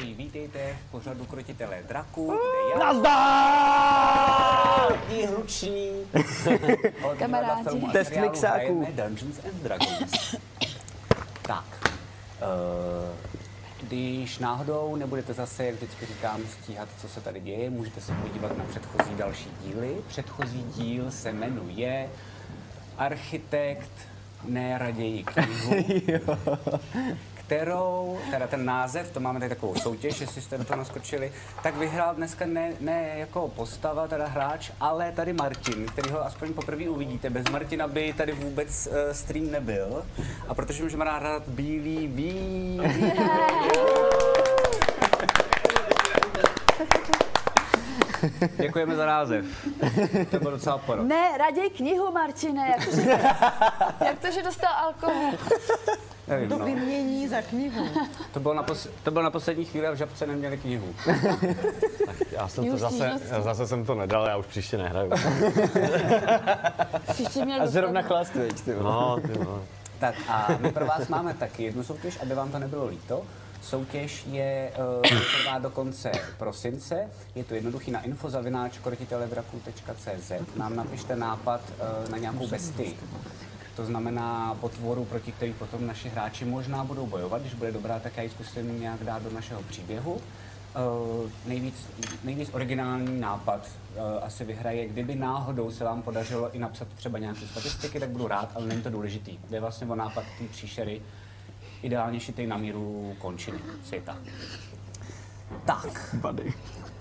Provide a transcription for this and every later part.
Ahoj, vítejte v pořadu Krotitelé draků, kde já... Nazdar! I hluční Kamarádi. Test mixáků. Dungeons and Dragons. Tak, když náhodou nebudete zase, jak vždycky říkám, stíhat, co se tady děje, můžete se podívat na předchozí další díly. Předchozí díl se jmenuje Architekt, ne raději knihu, kterou, teda ten název, to máme tady takovou soutěž, jestli jste do toho naskočili, tak vyhrál dneska ne jako postava, teda hráč, ale tady Martin, kterýho aspoň poprvé uvidíte. Bez Martina by tady vůbec stream nebyl. A protože můžeme rád bílý vín. Děkujeme za název. To bylo docela porod. Ne, raději knihu, Martine. Jak to, že dostal alkohol? Nevím, To no. vymění za knihu. To bylo na poslední chvíli a v Žabce neměli knihu. Já jsem to zase jsem to nedal, já už příště nehraju. Příště měl A zrovna chlast, veď, ty vole. No, ty no. Tak a my pro vás máme taky jednu soutěž, aby vám to nebylo líto. Soutěž je trvá do konce prosince. Je to jednoduchý na info@krotiteledraků.cz. Nám napište nápad na nějakou bestii. To znamená potvoru, proti který potom naši hráči možná budou bojovat. Když bude dobrá, tak já ji zkusím nějak dát do našeho příběhu. Nejvíc originální nápad asi vyhraje. Kdyby náhodou se vám podařilo i napsat třeba nějaké statistiky, tak budu rád, ale není to důležitý. Jde vlastně o nápad té příšery, ideálně šitej na míru končiny světa. Tak. Buddy.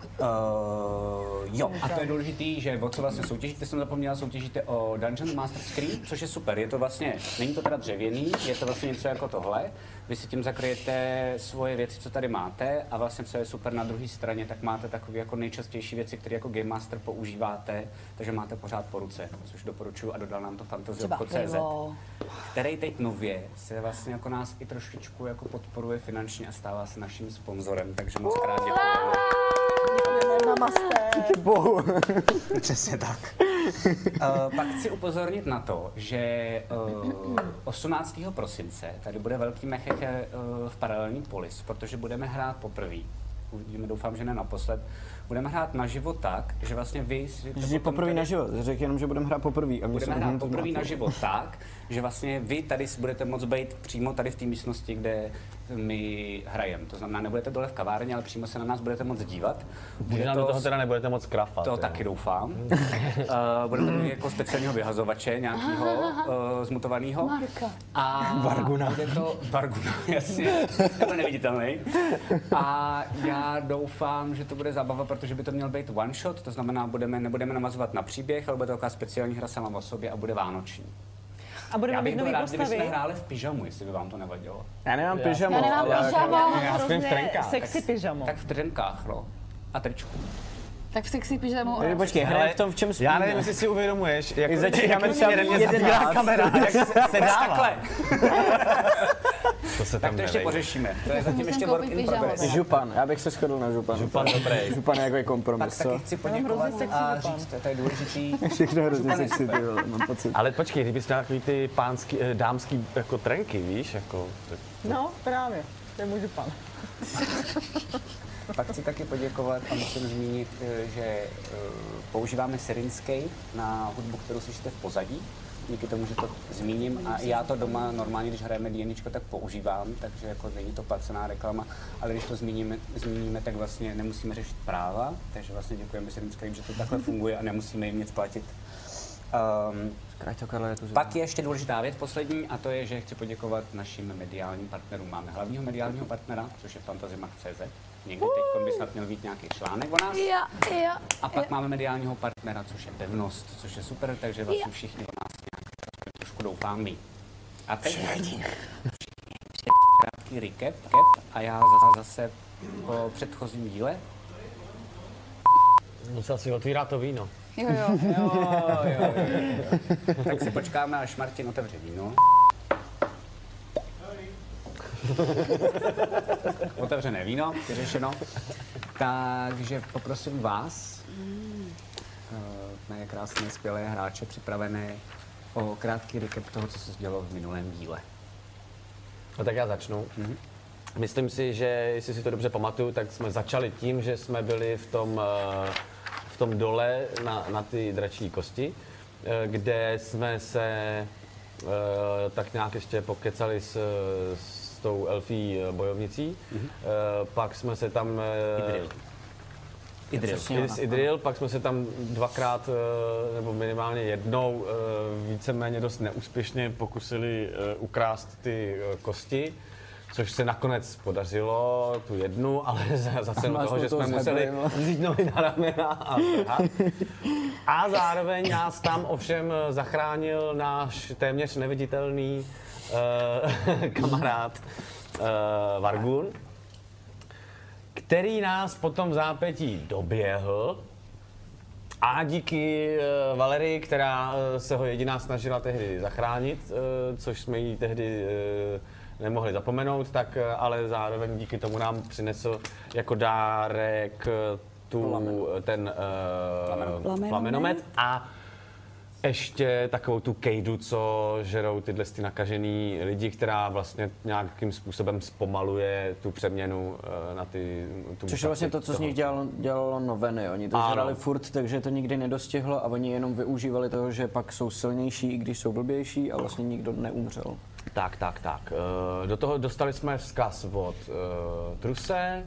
Jo, a to je důležitý, že o co vlastně soutěžíte, jsem zapomněla, soutěžíte o Dungeon Master Screen, což je super, je to vlastně, není to teda dřevěný, je to vlastně něco jako tohle, vy si tím zakryjete svoje věci, co tady máte a vlastně co je super na druhé straně, tak máte takové jako nejčastější věci, které jako Game Master používáte, takže máte pořád po ruce, což doporučuji a dodal nám to fantazyobchod.cz, který teď nově se vlastně jako nás i trošičku jako podporuje finančně a stává se naším sponzorem, takže moc krát děkujeme. Namaste. Bohu. Přesně tak. Pak chci upozornit na to, že 18. prosince tady bude velký mecheche v Paralelní polis, protože budeme hrát poprvé. Uvidíme, doufám, že ne naposled. Budeme hrát naživo tak, že vlastně vy si... Že poprvé naživo, řekl jenom, že budeme hrát poprvé. Budeme hrát poprvé naživo tak, že vlastně vy tady budete moct být přímo tady v té místnosti, kde my hrajeme. To znamená, nebudete dole v kavárně, ale přímo se na nás budete moct dívat. Že nám do toho teda nebudete moc krafat. To jo. taky doufám. Budeme mít jako speciálního vyhazovače nějakého zmutovaného. Marka. A Varguna. Bude to Varguna, jasně. To neviditelný. A já doufám, že to bude zábava, protože by to měl být one shot, to znamená, nebudeme navazovat na příběh, ale bude to taková speciální hra sama o sobě a bude vánoční. A budeme Já mít bych byl nový rád, kdybychom postavy. hráli v pyžamu, jestli by vám to nevadilo. Já nemám pyžamo. Já nemám ale- pyžamo. Já spím v Hrozně trenkách. sexy pyžamo. Tak v trenkách, no. A tričku. Tak v sexy pyžamu. Počkej, hraje v tom, v čem spíme. Já nevím, jestli si uvědomuješ, jak začínáme jak třeba mě 11. zabírá kamera, jak se dává. Takhle. To se Tak tam to ještě nevejde. pořešíme. To je zatím musím ještě koupit work in pyžamo. progress. Župan, já bych se shodl na župan. Župan dobrý. Župan je jako Tak kompromis, taky co? chci mám poděkovat hrozně sexy a župan. říct, to je důležitý. Všechno hrozně sexy, ty vole, mám pocit. Ale počkej, kdybys měl takový ty pánský, dámský jako trenky, víš, jako... No, právě. To je můj župan. Pak chci taky poděkovat a musím zmínit, že používáme Syrinscape na hudbu, kterou slyšíte v pozadí. Díky tomu, že to zmíním a já to doma normálně, když hrajeme D&Dčko, tak používám, takže jako není to placená reklama, ale když to zmíníme, tak vlastně nemusíme řešit práva, takže vlastně děkujeme Syrinscape, že to takhle funguje a nemusíme jim nic platit. Pak je ještě důležitá věc, poslední, a to je, že chci poděkovat našim mediálním partnerům. Máme hlavního mediálního partnera, což je fantazymak.cz. Někdy teď by snad měl být nějaký článek o nás. Jo. A pak máme mediálního partnera, což je Pevnost, což je super, takže vlastně všichni o nás nějak trošku doufám ví. A teď krátký recap a já zase po předchozím díle. Musel si otvírat to víno. Jo. Jo. Tak si počkáme, až Martin otevře víno. Otevřené víno, vyřešeno. Takže poprosím vás, mé krásné, skvělé hráče, připravené o krátký recap toho, co se dělo v minulém díle. No tak já začnu. myslím si, že jestli si to dobře pamatuju, tak jsme začali tím, že jsme byli v tom dole na ty dračí kosti, kde jsme se tak nějak ještě pokecali s tou elfí bojovnicí. Pak jsme se tam... Idril, pak jsme se tam dvakrát, nebo minimálně jednou, víceméně dost neúspěšně pokusili ukrást ty kosti, což se nakonec podařilo, tu jednu, ale za cenu toho, že jsme museli vzít nohy na ramena a trhat. A zároveň nás tam ovšem zachránil náš téměř neviditelný kamarád Vargun, který nás potom v zápětí doběhl a díky Valerii, která se ho jediná snažila tehdy zachránit, což jsme jí tehdy nemohli zapomenout, tak ale zároveň díky tomu nám přinesl jako dárek ten plamenomet a ještě takovou tu kejdu, co žerou tyhle nakažený lidi, která vlastně nějakým způsobem zpomaluje tu přeměnu na ty... Což je vlastně to, co z nich dělalo noveny. Oni to žrali furt, takže to nikdy nedostihlo a oni jenom využívali toho, že pak jsou silnější, i když jsou blbější a vlastně nikdo neumřel. Tak. Do toho dostali jsme vzkaz od Truse.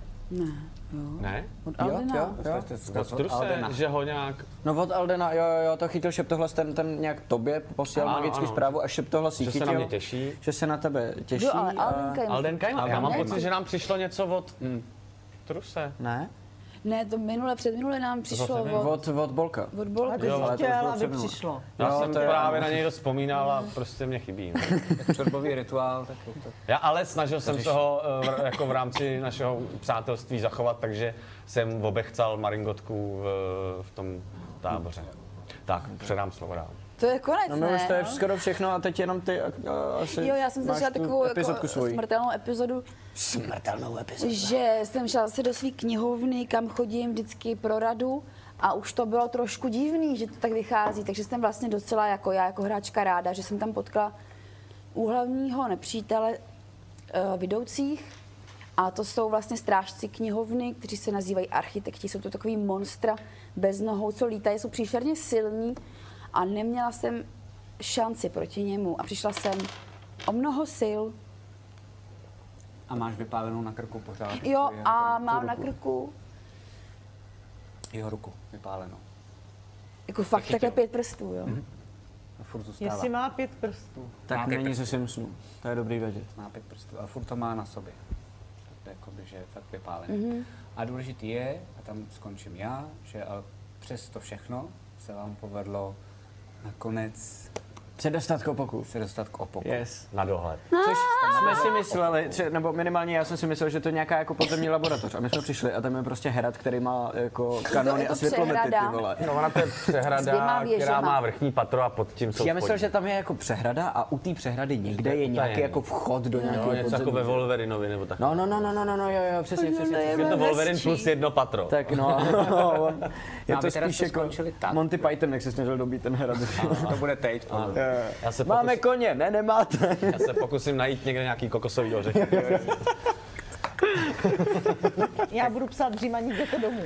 Ne? Od Aldena. Jo. Od Truse, že ho nějak... No od Aldena, jo, to chytil šeptohlas, ten nějak tobě posílal magickou zprávu a šeptohlas jí chytil. Že se na mě těší. Že se na tebe těší. Jo, ale Aldenka Aldenka, já mám pocit, že nám přišlo něco od Truse. Ne? Ne, to předminule nám přišlo Od Bolka. od Bolka. A ty jsi chtěl, aby přišlo. Já jsem právě na něj dost vzpomínal a prostě mě chybí. Čorbový rituál, tak to... Já ale snažil jsem se ho jako v rámci našeho přátelství zachovat, takže jsem obechcal Maringotku v tom táboře. Tak, předám slovo dál. To je konec, No už to je skoro všechno a teď jenom ty asi Jo, já jsem začala takovou jako smrtelnou epizodu, že jsem šla zase do své knihovny, kam chodím vždycky pro radu a už to bylo trošku divný, že to tak vychází, takže jsem vlastně docela jako já, jako hráčka ráda, že jsem tam potkala úhlavního nepřítele vidoucích a to jsou vlastně strážci knihovny, kteří se nazývají architekti, jsou to takový monstra bez nohou, co lítají, jsou příšerně silní a neměla jsem šanci proti němu a přišla jsem o mnoho sil. A máš vypálenou na krku pořád? Jo, a mám na krku jeho ruku vypálenou. jako fakt takhle 5 prstů, jo. A furt zůstává. Jestli má 5 prstů. Tak není ze Simpsonů. To je dobrý vědět. Má 5 prstů, ale furt to má na sobě. To je jakoby, že je fakt vypálený. A důležitý je, a tam skončím já, že ale přes to všechno se vám povedlo nakonec Se dostat k opoku. Yes. Na dohled. Což jsme si mysleli, nebo minimálně já jsem si myslel, že to je nějaká jako podzemní laboratoř. A my jsme přišli a tam je prostě Herad, který má jako kanony a světlomety, ty vole. No ona to je přehrada, která má vrchní patro a pod tím jsou Já myslel, spodní. že tam je jako přehrada a u té přehrady někde je nějaký jako vchod do nějakého No, něco podzemí. jako ve Wolverinovi nebo tak. No, jo, přesně. Je to Wolverine plus 1 patro. Tak no, je No, to vy teda spíš jste jako skončili tak. Monty Python, jak se snažil dobít ten Herad. To bude teď. Já se Máme koně, ne, nemáte. Já se pokusím najít někde nějaký kokosový ořechy. Já budu psát Římaní, jděte domů.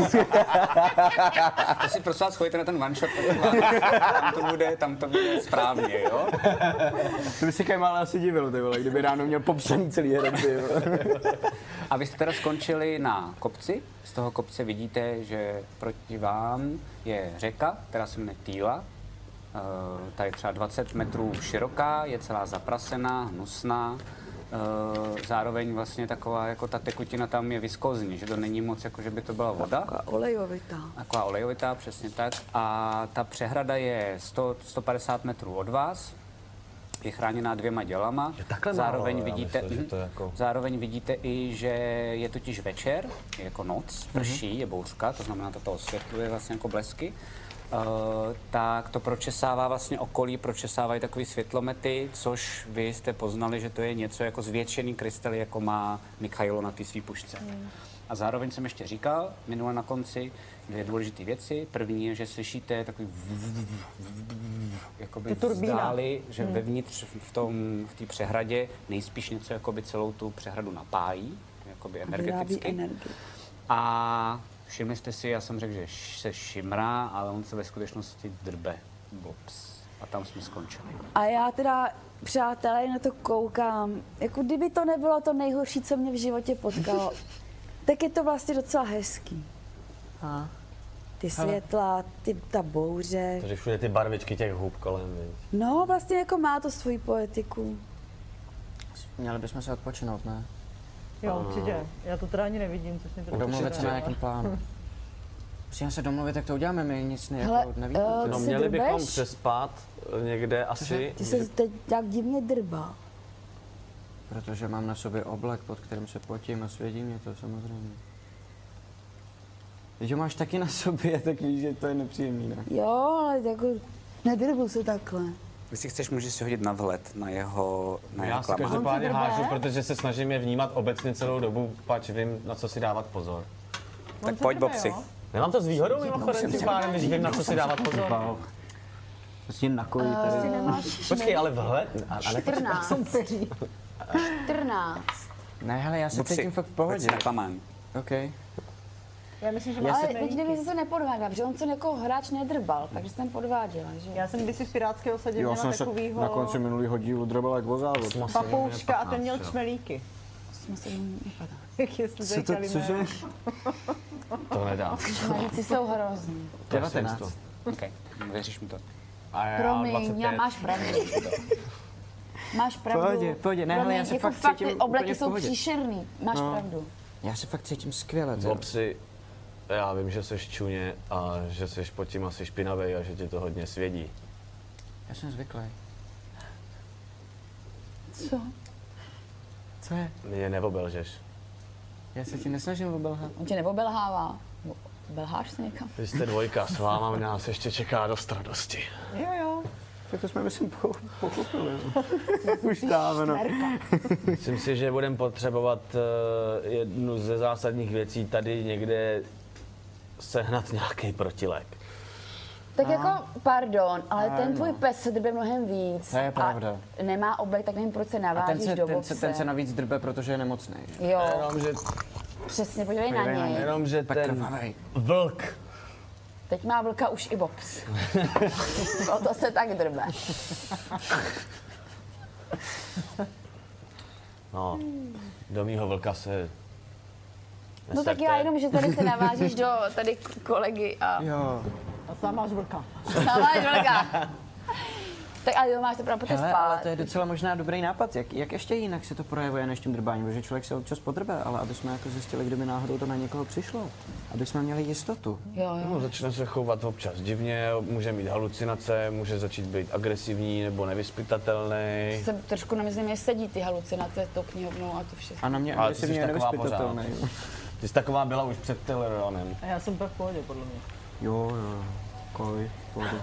To si prosím vás chodíte na ten one shot, tam to bude správně, jo? To by se Kajmal asi divil, ty vole, kdyby ráno měl popsaný celý Herad, ty vole. A vy jste teda skončili na kopci. Z toho kopce vidíte, že proti vám je řeka, která se jmenuje Týla. Ta je třeba 20 metrů široká, je celá zaprasená, hnusná. Zároveň vlastně taková, jako ta tekutina tam je viskozní, že to není moc, jako že by to byla voda. Taková olejovitá, přesně tak. A ta přehrada je 100-150 metrů od vás. Je chráněná 2 dělama. Zároveň vidíte, zároveň vidíte i, že je totiž večer, je jako noc, prší, je bouřka, to znamená, to osvětluje vlastně jako blesky. Tak to pročesává vlastně okolí, pročesávají takový světlomety, což vy jste poznali, že to je něco jako zvětšený krystaly, jako má Mikhailo na té svý pušce. A zároveň jsem ještě říkal, minule na konci, 2 důležité věci. První je, že slyšíte takový jakoby vzdáli, že vevnitř v té přehradě nejspíš něco jakoby celou tu přehradu napájí, jakoby energeticky. A všimli jste si, já jsem řekl, že se šimrá, ale on se ve skutečnosti drbe. Bops. A tam jsme skončili. A já teda, přátelé, na to koukám. Jako kdyby to nebylo to nejhorší, co mě v životě potkalo, tak je to vlastně docela hezký. Ty světla, ta bouře. Takže všude ty barvičky těch hub kolem. No, vlastně jako má to svoji poetiku. Měli bychom se odpočinout, ne? Jo, určitě. Já to teda ani nevidím, což mě to Domluvit se na nějakým plánu. Musíme se domluvit, jak to uděláme, my nic nevíme. No měli bychom přespat někde asi. Ty se teď tak divně drbá. Protože mám na sobě oblek, pod kterým se potím a svědí mě to samozřejmě. Když ho máš taky na sobě, tak víš, že to je nepříjemný, ne? Jo, ale jako nedrbu se takhle. Když si chceš, můžeš si hodit na vhled, na jeho Já si každopádně hážu, protože se snažím je vnímat obecně celou dobu, pač vím, na co si dávat pozor. Tak pojď, Bobsi. Nemám to s výhodou mimochodem, tím pádem, když vím, na co si dávat pozor. Prostě nakojí tady. Počkej, ale vhled... 14. 14. Ne, hele, já se cítím fakt v pohodě. Neklamám. OK. Já myslím, že Ale teď kdyby se nepodváděla, protože on se jako hráč nedrbal, takže jsem podváděla, že? Já jsem kdysi v pirátské osadě Jo, měla jsem se takovýho na konci minulého dílu drbal jak vozávod. papouška a ten měl čmelíky. Jsme se mu nepadá. Jestli říkali Cože? To nedá. Čmelíci jsou hrozný. 19. OK, věříš mi to. Promiň, já máš pravdu. Máš pravdu. Pohodě, ne, hele, já se jako fakt cítím obleky úplně v jsou pohodě. příšerný, máš pravdu. Já se fakt cítím skvěle. Bobsi, já vím, že jsi čuně a že jsi pod tím asi špinavej a že ti to hodně svědí. Já jsem zvyklý. Co? Co je? Mě neobelžeš. Já se ti nesnažím obelhat. On tě neobelhává. Belháš se někam? Vy jste dvojka, s váma nás ještě čeká dost radosti. Jo. Tak to jsme, myslím, pochopili. Už dávno. Myslím si, že budeme potřebovat jednu ze zásadních věcí tady někde sehnat nějaký protilek. Tak jako, pardon, ale ten tvůj pes se drbe mnohem víc. To je pravda. A nemá oblek, tak nevím, proč se navážíš do Bobse. Ten se navíc drbe, protože je nemocný. Jo, Jenomže, přesně, podívej na něj. jenomže ten vlk. Teď má vlka už i Bobs. Proto se tak drbe. No, do mýho vlka se No tak já jenom, že tady se navážíš do tady kolegy a... Jo. A sám máš vlka. Sám máš vlka. Tak ale jo, máš to právě Hele, spát. ale to je docela možná dobrý nápad. Jak ještě jinak se to projevuje než tím drbáním? Protože člověk se občas podrbe, ale aby jsme jako zjistili, kdyby náhodou to na někoho přišlo. Aby jsme měli jistotu. Jo. No, začne se chovat občas divně, může mít halucinace, může začít být agresivní nebo nevyspytatelný. Se trošku nemyslím, že sedí ty halucinace s tou knihovnou a to všechno. A na mě Ale ty jsi agresivně je taková nevyspytatelný. Ty jsi taková byla už před Teleronem. A já jsem pak v pohodě, podle mě. Jo. Koj, pohodě.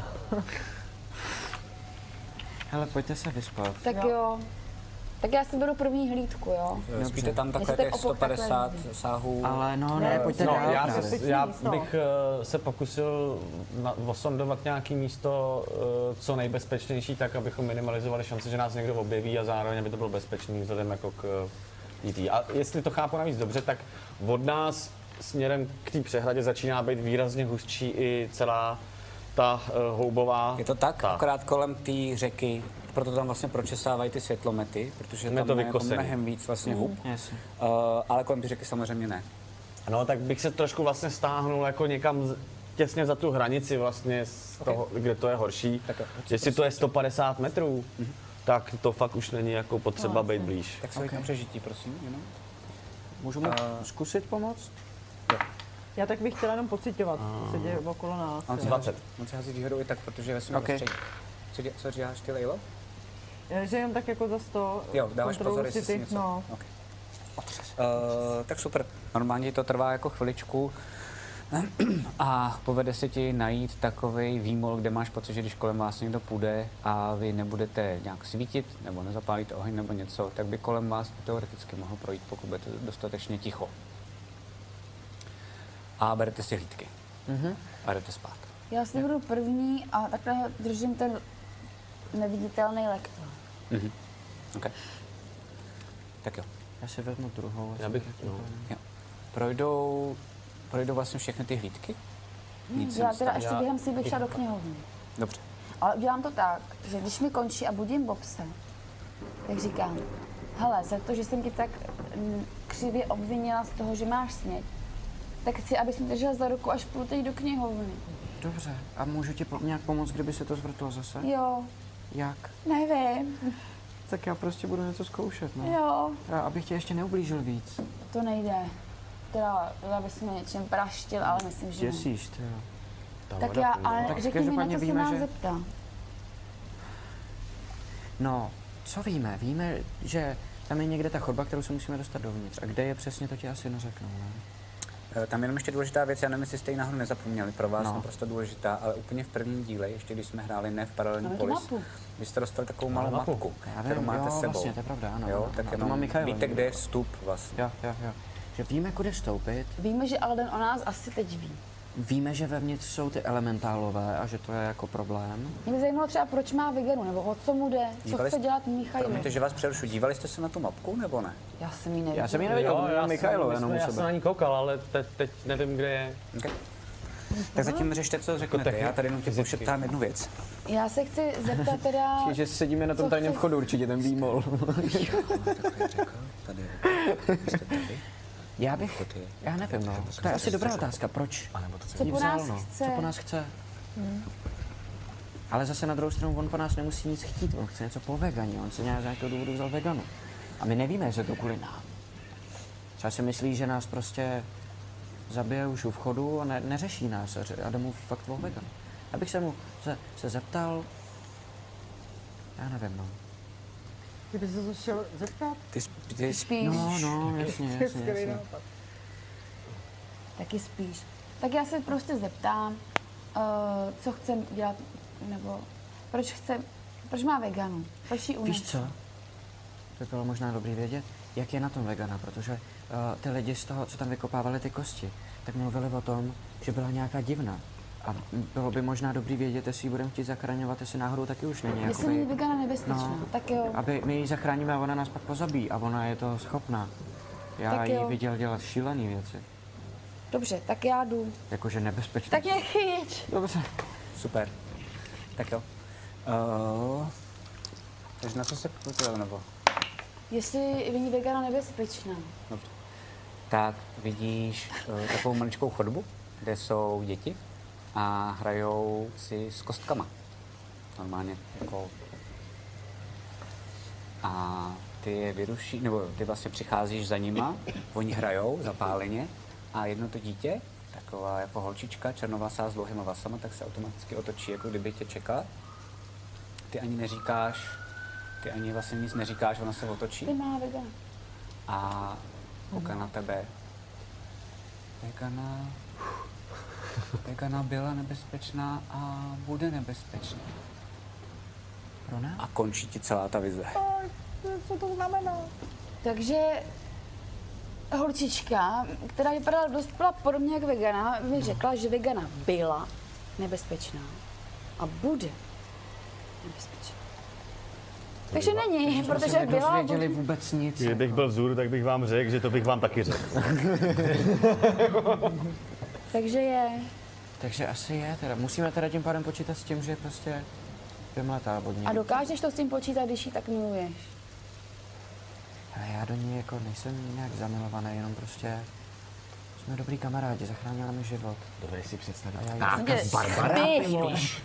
Hele, pojďte se vyspat. Tak jo. Tak já si beru první hlídku, jo. Spíte tam takhle tak těch 150 sáhů. Ale ne, pojďte dál. Já bych se pokusil osondovat nějaký místo co nejbezpečnější, tak abychom minimalizovali šanci, že nás někdo objeví a zároveň aby to bylo bezpečný vzhledem jako k IT. A jestli to chápu navíc dobře, tak od nás směrem k té přehradě začíná být výrazně hustší i celá ta houbová. Je to tak, akorát kolem té řeky, proto tam vlastně pročesávají ty světlomety, protože tam je jako mnohem víc vlastně hub, ale kolem té řeky samozřejmě ne. No, tak bych se trošku vlastně stáhnul jako někam těsně za tu hranici vlastně z toho, kde to je horší. Tak, jestli to je 150 metrů, tak to fakt už není jako potřeba být blíž. Tak se hoď na přežití, prosím, jenom. Můžu mu zkusit pomoct? Já tak bych chtěla jenom pocitovat, co se děje okolo nás. On 20. On se hází výhodou i tak, protože je ve svém prostředí. Co děláš ty, Lejlo? Že jenom tak jako za 100. Jo, dáváš pozor, jestli si něco. No. Okay. Tak super. Normálně to trvá jako chviličku a povede se ti najít takovej výmol, kde máš pocit, že když kolem vás někdo půjde a vy nebudete nějak svítit nebo nezapálíte oheň nebo něco, tak by kolem vás teoreticky mohl projít, pokud budete dostatečně ticho. a berete si hlídky. A jdete spát. Já si budu první a takhle držím ten neviditelný lektor. Okay. Tak jo. Já si vezmu druhou. Já bych, Jo. Projdou vlastně všechny ty hlídky? Nic Já teda ještě během si bych šla do knihovny. Dobře. Ale udělám to tak, že když mi končí a budím Bobse, tak říkám, hele, za to, že jsem ti tak křivě obvinila z toho, že máš sněď, tak chci, abys mi držel za ruku, až půjdu teď do knihovny. Dobře. A můžu ti nějak pomoct, kdyby se to zvrtlo zase? Jo. Jak? Nevím. Tak já prostě budu něco zkoušet, no. Jo. Já, abych tě ještě neublížil víc. To nejde. Teda, abys mě něčem praštil, ale myslím, že ne. Děsíš, ty jo. Tak já, ale Tak řekni mi, na co se víme, mám že- zeptat. No, co víme? Víme, že tam je někde ta chodba, kterou se musíme dostat dovnitř. A kde je přesně, to ti asi neřeknou, ne? Tam jenom ještě důležitá věc, já nevím, jestli jste ji náhodou nezapomněli, pro vás No. naprosto důležitá, ale úplně v prvním díle, ještě když jsme hráli ne v paralelní Máme tu polis, mapu. vy jste dostali takovou malou mapku, Já vím, kterou máte jo, s sebou. vlastně, to je pravda, ano, Jo, ano, tak ano, to jenom má Michail, víte, kde je vstup vlastně. Jo. Že víme, kudy vstoupit, Víme, že Alden o nás asi teď ví. víme, že vevnitř jsou ty elementálové a že to je jako problém. Mě by zajímalo třeba, proč má veganu, nebo o co mu jde, co Dívali chce jste- dělat Michail. Promiňte, že vás přerušu, dívali jste se na tu mapku, nebo ne? Já jsem ji neviděla. Já jsem ji neviděl, já Michailo, jenom u já jsem na sebe. ní koukal, ale teď nevím, kde je. Okay. Tak zatím řešte, co řeknete, Jako já tady jenom tě fyzicky. pošeptám jednu věc. Já se chci zeptat teda... Že sedíme na tom Co tajném chceš? vchodu, určitě ten výmol. Takhle řekl, tady jste tady. Já nevím, no. To je asi dobrá otázka, proč? Co Jí po vzal, nás no. chce? Co po nás chce? Ale zase na druhou stranu on po nás nemusí nic chtít, on chce něco po veganě, on se nějak z nějakého důvodu vzal veganu. A my nevíme, jestli je to kvůli nám. Třeba si myslí, že nás prostě zabije už u vchodu a neřeší nás a jde mu fakt o vegan. Abych se mu se zeptal, já nevím, no. Kdyby se to šel zeptat, Ty Spíš. No, jasně. Taky spíš. Tak já se prostě zeptám, co chce dělat, nebo proč má veganu, proč ji unese. Víš co? To by bylo možná dobrý vědět, jak je na tom vegana, protože ty lidi z toho, co tam vykopávali ty kosti, tak mluvili o tom, že byla nějaká divná. A bylo by možná dobrý vědět, jestli ji budeme chtít zachraňovat, jestli náhodou taky už není. Jestli není vegana nebezpečná, tak jo. Aby my ji zachráníme a ona nás pak pozabíjí a ona je toho schopná. Já Tak ji jo. viděl dělat šílené věci, Dobře, tak já jdu. jakože nebezpečné. Tak mě chyť. Dobře. Super. Tak jo. Takže na co se ptám, nebo? Jestli není vegana nebezpečná. Dobře. Tak vidíš takovou maličkou chodbu, kde jsou děti a hrajou si s kostkama. Normálně jako... A ty je vyruší, nebo ty vlastně přicházíš za nima, oni hrajou zapáleně a jedno to dítě, taková jako holčička, černovlasá s dlouhýma vlasama, tak se automaticky otočí, jako kdyby tě čekala. Ty ani neříkáš, ty ani vlastně nic neříkáš, ona se otočí Ty má vegana. a kouká na tebe. Vegana byla nebezpečná a bude nebezpečná. Pro nás? A končí ti celá ta vize. co to znamená? Takže holčička, která vypadala dost byla podobně jak vegana, mi řekla, že vegana byla nebezpečná a bude nebezpečná. Takže není, protože jsme byla. nedozvěděli vůbec nic. Kdybych byl vzhůru, tak bych vám řekl, že to bych vám taky řekl. Takže je. Takže asi je teda. Musíme teda tím pádem počítat s tím, že prostě vymletá od ní. A dokážeš to s tím počítat, když ji tak miluješ? Ale já do ní jako nejsem nějak zamilovaný, jenom prostě jsme dobrý kamarádi, zachránila mi život. Dovedeš si představit. A já jí... Spíš.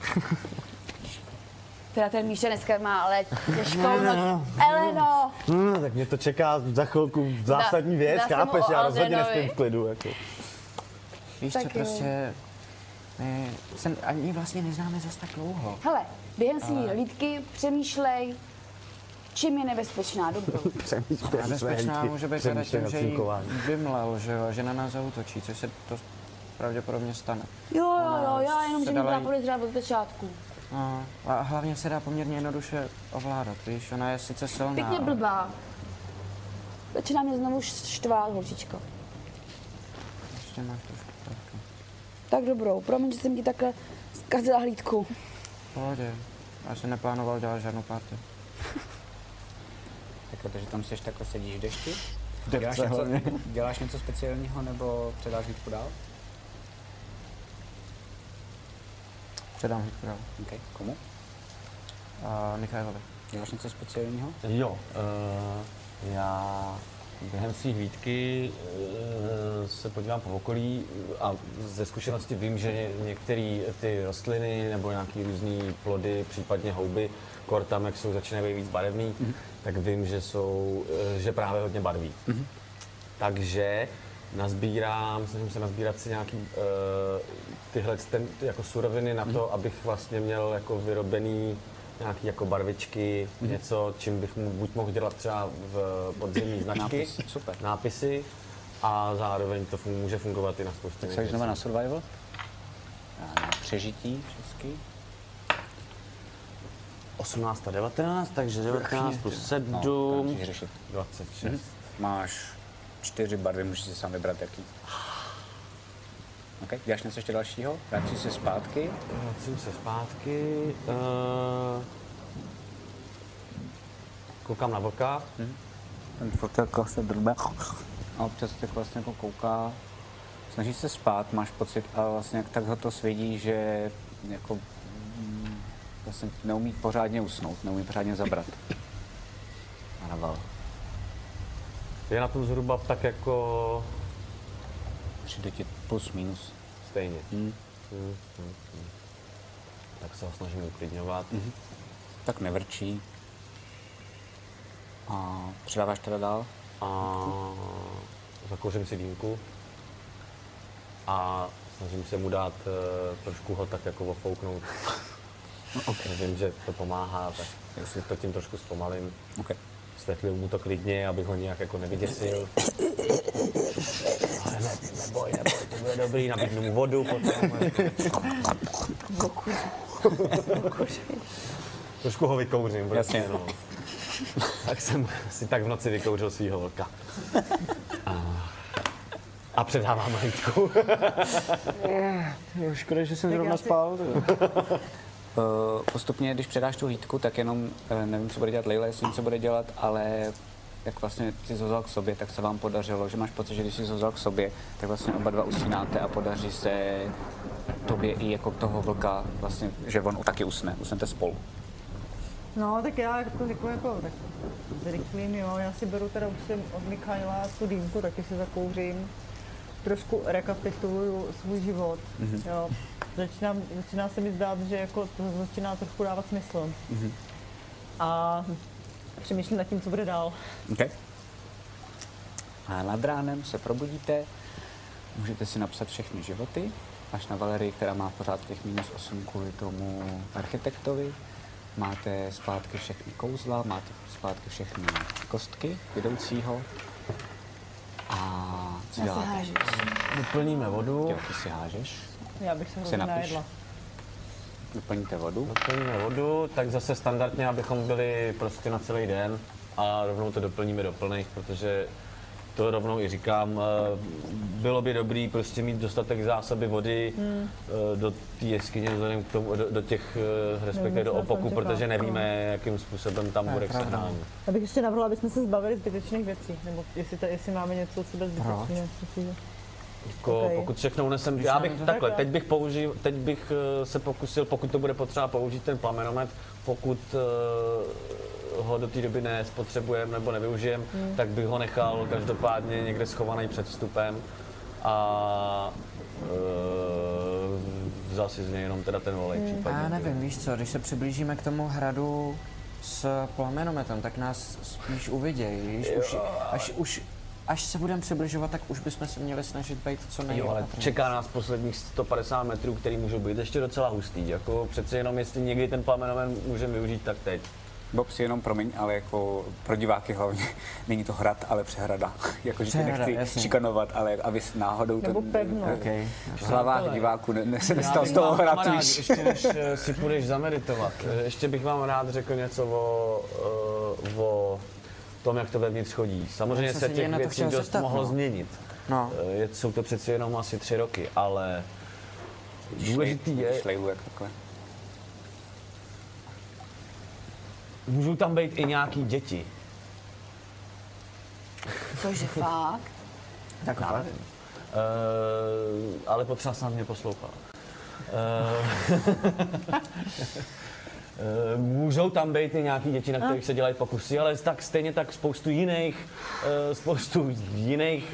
Teda ten Míša dneska má ale těžkou noc. Eleno! Tak mě to čeká za chvilku zásadní věc, dá se mu chápeš? o Já rozhodně Aldenovi. nespím v klidu. Jako. Víš Tak co, jo. prostě my se ani vlastně neznáme zas tak dlouho. Hele, během svý hlídky přemýšlej, čím je nebezpečná, dobrou. Nebezpečná může být teda tím, že jí vymlel, že jo, že na nás zautočí, což se to pravděpodobně stane. Jo, já jenom, se že mě dala byla jí- podezřelá od začátku. No, a hlavně se dá poměrně jednoduše ovládat, víš, ona je sice silná. Pěkně ale- blbá. Začíná mě znovu štvát, holčičko. Ještě máš trošku. Tak dobrou, promiň, že jsem ti takhle zkazila hlídku. Pohodě, já jsem neplánoval dělat žádnou party. Tak protože tam seš takhle sedíš v dešti? Depce Děláš něco speciálního nebo předáš hlídku dál? Předám hlídku dál. Okay. Komu? Michailovi. Děláš něco speciálního? Jo, já během své hlídky se podívám po okolí a ze zkušenosti vím, že některé ty rostliny nebo nějaké různé plody, případně houby, kor tam, jak jsou začínají být víc barevný, tak vím, že právě hodně barví. Takže snažím se nazbírat si nějaký tyhle jako suroviny na to, abych vlastně měl jako vyrobený nějaký jako barvičky, něco, čím bych buď mohl dělat třeba v podzemní značky, nápisy a zároveň to může fungovat i na spoustě. Tak se znamená na survival? Na přežití český. 18 a 19, takže 19 plus 7, no, 26. Máš 4 barvy, můžeš si sám vybrat jaký. Okay. Děláš něco ještě dalšího? Vrátím se zpátky. Koukám na vlka. Ten fotelka se drbe. A občas tak vlastně jako kouká. Snaží se spát, máš pocit, a vlastně tak ho to svědí, že jako vlastně neumí pořádně usnout, neumí pořádně zabrat. A naval. Je na tom zhruba tak jako... Přijde ti plus minus. Stejně. Tak se ho snažím uklidňovat. Tak nevrčí. A předáváš teda dál? A zakouřím si dýmku. A snažím se mu dát trošku ho tak jako ofouknout. Okay. Vím, že to pomáhá, tak jestli to tím trošku zpomalím. Okay. Světlil mu to klidně, abych ho nějak jako nevyděsil. Ale neboj, to bude dobrý, nabídnu mu vodu potom. Trošku ho vykouřím, jasně, no. Tak jsem si tak v noci vykouřil svýho vlka. A předávám hlídku. Škoda, že jsem zrovna spal. Postupně, když předáš tu hlídku, tak jenom nevím, co bude dělat Leila, jestli něco bude dělat, ale jak vlastně jsi vzal k sobě, tak se vám podařilo, že máš pocit, že když jsi vzal k sobě, tak vlastně oba dva usínáte a podaří se tobě i jako toho vlka, vlastně, že on taky usne, usnete spolu. No, tak já to řeknu jako tak zrychlím, jo, já si beru teda už jsem od Michaila tu dýmku, taky si zakouřím, trošku rekapituluju svůj život, jo. Začíná se mi zdát, že jako to začíná trochu dávat smysl. A přemýšlím nad tím, co bude dál. Okay. A nad ránem se probudíte, můžete si napsat všechny životy, až na Valerii, která má pořád těch -8 kvůli tomu architektovi. Máte zpátky všechny kouzla, máte zpátky všechny kostky vedoucího. A co děláte? Doplníme vodu. Jo, ty si hážeš. Já bych se hrozně najedla. Doplníte vodu. Doplníme vodu, tak zase standardně, abychom byli prostě na celý den a rovnou to doplníme do plných, protože to rovnou i říkám, bylo by dobrý prostě mít dostatek zásoby vody do té jeskyně, vzhledem k tomu, do těch, respektive do opoku, protože nevíme, jakým způsobem tam bude k sehnání. Já bych ještě navrhla, abychom se zbavili zbytečných věcí, nebo jestli máme něco od sebe zbytečného. Okay. Pokud všechno unesem, já bych takhle, teď bych se pokusil, pokud to bude potřeba použít ten plamenomet, pokud ho do té doby nespotřebujeme nebo nevyužijeme, tak bych ho nechal každopádně někde schovaný před vstupem a vzal si z něj jenom teda ten olej případně. Já nevím, víš co, když se přiblížíme k tomu hradu s plamenometem, tak nás spíš uvidějí, víš, až se budeme přibližovat, tak už bychom se měli snažit být co nejlépe. Ale čeká nás posledních 150 metrů, který můžou být ještě docela hustý. Jako přece jenom, jestli někdy ten plamenomet můžeme využít, tak teď. Bob, si jenom promiň, ale jako pro diváky hlavně není to hrad, ale přehrada. Jakože ty nechci šikanovat, ale aby náhodou nebo pevno. Okay. V hlavách diváků se nestal z toho hrad, víš. Ještě než si půjdeš zameditovat, ještě bych vám rád řekl něco o tom, jak to vevnitř chodí. Samozřejmě se těch věcí dost mohlo změnit. No. Jsou to přeci jenom asi 3 roky, ale důležitý je... Šlejlu jak takhle. Můžou tam být i nějaký děti. Cože fakt? Tak fakt. Ale potřeba snad mě poslouchat. Můžou tam být i nějaký děti, na kterých se dělají pokusy, ale tak stejně tak spoustu jiných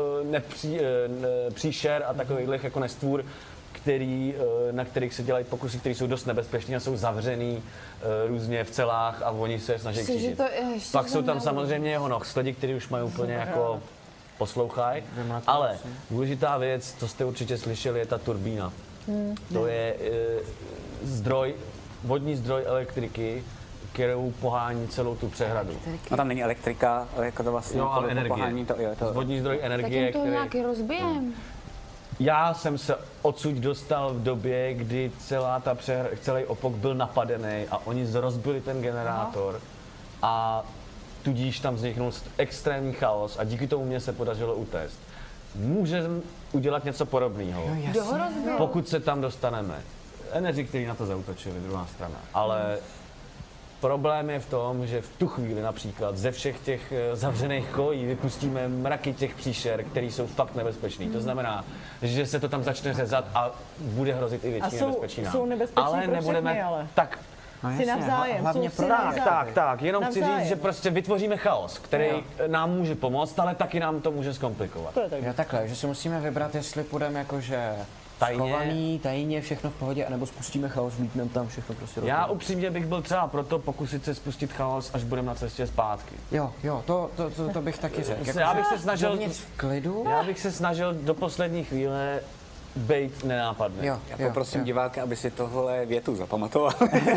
příšer a takových jako nestvůr, na kterých se dělají pokusy, které jsou dost nebezpečné a jsou zavřený různě v celách a oni se snaží křížit. Pak jsou tam samozřejmě jeho nohsledi, kteří už mají úplně jako poslouchají, ale důležitá věc, co jste určitě slyšeli, je ta turbína. To je vodní zdroj elektriky, kterou pohání celou tu přehradu. No tam není elektrika, ale jako to vlastně ale energie. pohání to. Vodní zdroj energie, tak jim to nějaký rozbijem. Já jsem se odsud dostal v době, kdy celý Opok byl napadený a oni rozbili ten generátor a tudíž tam vzniknul extrémní chaos a díky tomu mě se podařilo utéct. Můžeme udělat něco podobného, pokud se tam dostaneme. Energy, kteří na to zaútočili, druhá strana. Ale problém je v tom, že v tu chvíli například ze všech těch zavřených kojí vypustíme mraky těch příšer, které jsou fakt nebezpečný. To znamená, že se to tam začne řezat a bude hrozit i větší nebezpečí nám. Jsou nebezpeční ale pro nebudeme všechny, ale. tak. No Si navzájem, hlavně jsou si navzájem. Tak, jenom chci Navzájem. říct, že prostě vytvoříme chaos, který nám může pomoct, ale taky nám to může zkomplikovat. To je tak. Jo, takhle, že si musíme vybrat, jestli půjdeme jakože tajně, všechno v pohodě, anebo spustíme chaos, vlítneme tam všechno prostě. Já upřímně bych byl třeba proto pokusit se spustit chaos, až budeme na cestě zpátky. Jo, to bych taky řekl. Já bych se snažil v klidu. Já bych se snažil do poslední chvíle bejt nenápadný. Jo, Já poprosím diváka, aby si tohle větu zapamatoval.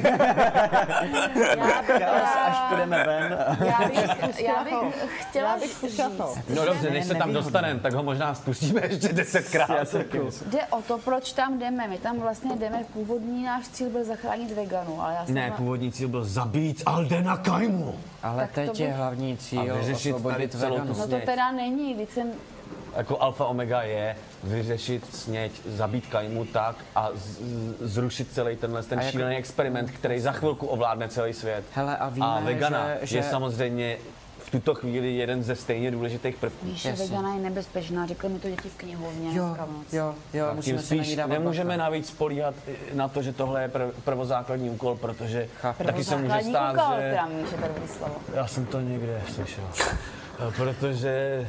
Až půjdeme ven. Já bych chtěla říct. No dobře, než se tam dostaneme, tak ho možná spustíme ještě 10krát. Jde o to, proč tam jdeme. My tam vlastně jdeme, původní náš cíl byl zachránit veganů, ale já jsem Ne, původní cíl byl zabít Aldena Kaimu. Ale teď je hlavní cíl osvobodit veganů. No to teda není, když jsem... Jako alfa omega je vyřešit sněť, zabít Kaimu tak a zrušit celý ten šílený experiment, který za chvilku ovládne celý svět. Hele, a víme, vegana že je samozřejmě v tuto chvíli jeden ze stejně důležitých prvků. Víš, vegana je nebezpečná, řekli mi to děti v knihovně dneska v noci. Jo, musíme si na ní dávat nemůžeme navíc spolíhat na to, že tohle je prvozákladní úkol, protože taky se může stát, úkol, že... teda Míše, první slovo. Já jsem to někde slyšel. Protože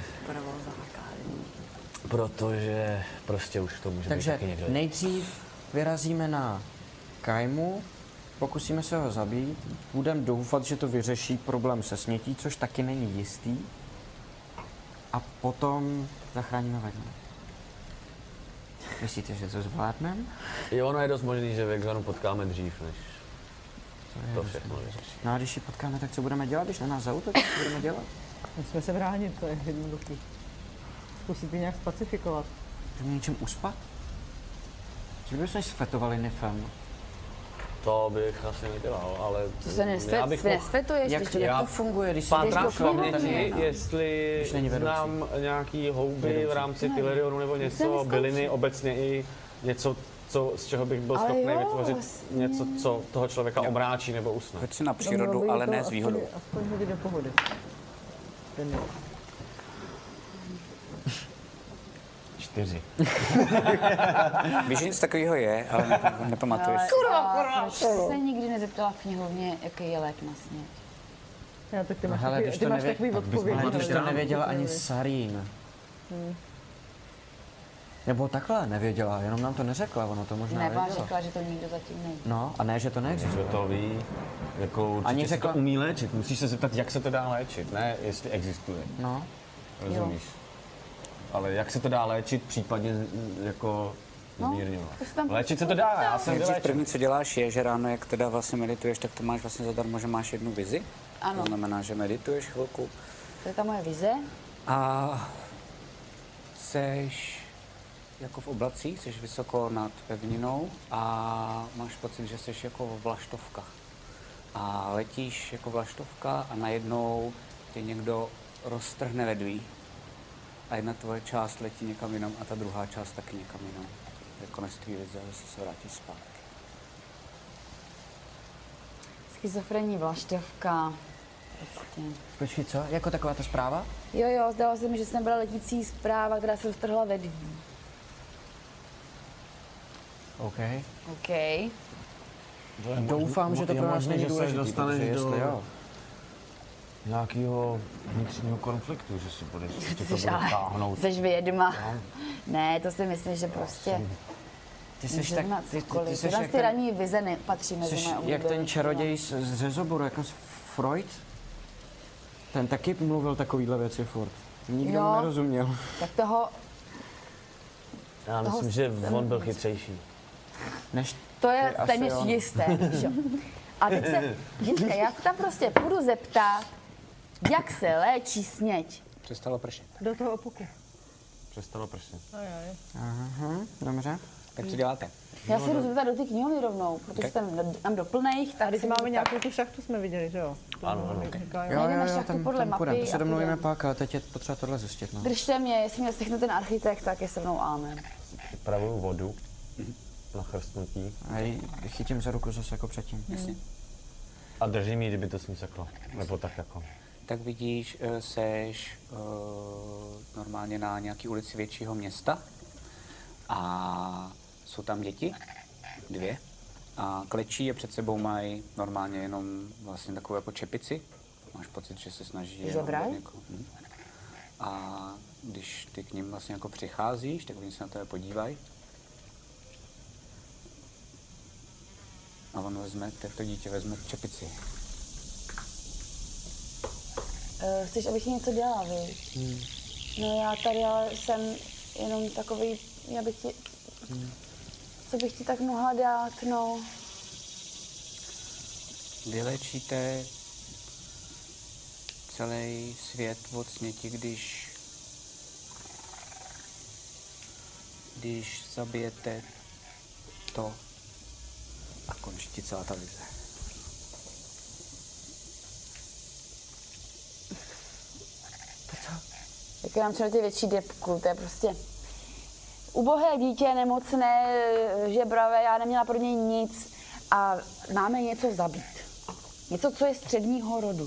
prostě už to může být taky někde. Takže nejdřív vyrazíme na Kaimu, pokusíme se ho zabít, budeme doufat, že to vyřeší problém se snětí, což taky není jistý. A potom zachráníme vegana. Myslíte, že to zvládneme? Jo, ono je dost možný, že veganu potkáme dřív, než to všechno vyřeší. No a když ji potkáme, tak co budeme dělat, když na nás zaútočí, co budeme dělat? Musíme se bránit, to je jednoduchý. Zkusit ji nějak spacifikovat. Můžeme něčím uspat? Co bychom sfetovali nifem? To bych asi nedělal, ale... To se nesfetuješ, jak to funguje, když si Pátrám jdeš v do paměti, jestli není znám nějaký houby v rámci Tylerionu nebo něco, byliny, obecně i něco, z čeho bych byl schopný vytvořit něco, co toho člověka omráčí nebo usne. Pojď si na přírodu, ale ne s výhodou. Aspoň hodit do pohody. Ten 4. Víš, že nic takového je, ale nepamatuješ. Proč jsi se nikdy nezeptala v knihovně, jaký je lék na sněť? Já, tak ty máš Hele, takový, ty máš takový odpověď. Ale když to nevěděla ani Sarín. Nebo takhle nevěděla, jenom nám to neřekla, ono to možná Nebo věděla. řekla, že to nikdo zatím neví. No, a ne, že to neexistuje. Že to ví, jako určitě Ani se řekla- to umí léčit. Musíš se zeptat, jak se to dá léčit, ne jestli existuje. No, Rozumíš? Ale jak se to dá léčit, případně jako zmírňovat. Léčit se to dá, já jsem Nejdřív vylečen. první, co děláš, je, že ráno, jak teda vlastně medituješ, tak to máš vlastně zadarmo, že máš jednu vizi. Ano. To znamená, že medituješ chvilku To je ta moje vize. a seš jako v oblacích, jsi vysoko nad pevninou a máš pocit, že jsi jako v vlaštovkách. A letíš jako vlaštovka a najednou tě někdo roztrhne vedví. A a jedna tvoje část letí někam jinam a ta druhá část taky někam jinam. To je konec tvý vize, se vrátí zpátky. Schizofrenní vlaštovka. Prostě. Počkej, co? Jako taková ta zpráva? Jo, zdalo se mi, že jsem byla letící zpráva, která se roztrhla ve dví. OK. Doufám, že to pro nás není důležitý, dostaneš protože jestli jo. Nějakého vnitřního konfliktu, že si budeš to bude táhnout. Jsi vědma. No. Ne, to si myslím, že prostě... Ty seš tak... Ty seš jak ty ranní vize nepatří mezi mé oblíbené. Jak ten čaroděj z Řezoboru, jako Freud? Ten taky mluvil takovýhle věci furt. Nikdo mu nerozuměl. Tak toho... Já myslím, že on byl chytřejší. Než to je téměř jisté, víš jo. A teď se, Žička, já se tam prostě půjdu zeptat, jak se léčí sněď. Přestalo pršet. Do toho opuku. Přestalo pršet. Aha, dobře. Tak co děláte? Já si jdu zeptat do té knihovny rovnou, protože jsem tam do plných. Tady si máme nějakou tu šachtu, jsme viděli, že jo? Ano. Jo, tam půjdeme, to se domluvíme pak, ale teď je potřeba tohle zjistit. No. Držte mě, jestli mě stihne ten architekt, tak je se mnou amen. Připravuju vodu na chrstnutí. A ji chytím za ruku zase jako předtím. Jasně. A držím ji, kdyby to smíseklo. Nebo tak jako. Tak vidíš, seš normálně na nějaký ulici většího města a jsou tam děti, 2. A klečí je před sebou mají normálně jenom vlastně takovou jako čepici. Máš pocit, že se snaží A když ty k ním vlastně jako přicházíš, tak oni se na tebe podívají. A on vezme, to dítě vezme čepici. Chceš, abych něco dělala, vy? No já tady ale jsem jenom takový, já bych ti... Co bych ti tak mohla dát, no? Vylečíte celý svět od sněti, když zabijete to a končí ti celá ta vize. To co? Jak nám černotě větší depku, to je prostě... Ubohé dítě, nemocné, žebravé, já neměla pro něj nic a máme něco zabít. Něco, co je středního rodu.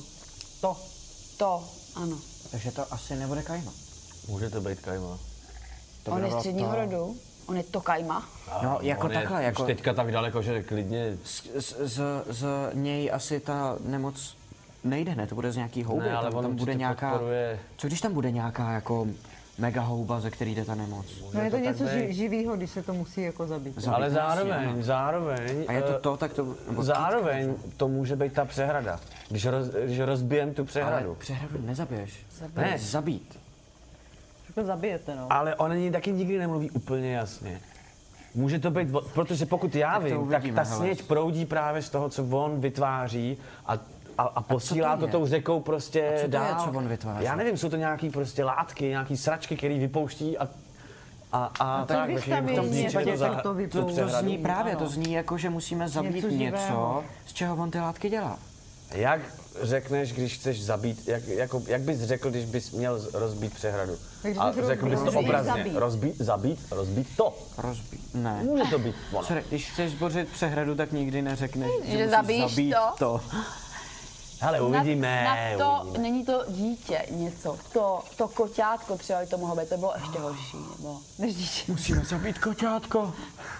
To, ano. Takže to asi nebude Kajma. Může to být Kajma. On je středního rodu? On je to Kajma? No, jako takhle, jako... Už teďka tak daleko, že klidně... Z něj asi ta nemoc nejde, ne? To bude z nějaký houby, ne, ale tam bude nějaká... Podporuje... Co když tam bude nějaká jako mega houba, ze který jde ta nemoc? No je to něco živýho, když se to musí jako zabít. Ale zároveň... A je to tak to... Zároveň to může být ta přehrada. Když rozbijem tu přehradu. Ale přehradu nezabiješ. Ne. Zabít. Jako zabijete, no. Ale on taky nikdy nemluví úplně jasně. Může to být, protože pokud já vím, tak ta sněď proudí právě z toho, co on vytváří a posílá to tou řekou prostě a co dál. To je, co on vytváří? Já nevím, jsou to nějaký prostě látky, nějaký sračky, který vypouští a tak, když tam je něco, tak to vypouští. To zní právě, to zní jako, že musíme zabít něco, z čeho on ty látky dělá. Jak řekneš, když chceš zabít, jak bys řekl, když bys měl rozbít přehradu? A řekl bys to obrazně, zabít to. Rozbít, ne. Může to být ono. Sorry, když chceš zbořit přehradu, tak nikdy neřekneš, že zabíš zabít to. Hele, uvidíme. Není to dítě něco, to koťátko třeba to mohlo být, to bylo ještě horší, nebo než dítě. Musíme zabít koťátko.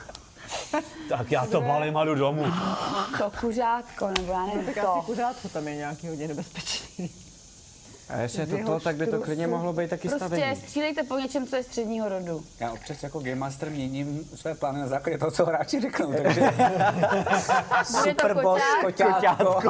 Tak já to balím a jdu domů. To kuřátko, nebo já nevím, tak to. asi kuřátko tam je nějaký hodně nebezpečný. A jestli je to, tak by to klidně mohlo být taky stavení. Prostě střílejte po něčem, co je středního rodu. Já občas jako Game Master měním své plány na základě toho, co hráči řeknou, takže... Super boss, koťátko.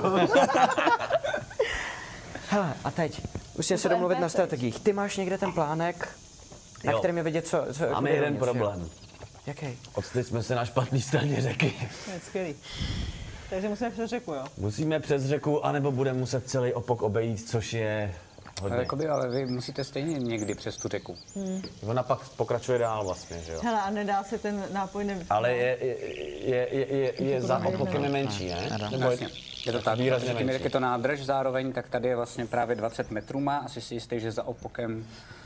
Hele, a teď, musíme se domluvit na strategiích. Ty máš někde ten plánek, na kterém je vidět, co máme jeden problém. Jaký? Odstali jsme se na špatné straně řeky. Je skvělý. Takže musíme přes řeku, jo? Musíme přes řeku, anebo budeme muset celý opok obejít, což je hodně. Ale vy musíte stejně někdy přes tu řeku. Ona pak pokračuje dál vlastně, že jo? Hele, a nedá se ten nápoj nevypít. Ale je za opokem menší, ne? Vlastně. Je to tak, protože tím, jak je to nádrž zároveň, tak tady je vlastně právě 20 metrů má. Asi si jistý, že za opokem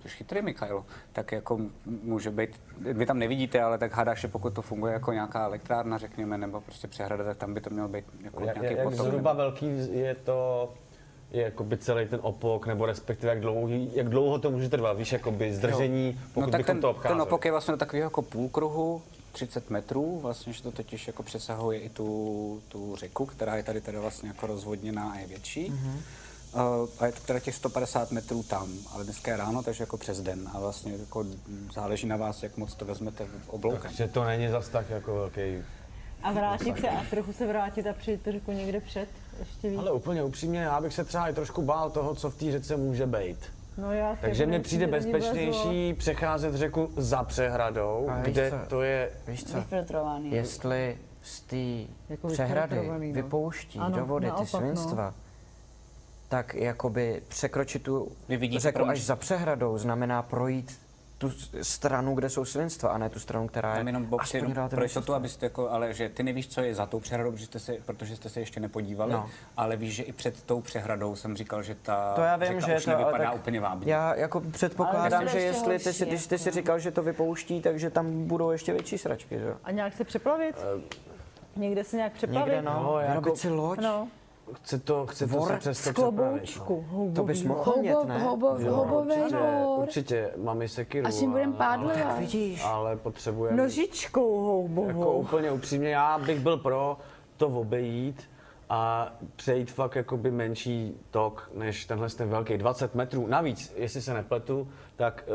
chytrý, Michailo. Tak jako může být, vy tam nevidíte, ale tak hádáš, že pokud to funguje jako nějaká elektrárna, řekněme, nebo prostě přehrada, tak tam by to mělo být jako nějaký jak potok. zhruba velký je to, je jakoby celý ten opok, nebo respektive jak dlouho to může trvat, víš, jakoby zdržení, pokud tak bychom to obcházeli. ten opok je vlastně do takového jako půlkruhu, 30 metrů, vlastně, že to totiž jako přesahuje i tu řeku, která je tady teda vlastně jako rozvodněná a je větší. A je to teda těch 150 metrů tam, ale dneska je ráno, takže jako přes den a vlastně jako záleží na vás, jak moc to vezmete obloukem. Takže to není zas tak jako velký. A vrátit se a trochu se vrátit a přijít to řeku někde před, ještě víc. Ale úplně upřímně, já bych se třeba i trošku bál toho, co v té řece může být. No já Takže mně přijde bezpečnější přecházet řeku za přehradou, kde to je... Víš co? Vyfiltrovaný. Jestli z té Jako přehrady vyfiltrovaný, no. vypouští Ano, do vody ty naopak, svinstva, tak jakoby překročit tu Vy vidíte, řeku až za přehradou znamená projít tu stranu, kde jsou svinstva, a ne tu stranu, která je Tam jenom aspoň pro relativně jistotu, abyste jako, ale že ty nevíš, co je za tou přehradou, protože jste se ještě nepodívali, ale víš, že i před tou přehradou jsem říkal, že ta to já vím, řeka že už to, ale nevypadá tak úplně vábně. já jako předpokládám, Ale že ještě jestli horší, když ty si říkal, že to vypouští, takže tam budou ještě větší sračky, že jo? A nějak se přeplavit? Někde se nějak přeplavit? Někde no, vyrobit jako- si loď. No, Chce to se přes z to přepravit. kloboučku, To bys mohl mít, ne? Houbový dvor. Určitě, máme sekiru. A s tím budem pádlovat. Tak vidíš. Ale potřebujeme... nožičkou houbovou. Jako úplně upřímně, já bych byl pro to obejít a přejít fakt jakoby menší tok než tenhle ten velký 20 metrů. Navíc, jestli se nepletu, tak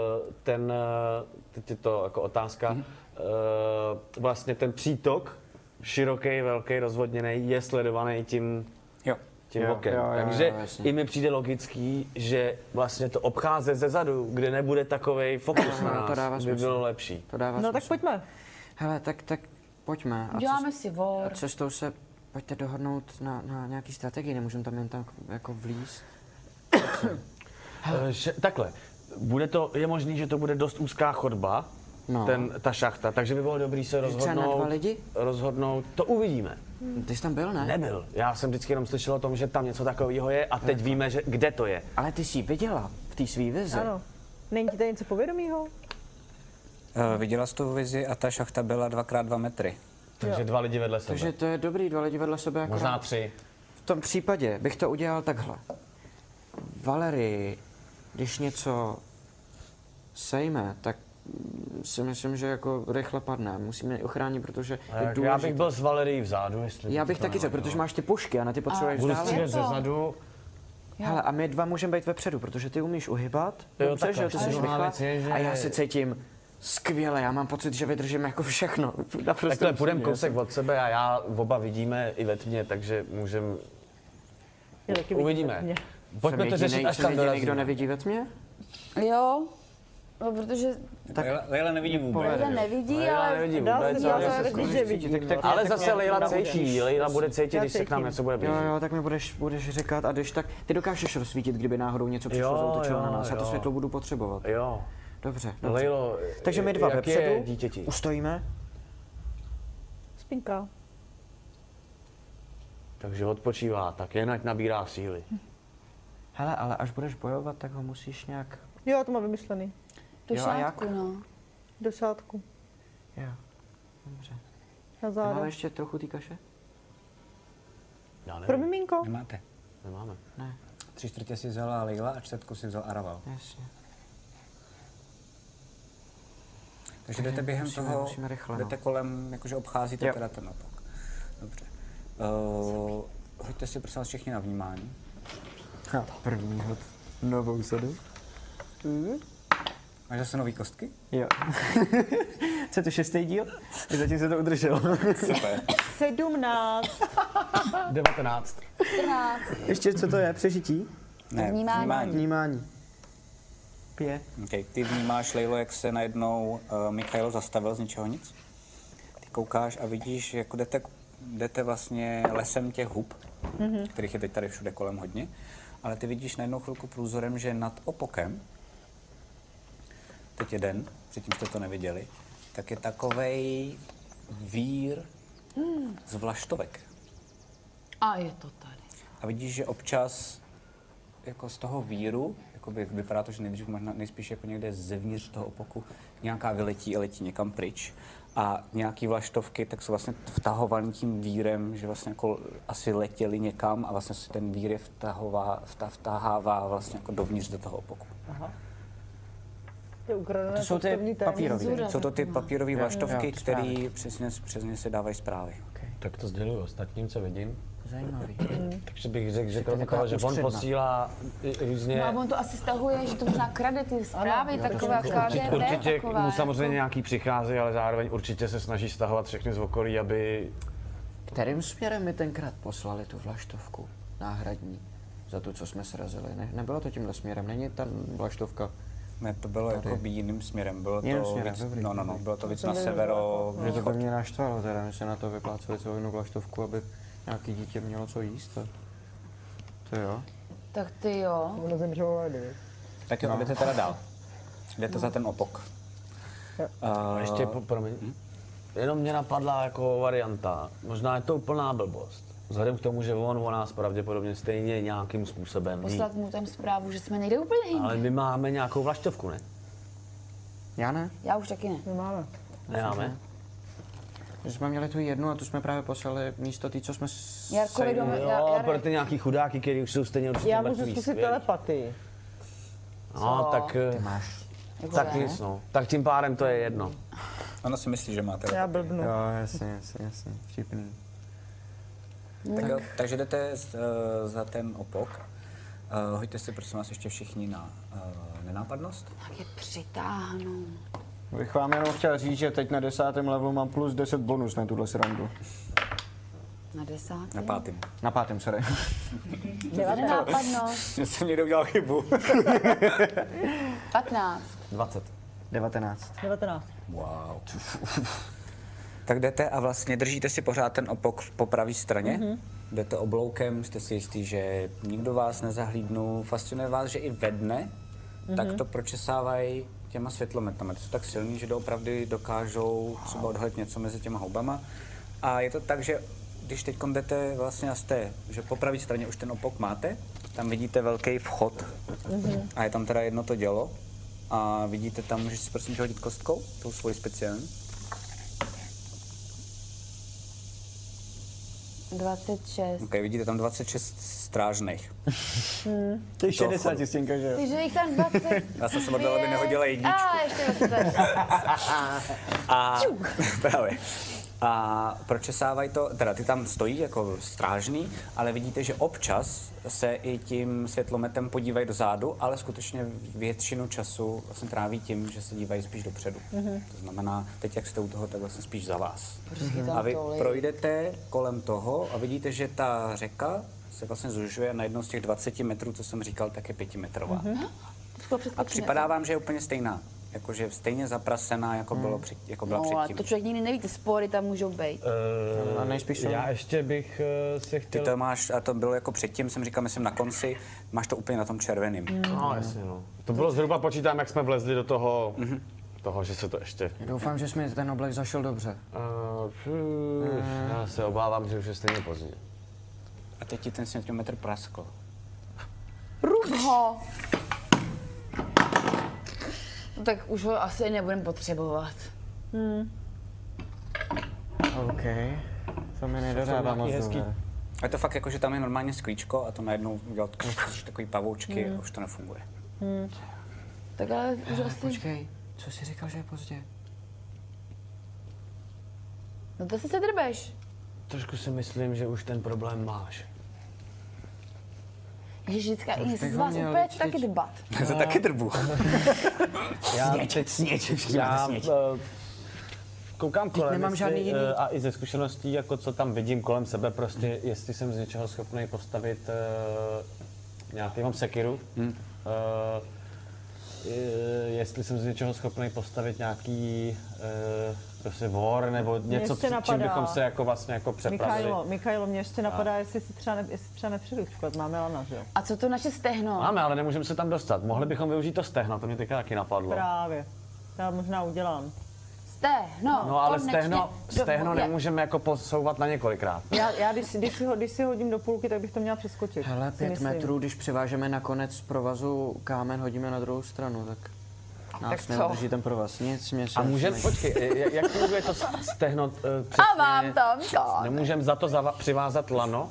teď je to jako otázka, vlastně ten přítok, široký, velký, rozvodněný, je sledovaný tím okem. Takže i mi přijde logický, že vlastně to obcházet ze zadu, kde nebude takovej fokus na nás, by bylo lepší. To dává No smysl. tak pojďme. Hele, tak pojďme. A Děláme si vor. cestou se pojďte dohodnout na nějaký strategii, nemůžeme tam jen tak jako vlíz. Takhle, je možný, že to bude dost úzká chodba, ta šachta, takže by bylo dobrý se Třeba na 2 lidi? rozhodnout, to uvidíme. Ty jsi tam byl, ne? Nebyl, já jsem vždycky jenom slyšel o tom, že tam něco takového je a teď víme, že kde to je. Ale ty jsi ji viděla v té svý vizi. Ano. Není ti tady něco povědomího? Viděla jsi tu vizi a ta šachta byla 2x2 metry. Takže 2 lidi vedle sebe. Takže to je dobrý, 2 lidi vedle sebe. Možná 3. V tom případě bych to udělal takhle. Valerii, když něco sejme, tak si myslím, že jako rychle padne. Musíme ji ochránit, protože je důležité. Já bych byl s Valerií vzadu, jestli... Já bych taky řekl, protože máš ty pušky a na ty potřebuješ Budu dále. střílet ze zadu. Hele, a my 2 můžeme být vepředu, protože ty umíš uhybat. Dobře, že ty jsi rychlá. A já se cítím skvěle, já mám pocit, že vydržím jako všechno. Takhle půjdeme kousek od sebe a já oba vidíme i ve tmě, takže můžeme... Uvidíme. Pojďme to řešit, až tam dorazíme. Nikdo nevidí ve tmě? Jo, no, protože Leila nevidí vůbec. Leila nevidí, ale nevidí Dá vůbec, se ale- říct, že vidí. Ale zase Leila cítí, Leila bude cítit, když se k nám cítím. něco bude blížit. Jo, tak mi budeš říkat a když tak, ty dokážeš rozsvítit, kdyby náhodou něco přišlo, zautočilo na nás. Já to světlo budu potřebovat. Jo. Dobře. Lejlo, Takže my 2 jak je vepředu, dítěti? ustojíme. Spinka. Takže odpočívá, tak jen ať nabírá síly. Hele, ale až budeš bojovat, tak ho musíš nějak... Jo, to mám vymyšlený. do Jo, a jak? šátku, no. Do šátku. Jo, dobře. Na A záda. máme ještě trochu té kaše? Já nevím, Pro miminko. Nemáte. nemáme. Ne, 3/4 si vzala Leila a 1/4 si vzal Araval. jasně. Takže jdete během toho, musíme rychle, no. jdete kolem, jakože obcházíte Jo. teda ten opok. Dobře. Hoďte si prosím vás všichni na vnímání. První hod. Novou sadu. Máš zase nový kostky? Jo. Co je to 6. díl? Zatím se to udrželo. Super. 17. 19. 14. Ještě co to je? Přežití? Ne, Vnímání. Vnímání. 5. Okay. Ty vnímáš, Lejlo, jak se najednou Michailo zastavil z ničeho nic. Ty koukáš a vidíš, jako jdete vlastně lesem těch hub, kterých je teď tady všude kolem hodně, ale ty vidíš najednou chvilku průzorem, že nad opokem, teď je den, předtím jste to neviděli, tak je takovej vír z vlaštovek. A je to tady. A vidíš, že občas jako z toho víru jakoby, vypadá to, že nejdřív možná nejspíš jako někde zevnitř toho opoku nějaká vyletí a letí někam pryč. A nějaký vlaštovky tak jsou vlastně vtahovaný tím vírem, že vlastně jako asi letěli někam a vlastně si ten vír je vtahává vlastně jako dovnitř do toho opoku. Aha. To jsou ty papírové. Jsou to ty papírové vlaštovky, které přes ně se dávají zprávy. Okay. Tak to sděluju ostatním, co vidím. Zajímavý. Takže bych řekl, že kromě toho, že on posílá různě... No a on to asi stahuje, že to možná krade ty zprávy, taková určitě mu samozřejmě nějaký přichází, ale zároveň určitě se snaží stahovat všechny z okolí, aby... Kterým směrem mi tenkrát poslali tu vlaštovku náhradní za to, co jsme srazili? Nebylo to tímhle směrem, není ta vlaštovka? Ne, to bylo jako jiným směrem, bylo to víc, dobrý. bylo to víc na severo. Mě to by mě naštvalo teda, my se na to vypláceli celou jednu vlaštovku, aby nějaký dítě mělo co jíst. To jo. Tak ty jo. Ono zemřelo ledy. Tak jo, jdete teda dál. Jdete za ten opok. Ještě, promiň, jenom mě napadla jako varianta, možná je to úplná blbost. Vzhledem k tomu, že on o nás pravděpodobně stejně nějakým způsobem ví. Poslat mu tam zprávu, že jsme někde úplně jinde. Ale my máme nějakou vlaštovku, ne? Já ne? Já už taky ne. Nemáme. Nemáme? Že jsme měli tu jednu a tu jsme právě poslali místo té, co jsme Jarkovi doma, Jo, pro ty nějaký chudáky, který už jsou stejně určitě Já můžu mrtví, zkusit skvělý. telepatii. No, tak... Ty máš. Tak nic, no. Tak tím pádem to je jedno. Ona si myslí, že máte. Já blbnu. Jo, jasně, vtipný. Tak jo, takže jdete za ten opok. Hoďte si prosím vás ještě všichni na nenápadnost. Tak je přitáhnu. Bych vám jenom chtěl říct, že teď na 10. levelu mám plus 10 bonus na tuhle srandu. Na 10. Na 5. Na 5. sorry. Nenápadnost. Já jsem někde udělal chybu. 15. 20. 19. 19. Wow. Tak jdete a vlastně držíte si pořád ten opok po pravé straně. Jdete obloukem, jste si jistý, že nikdo vás nezahlídnul. Fascinuje vás, že i ve dne tak to pročesávají těma světlometama. To jsou tak silný, že doopravdy dokážou třeba odhalit něco mezi těma houbama. A je to tak, že když teď jdete vlastně a jste, že po pravé straně už ten opok máte, tam vidíte velký vchod. A je tam teda jedno to dělo. A vidíte tam, můžeš si prosím hodit kostkou, tou svoji speciální. 26. Ok, vidíte tam 26 strážných. To je 60 stěnka, že jo? Takže jich tam 20. Já jsem se modlil, aby nehodila jedničku. A ještě 20. A právě. A pročesávají to, teda ty tam stojí jako strážný, ale vidíte, že občas se i tím světlometem podívají dozadu, ale skutečně většinu času vlastně tráví tím, že se dívají spíš dopředu. To znamená, teď jak jste u toho, tak vlastně spíš za vás. A vy projdete kolem toho a vidíte, že ta řeka se vlastně zužuje na jednou z těch 20 metrů, co jsem říkal, tak je 5metrová. A připadá vám, že je úplně stejná. Jakože stejně zaprasená, jako, byla předtím. No, ale to člověk nikdy neví, ty spory tam můžou být. A nejspíš Já ještě bych se chtěl... Ty to máš, a to bylo jako předtím, jsem říkal, myslím na konci, máš to úplně na tom červeným. No, jasně, no. To bylo zhruba, počítám, jak jsme vlezli do toho, že se to ještě... Já doufám, že jsme ten oblek zašel dobře. Já se obávám, že už je stejně pozdě. A teď ti ten centimetr praskl. Ruch ho! No tak už ho asi nebudem potřebovat. OK. To mi nedodává moc hezký. dobré. A je to fakt jako, že tam je normálně sklíčko a to najednou udělal takový pavoučky a už to nefunguje. Tak ale už asi... Počkej, co jsi říkal, že je pozdě? No to si se drbeš. Trošku si myslím, že už ten problém máš. Ježiška, i z bych vás měl úplně teď- taky dbat. Já se taky drbu. Já koukám kolem, nemám jestli, žádný jiný. a i ze zkušeností, jako co tam vidím kolem sebe, prostě jestli jsem z něčeho schopný postavit nějaký, mám sekiru, jestli jsem z něčeho schopný postavit nějaký prostě vor nebo něco, ještě čím napadá. bychom se jako vlastně jako přepravili. Michailo, mě ještě napadá, jestli třeba nepředučkovat. Máme lana, že jo? A co to naše stehno? Máme, ale nemůžeme se tam dostat. Mohli bychom využít to stehno, to mě teďka taky napadlo. Právě. Já možná udělám. Stehno. No ale konečně. stehno nemůžeme jako posouvat na několikrát. Já když si hodím do půlky, tak bych to měla přeskočit. Hele, 5 metrů, když přivážeme na konec provazu kámen, hodíme na druhou stranu, tak nás neudrží ten provaz. Nic mě A můžeme, počkej, jak funguje to stehno přesně? A mám tam to. Nemůžeme za to přivázat lano?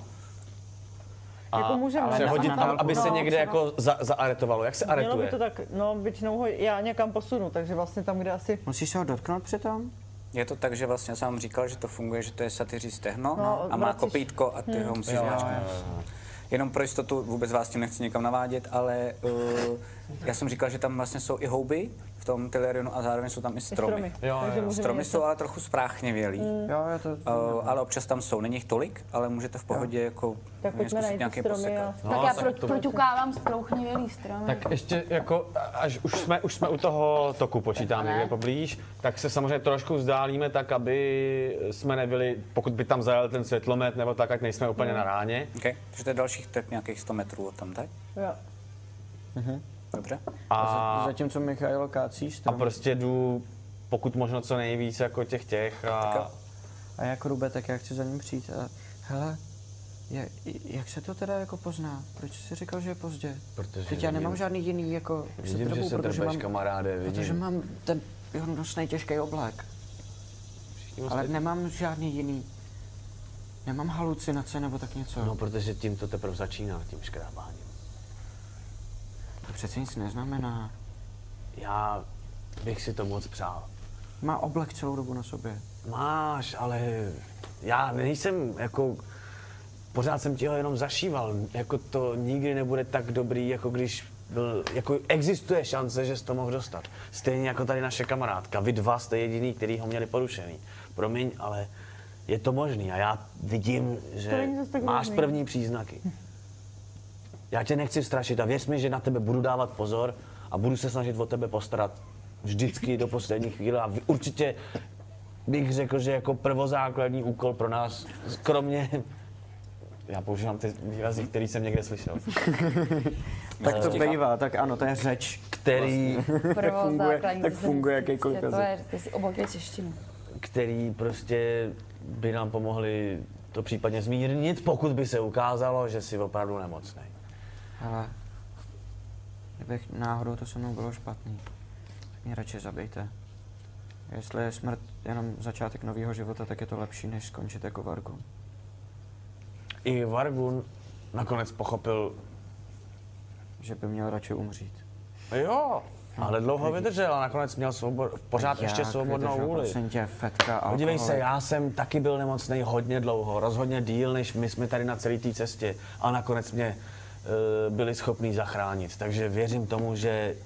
A Jako můžeme, přehodit tam, aby se někde jako zaaretovalo. Jak se Mělo by aretuje? to tak, no většinou ho já někam posunu, takže vlastně tam, kde asi... Musíš se ho dotknout přitom? Je to tak, že vlastně já jsem vám říkal, že to funguje, že to je satyří stehno a má vracíš- kopítko a ty ho musíš zmáčknout. Jenom pro jistotu, vůbec vás tím nechci nikam navádět, ale já jsem říkal, že tam vlastně jsou i houby v tom Telerionu a zároveň jsou tam i stromy. Stromy jsou ale trochu spráchnivělý, ale občas tam jsou. Není jich tolik, ale můžete v pohodě jako Tak pojďme najít nějaký stromy posekat. Tak já proťukávám sprouchnivělý stromy. Tak ještě jako, až už jsme u toho toku, počítám někde poblíž, tak se samozřejmě trošku vzdálíme tak, aby jsme nebyli, pokud by tam zajel ten světlomet nebo tak, ať nejsme úplně na ráně. Okay. Takže to je dalších tak nějakých 100 metrů od tam, tak? Jo. Dobře. A Zatímco Michailo kácí strom. prostě jdu pokud možno co nejvíc jako těch a jak Rube, tak já chci za ním přijít. A hele, jak se to teda jako pozná? Proč jsi říkal, že je pozdě? Protože teď já nemám žádný jiný jako vidím, že se drbeš, kamaráde, vidím. Protože mám ten nosnej těžký oblek. Ale nemám žádný jiný. Nemám halucinace nebo tak něco. No, protože tím to teprve začíná, tím škrábáním. To přece nic neznamená. Já bych si to moc přál. Má oblek celou dobu na sobě. Máš, ale já nejsem jako... Pořád jsem ti ho jenom zašíval. Jako to nikdy nebude tak dobrý, jako když byl... Jako existuje šance, že jsi to mohl dostat. Stejně jako tady naše kamarádka. Vy dva jste jediný, který ho měli porušený. Promiň, ale je to možný a já vidím, že máš první příznaky. Já tě nechci strašit a věř mi, že na tebe budu dávat pozor a budu se snažit o tebe postarat vždycky do poslední chvíle a určitě bych řekl, že jako prvozákladní úkol pro nás, kromě... Já používám ty výrazy, který jsem někde slyšel. Tak to bývá, tak ano, to je řeč. Který... tak funguje jakýkoliv jazyk. Ty jsi obokvět češtinu. Který prostě by nám pomohli to případně zmírnit, pokud by se ukázalo, že jsi opravdu nemocný. Ale kdybych náhodou to se mnou bylo špatný, tak mě radši zabijte. Jestli je smrt jenom začátek nového života, tak je to lepší, než skončit jako Vargun. I Vargun nakonec pochopil, že by měl radši umřít. Jo, ale dlouho vydržel a nakonec měl pořád ještě svobodnou vůli. Podívej se, já jsem taky byl nemocný hodně dlouho, rozhodně díl, než my jsme tady na celé té cestě a nakonec mě byli schopní zachránit. Takže věřím tomu, že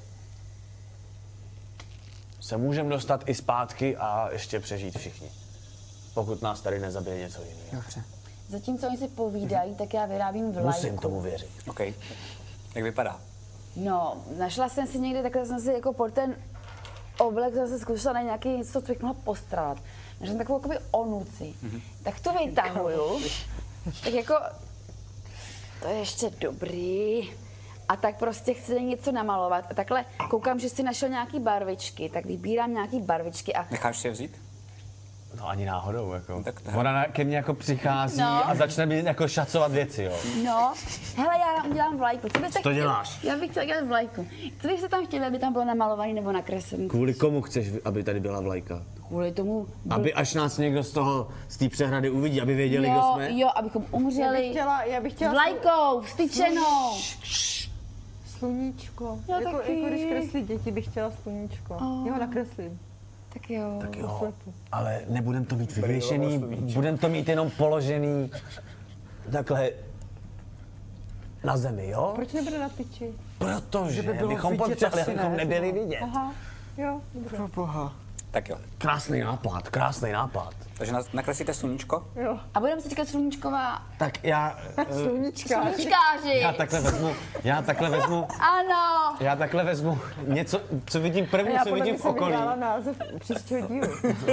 se můžeme dostat i zpátky a ještě přežít všichni. Pokud nás tady nezabije něco jiného. Dobře. Zatímco oni si povídají, tak já vyrábím vlajku. Musím tomu věřit. OK. Jak vypadá? No, našla jsem si někde, takhle jsem si jako pod ten oblek zase zkusila na nějaký něco, co bych mohla postrádat. Našla jsem takovou jakoby onuci. Tak to vytahuju. Tak jako, to je ještě dobrý. A tak prostě chci něco namalovat. A takhle koukám, že jsi našel nějaký barvičky, tak vybírám nějaký barvičky a... Necháš si je vzít? No ani náhodou, jako. Tak to... Ona ke mně jako přichází a začne mi jako šacovat věci, jo. No, hele, já udělám vlajku. Co byste to děláš? Já bych chtěla dělat vlajku. Co byste tam chtěli, aby tam bylo namalovaný nebo nakreslený? Kvůli komu chceš, aby tady byla vlajka? Kvůli tomu... Aby až nás někdo z té přehrady uvidí, aby věděli, kdo jsme? Jo, abychom umřeli. Já bych chtěla s vlajkou, vstyčenou. Sluníčko. Já jako taky. když kreslí děti, bych chtěla sluníčko. Já ho nakreslím. Tak jo. Tak jo, ale nebudem to mít vyvěšený, budem to mít jenom položený takhle na zemi, jo? Proč nebude na tyči? Protože bychom potřebovali, abychom nebyli vidět. Aha, jo, dobře. Pro boha. Tak jo. Krásný nápad, krásný nápad. Takže nakreslíte sluníčko? Jo. A budeme si říkat sluníčková... Tak já... Sluníčkáři. Já takhle vezmu něco, co vidím první, co vidím v okolí. Já název příštího dílu.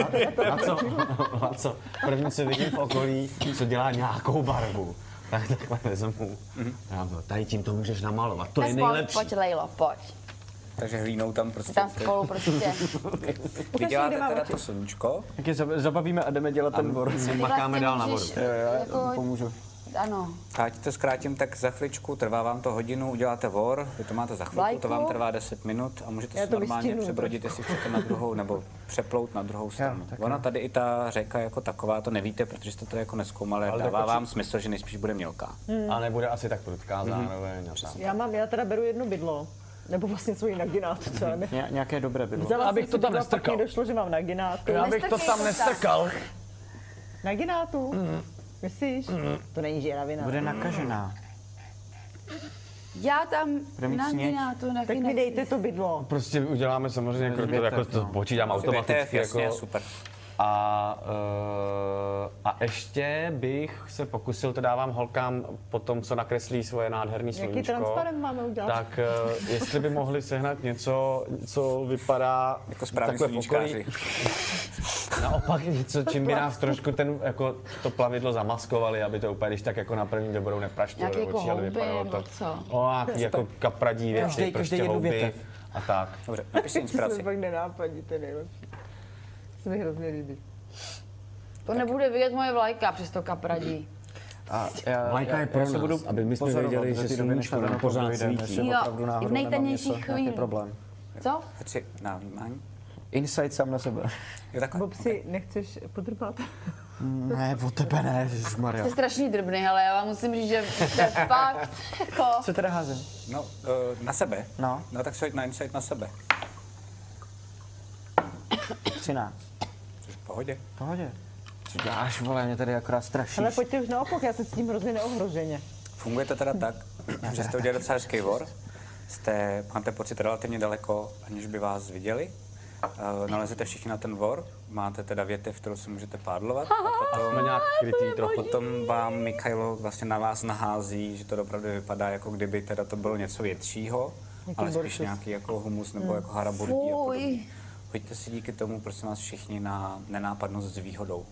A co? První, co vidím v okolí, co dělá nějakou barvu. Tak takhle vezmu. Tady tím to můžeš namalovat, to je nejlepší. Pojď, Lejlo, pojď. takže hlínou tam prostě. Tam spolu prostě. Vy děláte teda to sluníčko. Tak je zabavíme a jdeme dělat ten dvor. Makáme dál na vodu. Já pomůžu. Ano. Ať to zkrátím, tak za chviličku, trvá vám to hodinu, uděláte vor, vy to máte za chvilku, to vám trvá 10 minut a můžete si normálně přebrodit, jestli chcete na druhou, nebo přeplout na druhou stranu. Ona tady i ta řeka jako taková, to nevíte, protože jste to jako nezkoumali, ale dává vám smysl, že nejspíš bude mělká. A nebude asi tak prudká zároveň. Já teda beru jedno bydlo. Nebo vlastně svůj naginát, co ne? Nějaké dobré bydlo. Abych to tam nestrkal. Došlo, že mám naginátu. Já bych to tam nestrkal. Naginátu? Myslíš? To není žíravina. Bude nakažená. Já tam naginátu nechci. Tak mi dejte to bydlo. Prostě uděláme samozřejmě, jako to počítám automaticky. Jasně, super. A ještě bych se pokusil, to dávám holkám po tom, co nakreslí svoje nádherný sluníčko. Jaký transparent máme udělat? Tak jestli by mohli sehnat něco, co vypadá jako správný sluníčkáři. Naopak něco, čím by nás trošku jako to plavidlo zamaskovali, aby to úplně když tak jako na první dobrou nepraštilo do očí, ale vypadalo to. Nějaký jako kapradí věci, prostě houby a tak. Dobře, napište inspiraci. To se fakt nenápadí, to je nejlepší. To mi hrozně líbí. To nebude vidět moje vlajka přes to kapradí. Vlajka je pro nás, aby my jsme věděli, že sluníčko nám pořád svítí. Jo, v nejtemnějších chvílích. Co? Chci na vnímání. Insight sám na sebe. Bobsi, nechceš podrbat? Ne, o tebe ne, ježišmarja. Jste strašný drbný, ale já vám musím říct, že jste fakt jako... Co teda házím? No, na sebe. No. No tak se na insight na sebe. 13. V pohodě. V pohodě. Co děláš, vole, mě tady akorát strašíš. Ale pojďte už naopak, já se cítím hrozně neohroženě. Funguje to teda tak, že jste udělali docela hezký vor, máte pocit relativně daleko, aniž by vás viděli. Nalezete všichni na ten vor, máte teda větev, kterou si můžete pádlovat. A jsme nějak krytý trochu. Potom vám Mikhailo vlastně na vás nahází, že to opravdu vypadá, jako kdyby teda to bylo něco většího, ale spíš nějaký jako humus nebo jako haraburdí a podobně. Pojďte si díky tomu, prosím vás, všichni na nenápadnost s výhodou.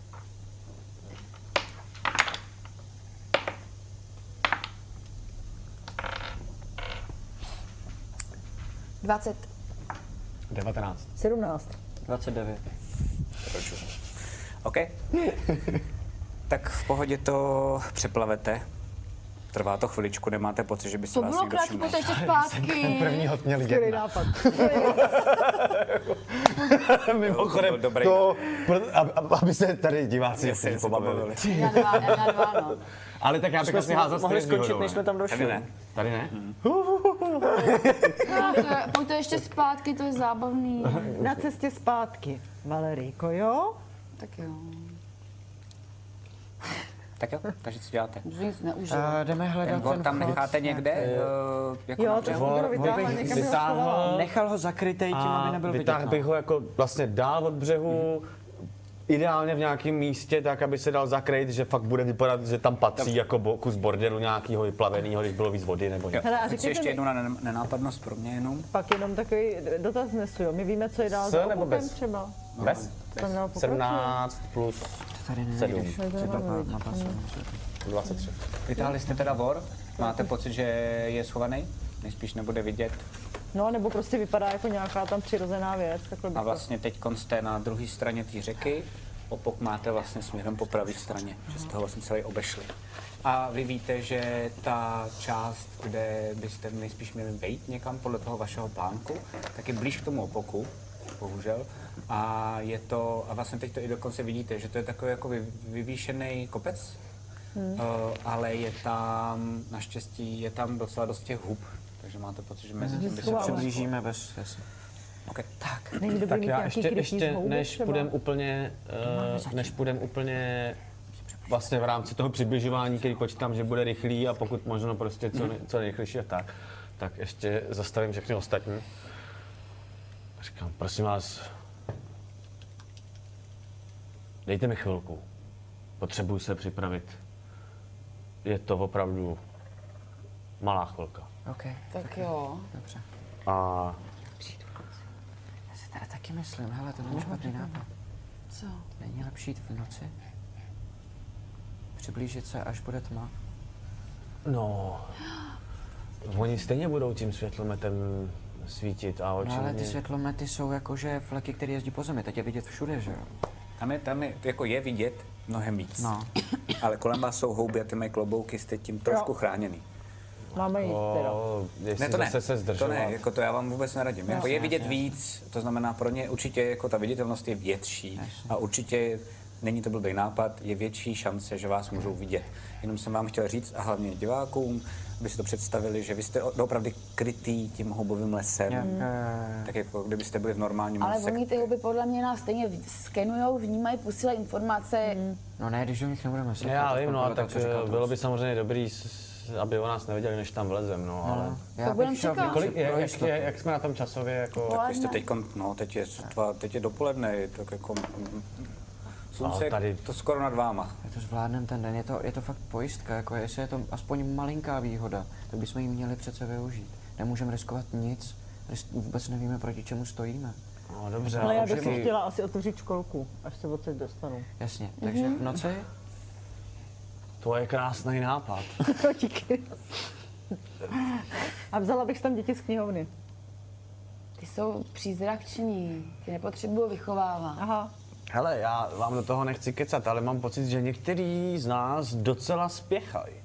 Dvacet. 19. 17. 29. OK. Tak v pohodě to přeplavete. Trvá to chviličku, nemáte pocit, že by se vás někdo všiml. To bylo krátko, ještě zpátky. Prvního měl Skvělý nápad. Mimochodem, aby se tady diváci pobavili. Já dva, no. Ale tak já bych asi házal mohli skončit, než jsme tam došli. Tady ne? Pojďte ještě zpátky, to je zábavný. Na cestě zpátky. Valerijko, jo? Tak jo. Tak jo, takže co děláte? Nic neužil. Jdeme hledat ten tam necháte někde? Jako jo, to budu vytáhla, někam bych ho schovala. Nechal ho zakrytej tím, aby nebyl vidět. Vytáhl bych ho jako vlastně dál od břehu, ideálně v nějakém místě, tak aby se dal zakrýt, že fakt bude vypadat, že tam patří jako kus bordelu nějakého vyplaveného, když bylo víc vody nebo něco. Chci ještě jednu na nenápadnost pro mě jenom. Pak jenom takový dotaz nesu, jo. My víme, co je dál za opukem třeba. Bez? 17 plus 7. 23. Vytáhli jste teda vor? Máte pocit, že je schovaný? Nejspíš nebude vidět. No, nebo prostě vypadá jako nějaká tam přirozená věc. A vlastně teď jste na druhé straně té řeky, opok máte vlastně směrem po pravé straně, že jste ho vlastně celý obešli. A vy víte, že ta část, kde byste nejspíš měli vejít někam podle toho vašeho plánku, tak je blíž k tomu opoku, bohužel. A je to, a vlastně teď to i dokonce vidíte, že to je takový jako vyvýšený kopec, ale je tam, naštěstí, je tam docela dost těch hub. Takže máte pocit, že mezi tím by se přiblížíme bez... Okay. Tak, tak já ještě než půjdem úplně vlastně v rámci toho přibližování, který počítám, že bude rychlý a pokud možno prostě co nejrychlejší a tak ještě zastavím všechny ostatní. Říkám, prosím vás, dejte mi chvilku, potřebuji se připravit. Je to opravdu malá chvilka. OK. Tak jo. Dobře. A... Já si teda taky myslím, hele, to není špatný nápad. Co? Není lepší jít v noci? Přiblížit se, až bude tma? No... Oni stejně budou tím světlometem svítit a No, ale ty očividně... světlomety jsou jakože fleky, které jezdí po zemi, teď je vidět všude, že jo? Tam je, jako je vidět mnohem víc. No. Ale kolem vás jsou houby a ty mají klobouky, jste tím trošku chráněný. Máme jít teda. Jestli Ne, to ne, zase se zdržovat. to ne, jako to já vám vůbec neradím. Jako je vidět víc, to znamená pro ně určitě jako ta viditelnost je větší a určitě není to blbý nápad, je větší šance, že vás můžou vidět. Jenom jsem vám chtěl říct a hlavně divákům, aby si to představili, že vy jste opravdu krytý tím houbovým lesem. Tak jako kdybyste byli v normálním Ale lese. oni ty houby podle mě nás stejně skenujou, vnímají, posílají informace. No ne, když do nich nebudeme slyšet. Já vím, no, tak bylo by samozřejmě dobrý, aby o nás nevěděli, než tam vlezem, no, ale... Tak budeme čekat. Jak jsme na tom časově, jako... Tak vy jste teď je dopoledne, tak jako... Slunce je to skoro nad váma. Je to zvládnem ten den, je to fakt pojistka, jako jestli je to aspoň malinká výhoda, tak bychom ji měli přece využít. Nemůžeme riskovat nic, vůbec nevíme, proti čemu stojíme. No dobře, Ale já bych si chtěla asi otevřít školku, až se odsaď dostanu. Jasně, takže v noci? To je krásný nápad. Díky. A vzala bych tam děti z knihovny. Ty jsou přízrakční, ty nepotřebují vychovávat. Aha. Hele, já vám do toho nechci kecat, ale mám pocit, že některý z nás docela spěchají.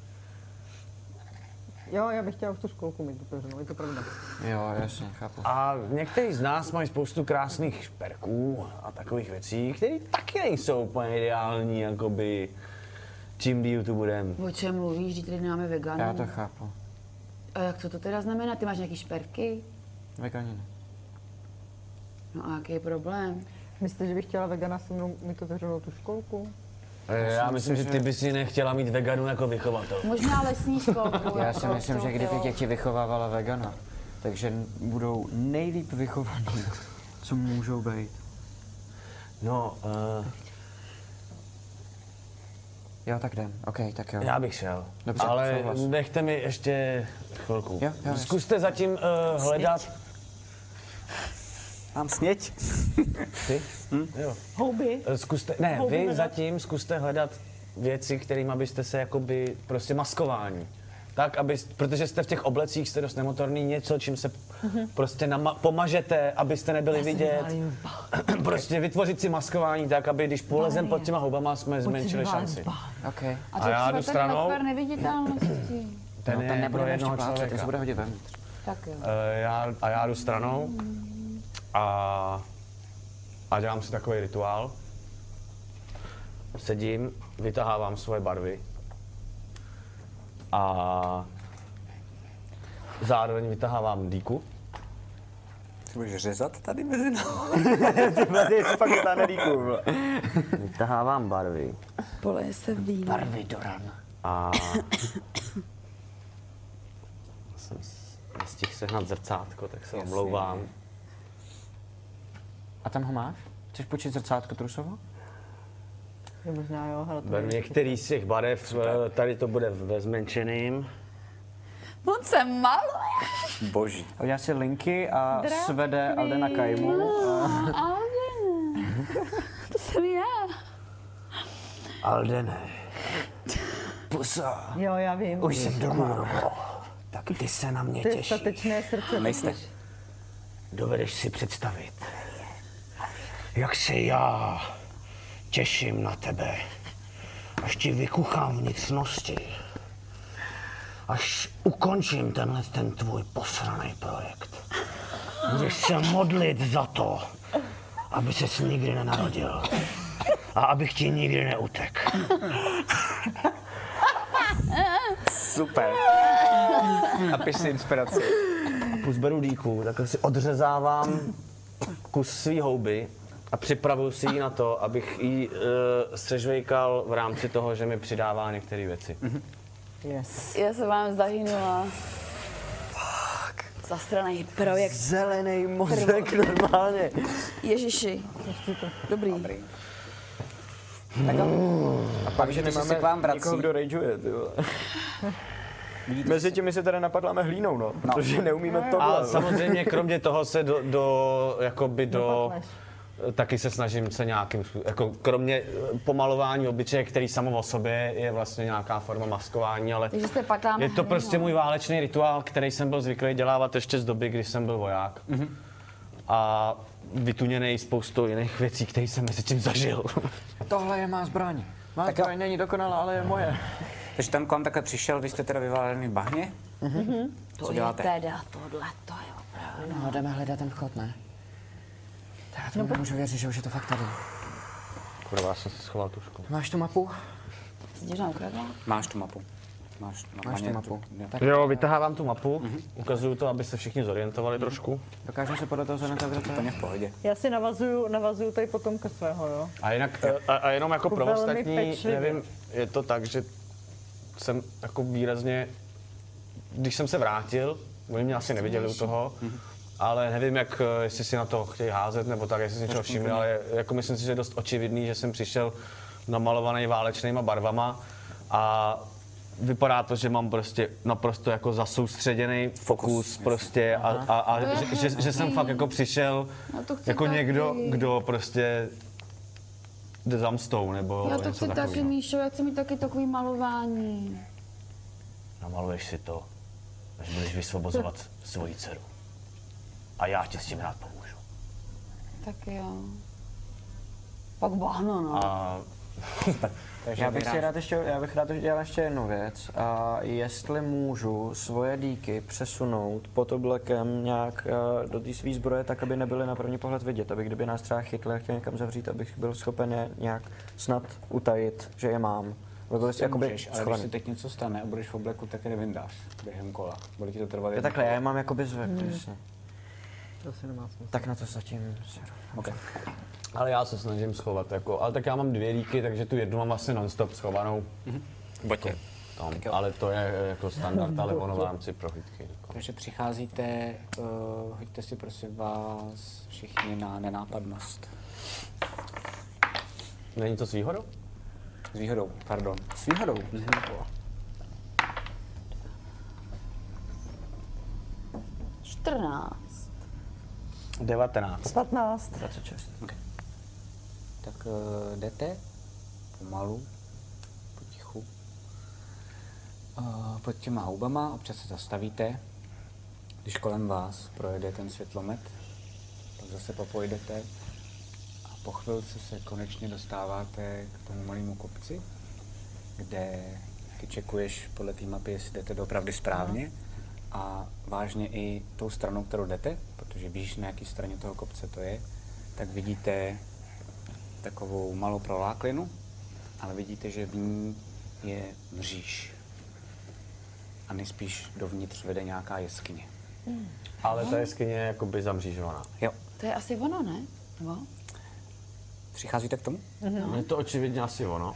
Jo, já bych chtěla už tu školku mít otevřenou, je to pravda. Jo, jasně, chápu. A některý z nás mají spoustu krásných šperků a takových věcí, které taky nejsou úplně ideální, jakoby čím díl tu budeme. O čem mluvíš, že tady máme veganů? Já to chápu. A jak co to teda znamená? Ty máš nějaký šperky? Veganina. No a jaký je problém? Myslíte, že bych chtěla vegana se mnou mít otevřenou tu školku? Já myslím, že ty bys si nechtěla mít veganu jako vychovatel. Možná lesní školku. Já si myslím, že kdyby děti vychovávala vegana, takže budou nejlíp vychovaný, co můžou být. No, Jo, tak jdem. OK, tak jo. já bych šel. Dobře, ale souhlas. nechte mi ještě chvilku. Jo, Zkuste zatím hledat... Mám sněť. Ty? Jo. Houby? Zkuste, ne, Houby vy hledat? zatím zkuste hledat věci, kterými byste se jakoby prostě maskování. Tak, protože jste v těch oblecích, jste dost nemotorný, něco, čím se prostě pomažete, abyste nebyli vidět. Prostě vytvořit si maskování tak, aby když polezem pod těma houbama, jsme zmenšili šanci. OK. A já jdu stranou. Ten neviditelnosti. Ten je pro nebude jednoho ještě plácat, ten se člověka. bude hodit vevnitř. Tak jo. Já jdu stranou a dělám si takový rituál. Sedím, vytahávám svoje barvy a zároveň vytahávám dýku. Ty budeš řezat tady mezi námi? Ty jsi fakt vytáhne dýku. Vytahávám barvy Poleje se víno. Barvy Doran. a jsem nestihl sehnat zrcátko, tak se Jasně. omlouvám. A tam ho máš? Chceš počít zrcátko trusovo? Jo, možná jo, hele, to Ve některý z těch barev, tady to bude ve zmenšeným. On se maluje. Boží. A udělá si linky a svede Aldena Kajmu. Alden. To jsem já. Aldene. Pusa. Jo, já vím. Už jsem doma. Tak ty se na mě To je těšíš. statečné srdce. Nejste. totiž. Dovedeš si představit, jak se já těším na tebe, až ti vykuchám vnitřnosti, až ukončím ten tvůj posraný projekt. Budeš se modlit za to, aby ses nikdy nenarodil a abych ti nikdy neutek. Super. Napiš si inspiraci. Plus beru dýku, takhle si odřezávám kus svý houby a připravuju si ji na to, abych ji sežvejkal v rámci toho, že mi přidává některé věci. Yes. Já se vám zahynula. Zastranej projekt. Zelený mozek normálně. Ježiši. Dobrý. Tak a pak, že se k vám vrací. Někoho, kdo rageuje, ty vole. Mezi těmi se teda napadláme hlínou, no, protože neumíme A tohle. samozřejmě kromě toho se do taky se snažím se nějakým jako kromě pomalování obličeje, který samo o sobě je vlastně nějaká forma maskování, ale je to prostě můj válečný rituál, který jsem byl zvyklý dělávat ještě z doby, kdy jsem byl voják. A vytuněnej spoustou jiných věcí, které jsem mezi tím zažil. Tohle je má zbraň. Má zbraň není dokonalá, ale je moje. Takže tam k vám takhle přišel, vy jste teda vyvalený v bahně? Co děláte? To je teda tohle, to je opravdu. No, jdeme hledat ten vchod, ne? Já tomu nemůžu věřit, že už je to fakt tady. Kurva, já jsem se schoval tušku. Máš tu mapu? Jsi dělal ukradla? Máš tu mapu. Máš tu mapu. Tak. Jo, vytahávám tu mapu, ukazuju to, aby se všichni zorientovali trošku. Dokážu se podle toho zorientovat, kde to je? Úplně v pohodě. Já si navazuju tady potom ke svého, jo. A jinak, a jenom jako pro velmi ostatní, pečlivě. nevím, je to tak, že jsem jako výrazně, když jsem se vrátil, oni mě asi neviděli u toho, ale nevím, jak, jestli si na to chtějí házet, nebo tak, jestli si něčeho všimli, ale jako myslím si, že je dost očividný, že jsem přišel namalovaný válečnýma barvama a vypadá to, že mám prostě naprosto jako zasoustředěný fokus prostě a že jsem fakt jako přišel jako někdo, kdo prostě jde za mstou, nebo Já to něco chci taky, takového. Míšo, já chci mít taky takový malování. Namaluješ si to, až budeš vysvobozovat svoji dceru. A já ti s tím rád pomůžu. Tak jo. Pak bahno, no. A Takže Já bych rád udělal ještě jednu věc. A jestli můžu svoje díky přesunout pod oblekem nějak do té své zbroje, tak aby nebyly na první pohled vidět, aby kdyby nás třeba chytli a chtěli někam zavřít, abych byl schopen je nějak snad utajit, že je mám. Můžeš, ale když se teď něco stane a budeš v obleku, tak je nevyndáš během kola. Bude ti to trvat Je takhle, já je mám jakoby zvyk, To si nemá smysl. tak na to zatím seru. Okay. ale já se snažím schovat, jako, ale tak já mám 2 díky, takže tu jednu mám asi non-stop schovanou. Botě. Tam, ale to je jako standard, ale ono v rámci prohlídky. Jako. Takže přicházíte, hoďte si prosím vás všichni na nenápadnost. Není to s výhodou? S výhodou, pardon. S výhodou. 14. 19. 15. 26. Okay. Tak jdete pomalu, potichu, pod těma houbama, občas se zastavíte, když kolem vás projede ten světlomet, tak zase popojdete a po chvilce se konečně dostáváte k tomu malému kopci, kde ty čekuješ podle té mapy, jestli jdete doopravdy správně a vážně i tou stranou, kterou jdete, protože víš, na jaký straně toho kopce to je, tak vidíte takovou malou proláklinu, ale vidíte, že v ní je mříž. A nejspíš dovnitř vede nějaká jeskyně. Ale ta jeskyně je jakoby zamřížovaná. Jo. To je asi ono, ne? Nebo? Přicházíte k tomu? Je to očividně asi ono.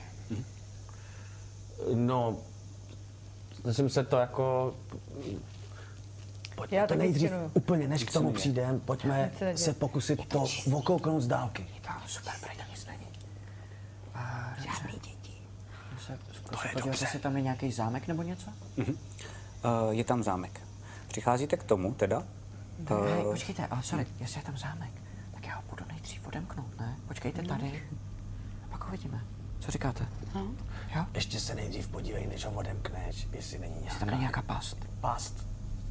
No, myslím se to jako... Já to nejdřív úplně než k tomu přijdeme, pojďme Nic se neděje. se pokusit to okouknout z dálky. Super, tady tam nic není. Žádný děti. Zkusím podívat, jestli tam je nějaký zámek nebo něco? Je tam zámek. Přicházíte k tomu teda? Hej, počkejte, ale sorry, jestli je tam zámek, tak já ho budu nejdřív odemknout, ne? Počkejte tady a pak uvidíme. Co říkáte? Jo? Ještě se nejdřív podívej, než ho odemkneš, jestli není Jestli tam není nějaká past. past.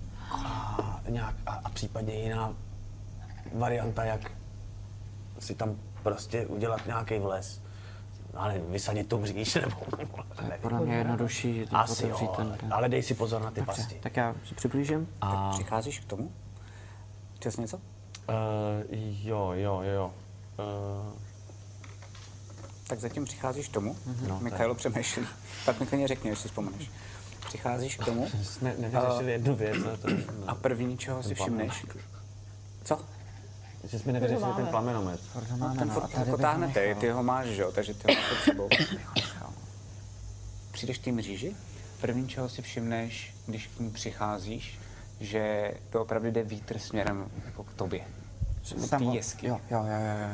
A případně jiná varianta, jak si tam prostě udělat nějaký vles. Ale vysadit tu mříž, nebo Podle mě jednodušší asi otevřít jo, ten. ale dej si pozor na ty Dobře, pasti. tak já se přiblížím. Tak přicházíš k tomu? Chtěl jsi něco? Jo. Tak zatím přicházíš k tomu. Michailo přemýšlí. Tak mi klidně řekni, jestli vzpomeneš. Přicházíš k tomu Jsme nevyřešili jednu věc. a první, čeho si všimneš. Co? Že jsme nevyřešili ten plamenomet. Ten furt jako táhnete, ty ho máš, že jo, takže ty ho máš pod sebou. Přijdeš k té mříži, první, čeho si všimneš, když k ní přicházíš, že to opravdu jde vítr směrem jako k tobě. Z té jeskyně. Jo.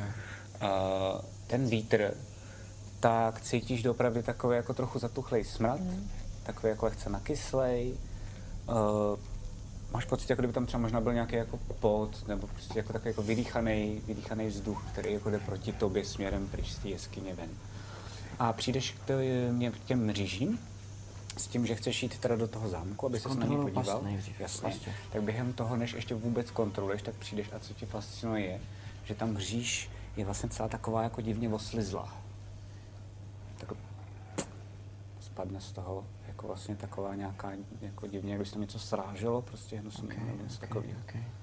Ten vítr, tak cítíš doopravdy takový jako trochu zatuchlej smrad, takový jako lehce nakyslej. máš pocit, jako kdyby tam třeba možná byl nějaký jako pot, nebo prostě jako takový jako vydýchaný vzduch, který jako jde proti tobě směrem pryč z té jeskyně ven. A přijdeš k těm mřížím, s tím, že chceš jít teda do toho zámku, aby se na ně podíval. Jasně. Tak během toho, než ještě vůbec kontroluješ, tak přijdeš a co tě fascinuje je, že tam mříž je vlastně celá taková jako divně oslizlá. Tak spadne z toho jako vlastně taková nějaká jako divně, jak by se tam něco sráželo, prostě hnusný, něco takového.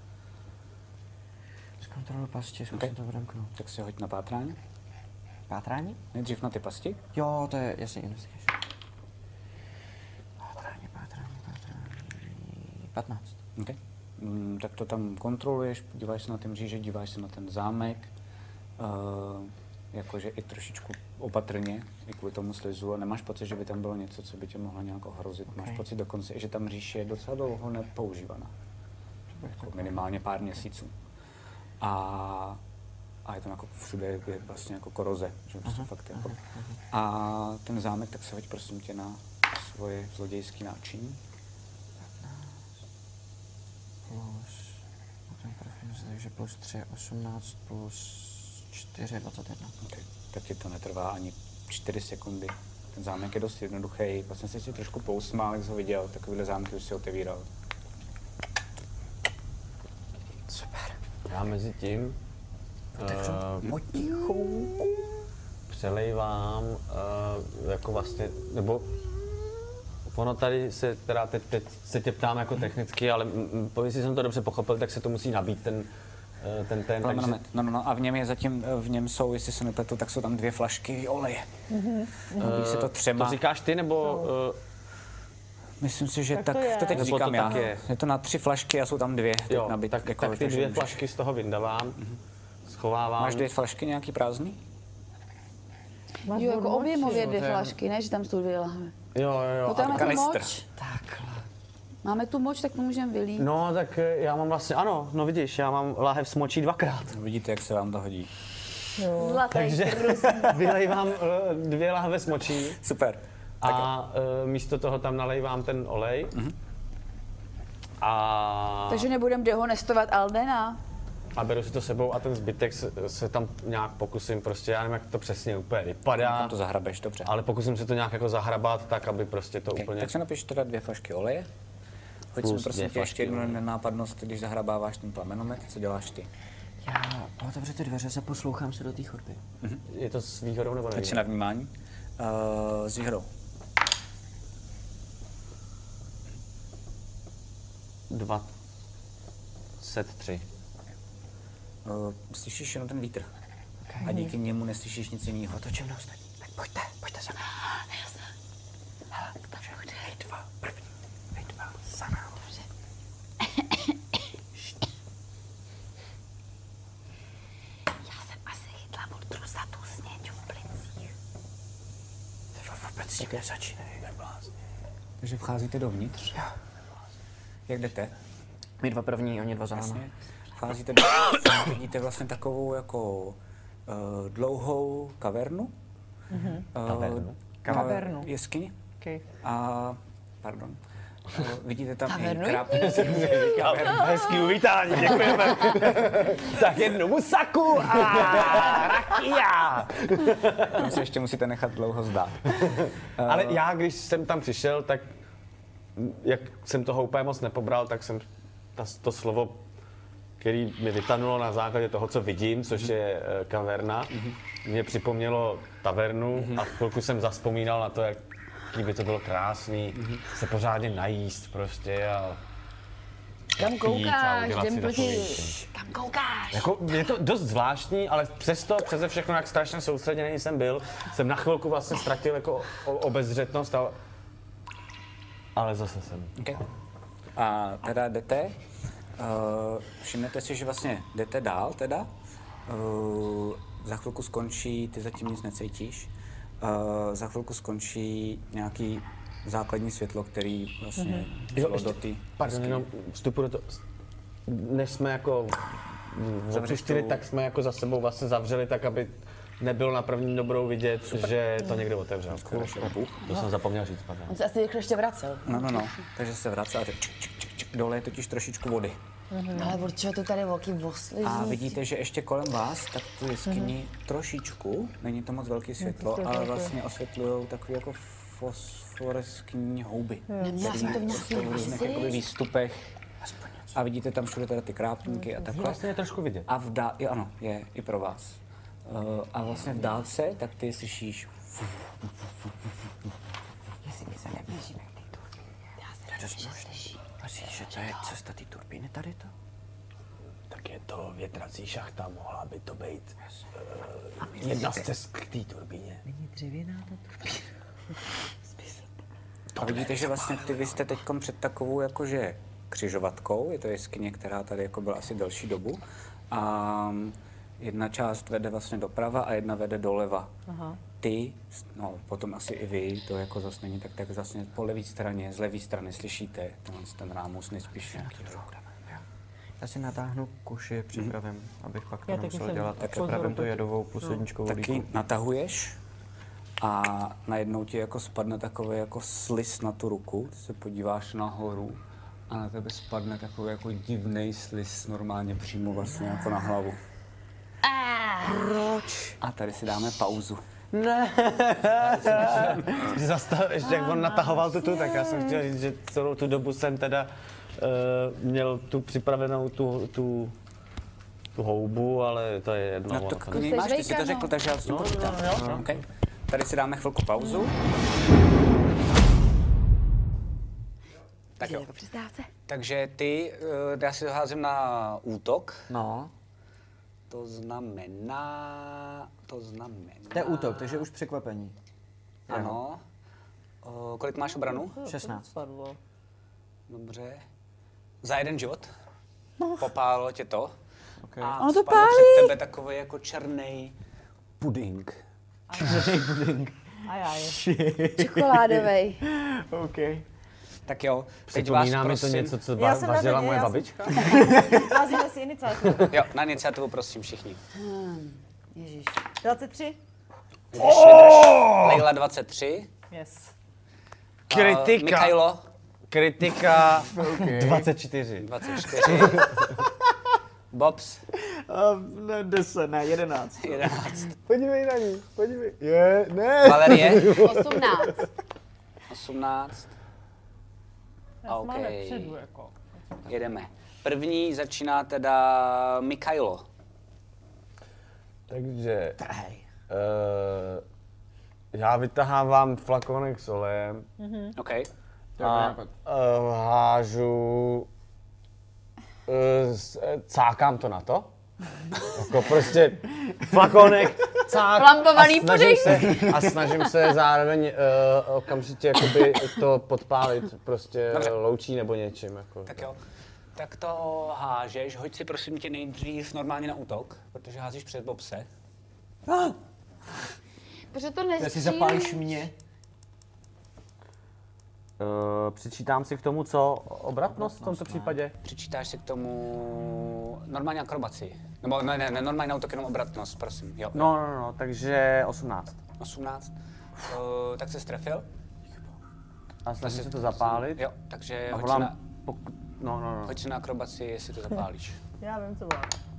Zkontroluji pasti, zkusím to odemknout. Tak si hoď na pátrání. Pátrání? Nejdřív na ty pasti. Jo, to je jasně investigation. Pátrání. 15. Okay. Tak to tam kontroluješ, díváš se na ty mříže, díváš se na ten zámek, jakože i trošičku opatrně, i kvůli tomu slizu, a nemáš pocit, že by tam bylo něco, co by tě mohlo nějak ohrozit. Okay. Máš pocit dokonce, že ta mříž je docela dlouho nepoužívaná. Jako minimálně pár měsíců. A je tam jako všude je vlastně jako koroze, že prostě fakt jako. A ten zámek, tak se hoď prosím tě na svoje zlodějské náčiní. Takže plus 3 je 18, plus 4 je 21. Okay. Tak ti to netrvá ani 4 sekundy. Ten zámek je dost jednoduchý. Vlastně jsi si trošku pousmál, jak jsi ho viděl. Takovýhle zámky už si otevíral. Super. Já mezi tím přelejvám jako vlastně, nebo ono tady se teda teď se tě ptám jako technicky, ale jestli jsem to dobře pochopil, tak se to musí nabít ten takže... No, a v něm je zatím, v něm jsou, jestli se nepletu, tak jsou tam 2 flašky oleje. Se to třema. To říkáš ty, nebo... Myslím si, že tak to teď říkám to já. Je. Je to na 3 flašky a jsou tam 2. Jo, nabít, tak ty 2 flašky z toho vyndávám, schovávám. Máš 2 flašky nějaký prázdný? Jo, jako objemově 2 flašky, ne, že tam jsou 2 lahve. Jo. No tam máme tu moč. Takhle. Máme tu moč, tak to můžeme vylít. No, tak já mám vlastně, ano, no vidíš, já mám lahev s močí 2krát. Vidíte, jak se vám to hodí. Takže vylejvám 2 lahve s močí. Super. A místo toho tam nalejvám ten olej. Takže nebudem dehonestovat Aldena. A beru si to sebou a ten zbytek se tam nějak pokusím, prostě já nevím, jak to přesně úplně vypadá. Tam to zahrabeš, dobře. Ale pokusím se to nějak jako zahrabat tak, aby prostě to úplně... Tak si napiš teda 2 flašky oleje. Hoď si prosím tě ještě jednu nenápadnost, když zahrabáváš ten plamenomet, co děláš ty? Já otevřu ty dveře, se poslouchám se do té chodby. Je to s výhodou nebo nevím? Hoď si na vnímání. S výhodou. 23. Slyšíš jenom ten vítr. A díky němu neslyšíš nic jiného. Otočím na ostatní. Tak pojďte za námi. Vidva, první. Vidva, za námi. Já jsem asi chytla modrusatou sněď v plicích. Vůbec s tím nezačínej. Takže vcházíte dovnitř. Jak jdete? My 2 první, oni 2 za námi. Vcházíte dovnitř, vidíte vlastně takovou jako dlouhou kavernu. Kavernu. Jeskyni. Okay. A, pardon. Vidíte tam Kavernu? Hezký uvítání, děkujeme. Tak jednu musaku a rakia. Tam si ještě musíte nechat dlouho zdát. Ale já, když jsem tam přišel, tak jak jsem toho úplně moc nepobral, tak jsem to slovo, který mi vytanulo na základě toho, co vidím, což je kaverna, mě připomnělo tavernu a chvilku jsem zavzpomínal na to, jak by to bylo krásný, se pořádně najíst prostě a Kam koukáš? Jdem proti... Kam koukáš? Jako, je to dost zvláštní, ale přesto, přeze všechno, jak strašně soustředěný jsem byl, jsem na chvilku vlastně ztratil jako obezřetnost, ale zase jsem. Okay. A teda jdete, všimnete si, že vlastně jdete dál teda, za chvilku skončí, ty zatím nic necítíš, za chvilku skončí nějaký základní světlo, který vlastně šlo do ty... Pardon, jenom vstupu do toho, než jsme jako opustili, tak jsme jako za sebou vlastně zavřeli tak, aby nebylo na první dobrou vidět, že to někdo otevřel. To jsem zapomněl říct, pardon. On se asi ještě vracel. No. Takže se vracel a dole je totiž trošičku vody. Ale od čeho to tady velký osleží? A vidíte, že ještě kolem vás, tak tu jeskyni trošičku, není to moc velký světlo, ale vlastně osvětlujou takový jako fosforeskní houby. Neměla jsem to v nějakých výstupech. A vidíte tam všude teda ty krápníky a takhle. Vlastně je trošku vidět. A ano, je i pro vás. A vlastně v dálce, tak ty slyšíš. Jestli my se neblížíme k té turbině. Myslíš, že to je cesta té turbíny tady to? Tak je to větrací šachta, mohla by to být jedna z cest k té turbině. Není dřevěná ta turbína. A vidíte, že vlastně vy jste teďkom před takovou jakože křižovatkou, je to jeskyně, která tady jako byla asi delší dobu. A jedna část vede vlastně doprava a jedna vede doleva. Aha. Ty, no potom asi i vy, to jako zase není tak vlastně po levé straně, z levé strany slyšíte ten rámus nejspíš nějaký hruk. Já si natáhnu kuši, připravím, abych pak to Já nemusel taky dělat. Tak připravím tu jedovou plus jedničkovou Taky líku. natahuješ a najednou ti jako spadne takový jako sliz na tu ruku, ty se podíváš nahoru a na tebe spadne takový jako divnej sliz normálně přímo vlastně jako na hlavu. Proč? A tady si dáme pauzu. Ještě jak on natahoval tu, tak já jsem chtěl říct, že celou tu dobu jsem teda měl tu připravenou tu houbu, ale to je jedno. No to máš, ty si to řekl, takže já s tím počítám. Okay. Tady si dáme chvilku pauzu. Tak jo. Takže ty, já si doházím na útok. No. To znamená... To je útok, takže už překvapení. Ano. Kolik máš obranu? 16. Dobře. Za 1 život. Popálilo tě to. Okay. A Ono to spadl pálí. před tebe takový jako černý puding. Čokoládovej. OK. Tak jo, teď vás Připomíná mi to prosím... něco, co Já jsem na vařila řadě, moje já jsem- babička? Házíme si iniciativu. Jo, na iniciativu prosím všichni. Ježíš. 23? Vydrž. Leila 23. Yes. Kritika. Mikajlo Kritika 24. 24. Bobs Ne, 10, ne, 11. 11. Podívej na ní, podívej. Ne. Valerie 18. 18. Já jsem OK. vepředu, jako. Jedeme. První začíná teda Mikajlo. Takže já vytahávám flakonek s olejem OK. a hážu, cákám to na to. Jako prostě flakonek, cák Flambovaný a snažím se zároveň okamžitě jakoby to podpálit prostě Dobře. loučí nebo něčím. Jako. Tak jo. Tak to hážeš. Hoď si prosím tě nejdřív normálně na útok, protože házíš před Bobse. Protože to Já si zapálíš mě. Přičítám si k tomu co? Obratnost v tomto případě? Přičítáš si k tomu normální akrobaci. Nebo ne, normální na útok, jenom obratnost, prosím. Jo. No, takže 18. 18. Tak se strefil. A snažím se to zapálit. Jo, takže A hoď si, volám, na, no. hoď si na akrobaci, jestli to zapálíš. Já vím, co bylo.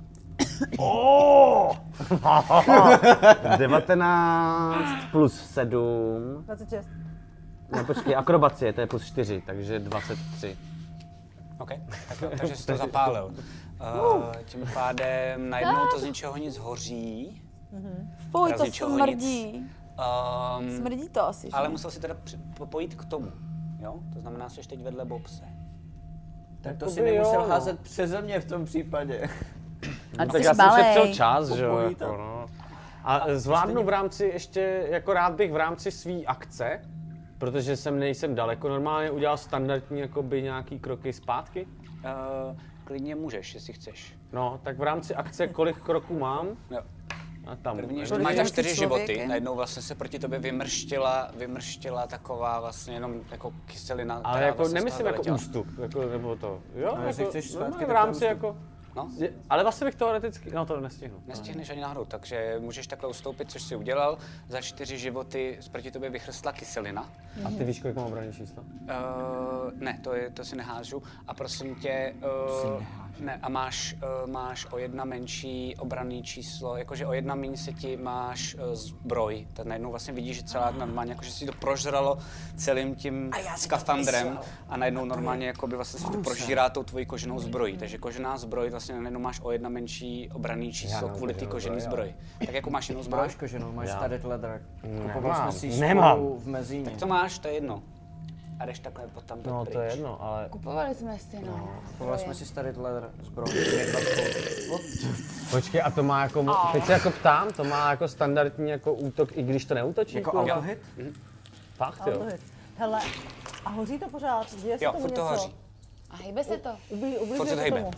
19 plus 7. 26. Ne, počkej, akrobacie, to je plus 4, takže 23. OK, tak jo, takže jsi to zapálil. Tím pádem najednou to z ničeho nic hoří. Fuj, Teda z to ničeho smrdí. Nic. Smrdí to asi, že? Ale musel si teda pojít k tomu. Jo? To znamená, že jsi teď vedle Bobse. Tak to si Jakoby nemusel jo. házet přeze mě v tom případě. A Tak jsi já jsem malej. šetřil čas, že jo, Popojí jako, to. no. A zvládnu v rámci ještě, jako rád bych v rámci svý akce, protože nejsem daleko, normálně udělal standardní jakoby nějaký kroky zpátky. Klidně můžeš, jestli chceš. No, tak v rámci akce kolik kroků mám? Jo. A tam. První, že Kolik máš tam 4 chce životy, člověk, je? najednou vlastně se proti tobě vymrštila taková vlastně jenom jako kyselina. Ale která jako vlastně z nemyslím toho jako vyletěla. ústup, jako, nebo to. Jo, No, jestli jako, chceš normálně zpátky, v tak rámci ústup. jako, No. Ale vlastně bych teoreticky, no to nestihnu. Nestihneš ani náhodou, takže můžeš takhle ustoupit, což jsi udělal. Za 4 životy proti tobě vychrstla kyselina. A ty víš, kolik mám obranné číslo? Ne, to si nehážu. A prosím tě, ne, a máš o 1 menší obranné číslo, jakože o 1 méně se ti máš zbroj. Tak najednou vlastně vidíš, že celá normálně, jakože si to prožralo celým tím skafandrem a najednou normálně jakoby vlastně si to prožírá tou tvojí koženou zbrojí. Takže kožená zbroj, vlastně najednou máš o 1 menší obranné číslo kvůli té kožené zbroji. Tak jako máš jinou zbroj? Máš koženou, máš studded leather. Nemám. V Mezíně. Tak to máš, to je jedno. A jdeš takhle potom No to je jedno, ale... Kupovali jsme si, no. Kupovali jsme si studded leather zbroj. Počkej, a to má jako, teď se jako ptám, to má jako standardní jako útok, i když to neútočí? Jako autohit? Fakt jo. Hele, a hoří to pořád? Děje se Jo, tomu furt to něco? hoří. A hejbe se to. Furt se to hejbe.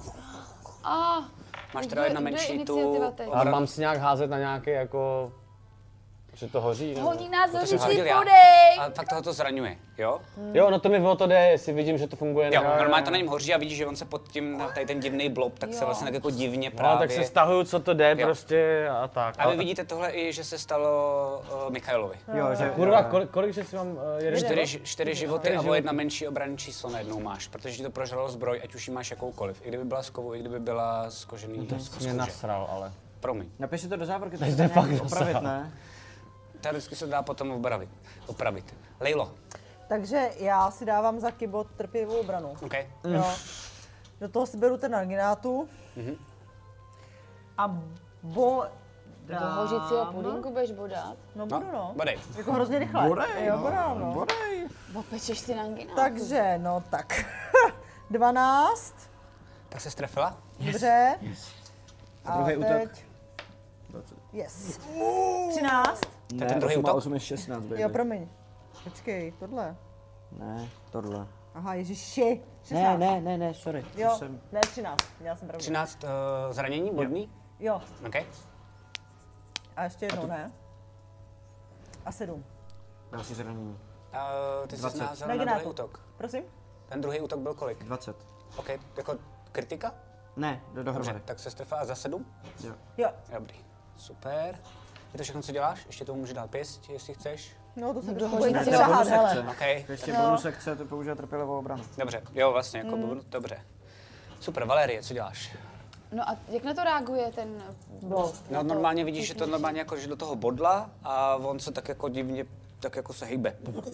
Máš teda 1 menší tu... A mám si nějak házet na nějaký jako... Že to hoří? Nebo? Honí nás hořící hodil já. podej. A fakt toho to zraňuje, jo? Jo, no to mi o to jde, jestli vidím, že to funguje. Jo, normálně to na něm hoří a vidíš, že on se pod tím, tady ten divný blob, tak se vlastně tak jako divně No, právě... tak se stahuju, co to jde Jo. prostě a tak. A vy vidíte tohle i, že se stalo Michailovi. Jo, že Kurva, kolik že si mám jeden? 4 životy a o 1 menší obranné číslo najednou máš, protože ti to prožralo zbroj, ať už ji máš jakoukoliv. I kdyby byla z kovu, i kdyby byla z kožený z Mě kůže. nasral, ale. Promiň. napiš si to do závorky, to to se je dá fakt nějak opravit, ne? Teoreticky se dá potom opravit. Lejlo. Takže já si dávám za kybot trpělivou obranu. OK. Jo. Do toho si beru ten arginátu. A Do hořícího pudinku budeš bodat. No budu no. Bodej. Jako hrozně rychle. Jo, bodám no. Opečeš si na anginátu. Takže, no tak. 12. Tak se strefila? Dobře. A druhý útok? teď... Yes. 13. Ne, ten druhý 8 a útok? 8 je 16, baby. Jo, promiň. Počkej, tohle. Ne, tohle. Aha, ježiši. 16. Ne, sorry. Jo, Jsem... ne 13. Měl jsem pravdu. 13 zranění, bodný? Jo. OK. A ještě jednou, ne? A 7. Další zranění. Ty jsi 20. názal na Arginátu. druhý útok. Prosím? Ten druhý útok byl kolik? 20. OK, jako kritika? Ne, dohromady. Dobře, tak se strefila a za 7? Jo. Jo. Dobrý. Super. Je to všechno, co děláš? Ještě tomu můžu dát pěst, jestli chceš. No to se Kdo trošku hodí bojí na na to bonus hele. sekce. OK. Ještě bonus sekce, to použije trpělivou obranu. Dobře, jo, vlastně, jako dobře. Super, Valerie, co děláš? No a jak na to reaguje ten blok? No normálně vidíš, že to normálně jako, že do toho bodla a on se tak jako divně, tak jako se hejbe.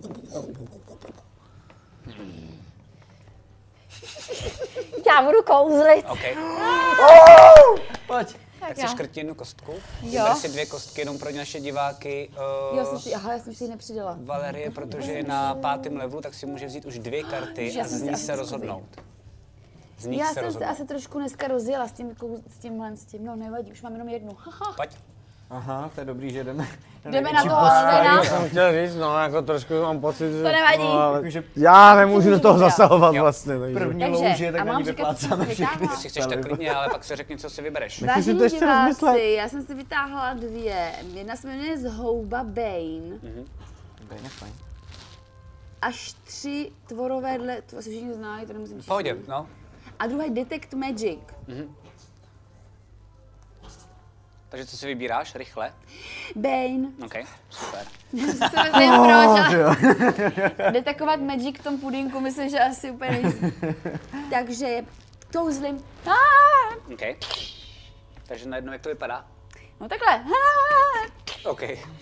Já budu kouzlit. OK. Pojď. Tak si škrtni 1 kostku. Jo. Vyber si 2 kostky jenom pro naše diváky. Já jsem si ji nepřidala. Valerie, protože je na 5. levelu, tak si může vzít už 2 karty Já a jsem z si ní asi se rozhodnout. Z nich Já se jsem se rozhodnout. asi trošku dneska rozjela s tím, no nevadí, už mám jenom jednu. Haha. Pojď. Aha, to je dobrý, že jdeme. Jdeme na to, Alvena. Jsem chtěl říct, no jako trošku mám pocit, že... To nevadí. No, ale Jakože já nemůžu do toho Vybrat. zasahovat Jo. vlastně, takže... první Takže, louži, tak a na mám ní říkat, co jsem vyplácáme si všechny. vytáhla? Jestli chceš, tak klidně, ale pak se řekni, co si vybereš. si to Vážení ještě rozmyslet. diváci, já jsem si vytáhla 2. Jedna se jmenuje Zhouba Bane. Bane, fajn. Až 3 tvorové dle, to asi všichni znají, to nemusím číst. Pohodě, no. A druhý Detect Magic. Takže co si vybíráš? Rychle. Bane. OK, super. Si myslím, proč, ale detekovat Magic v tom pudinku, myslím, že asi úplně nejsem. Takže kouzlím. OK. Takže najednou, jak to vypadá? No takhle. OK.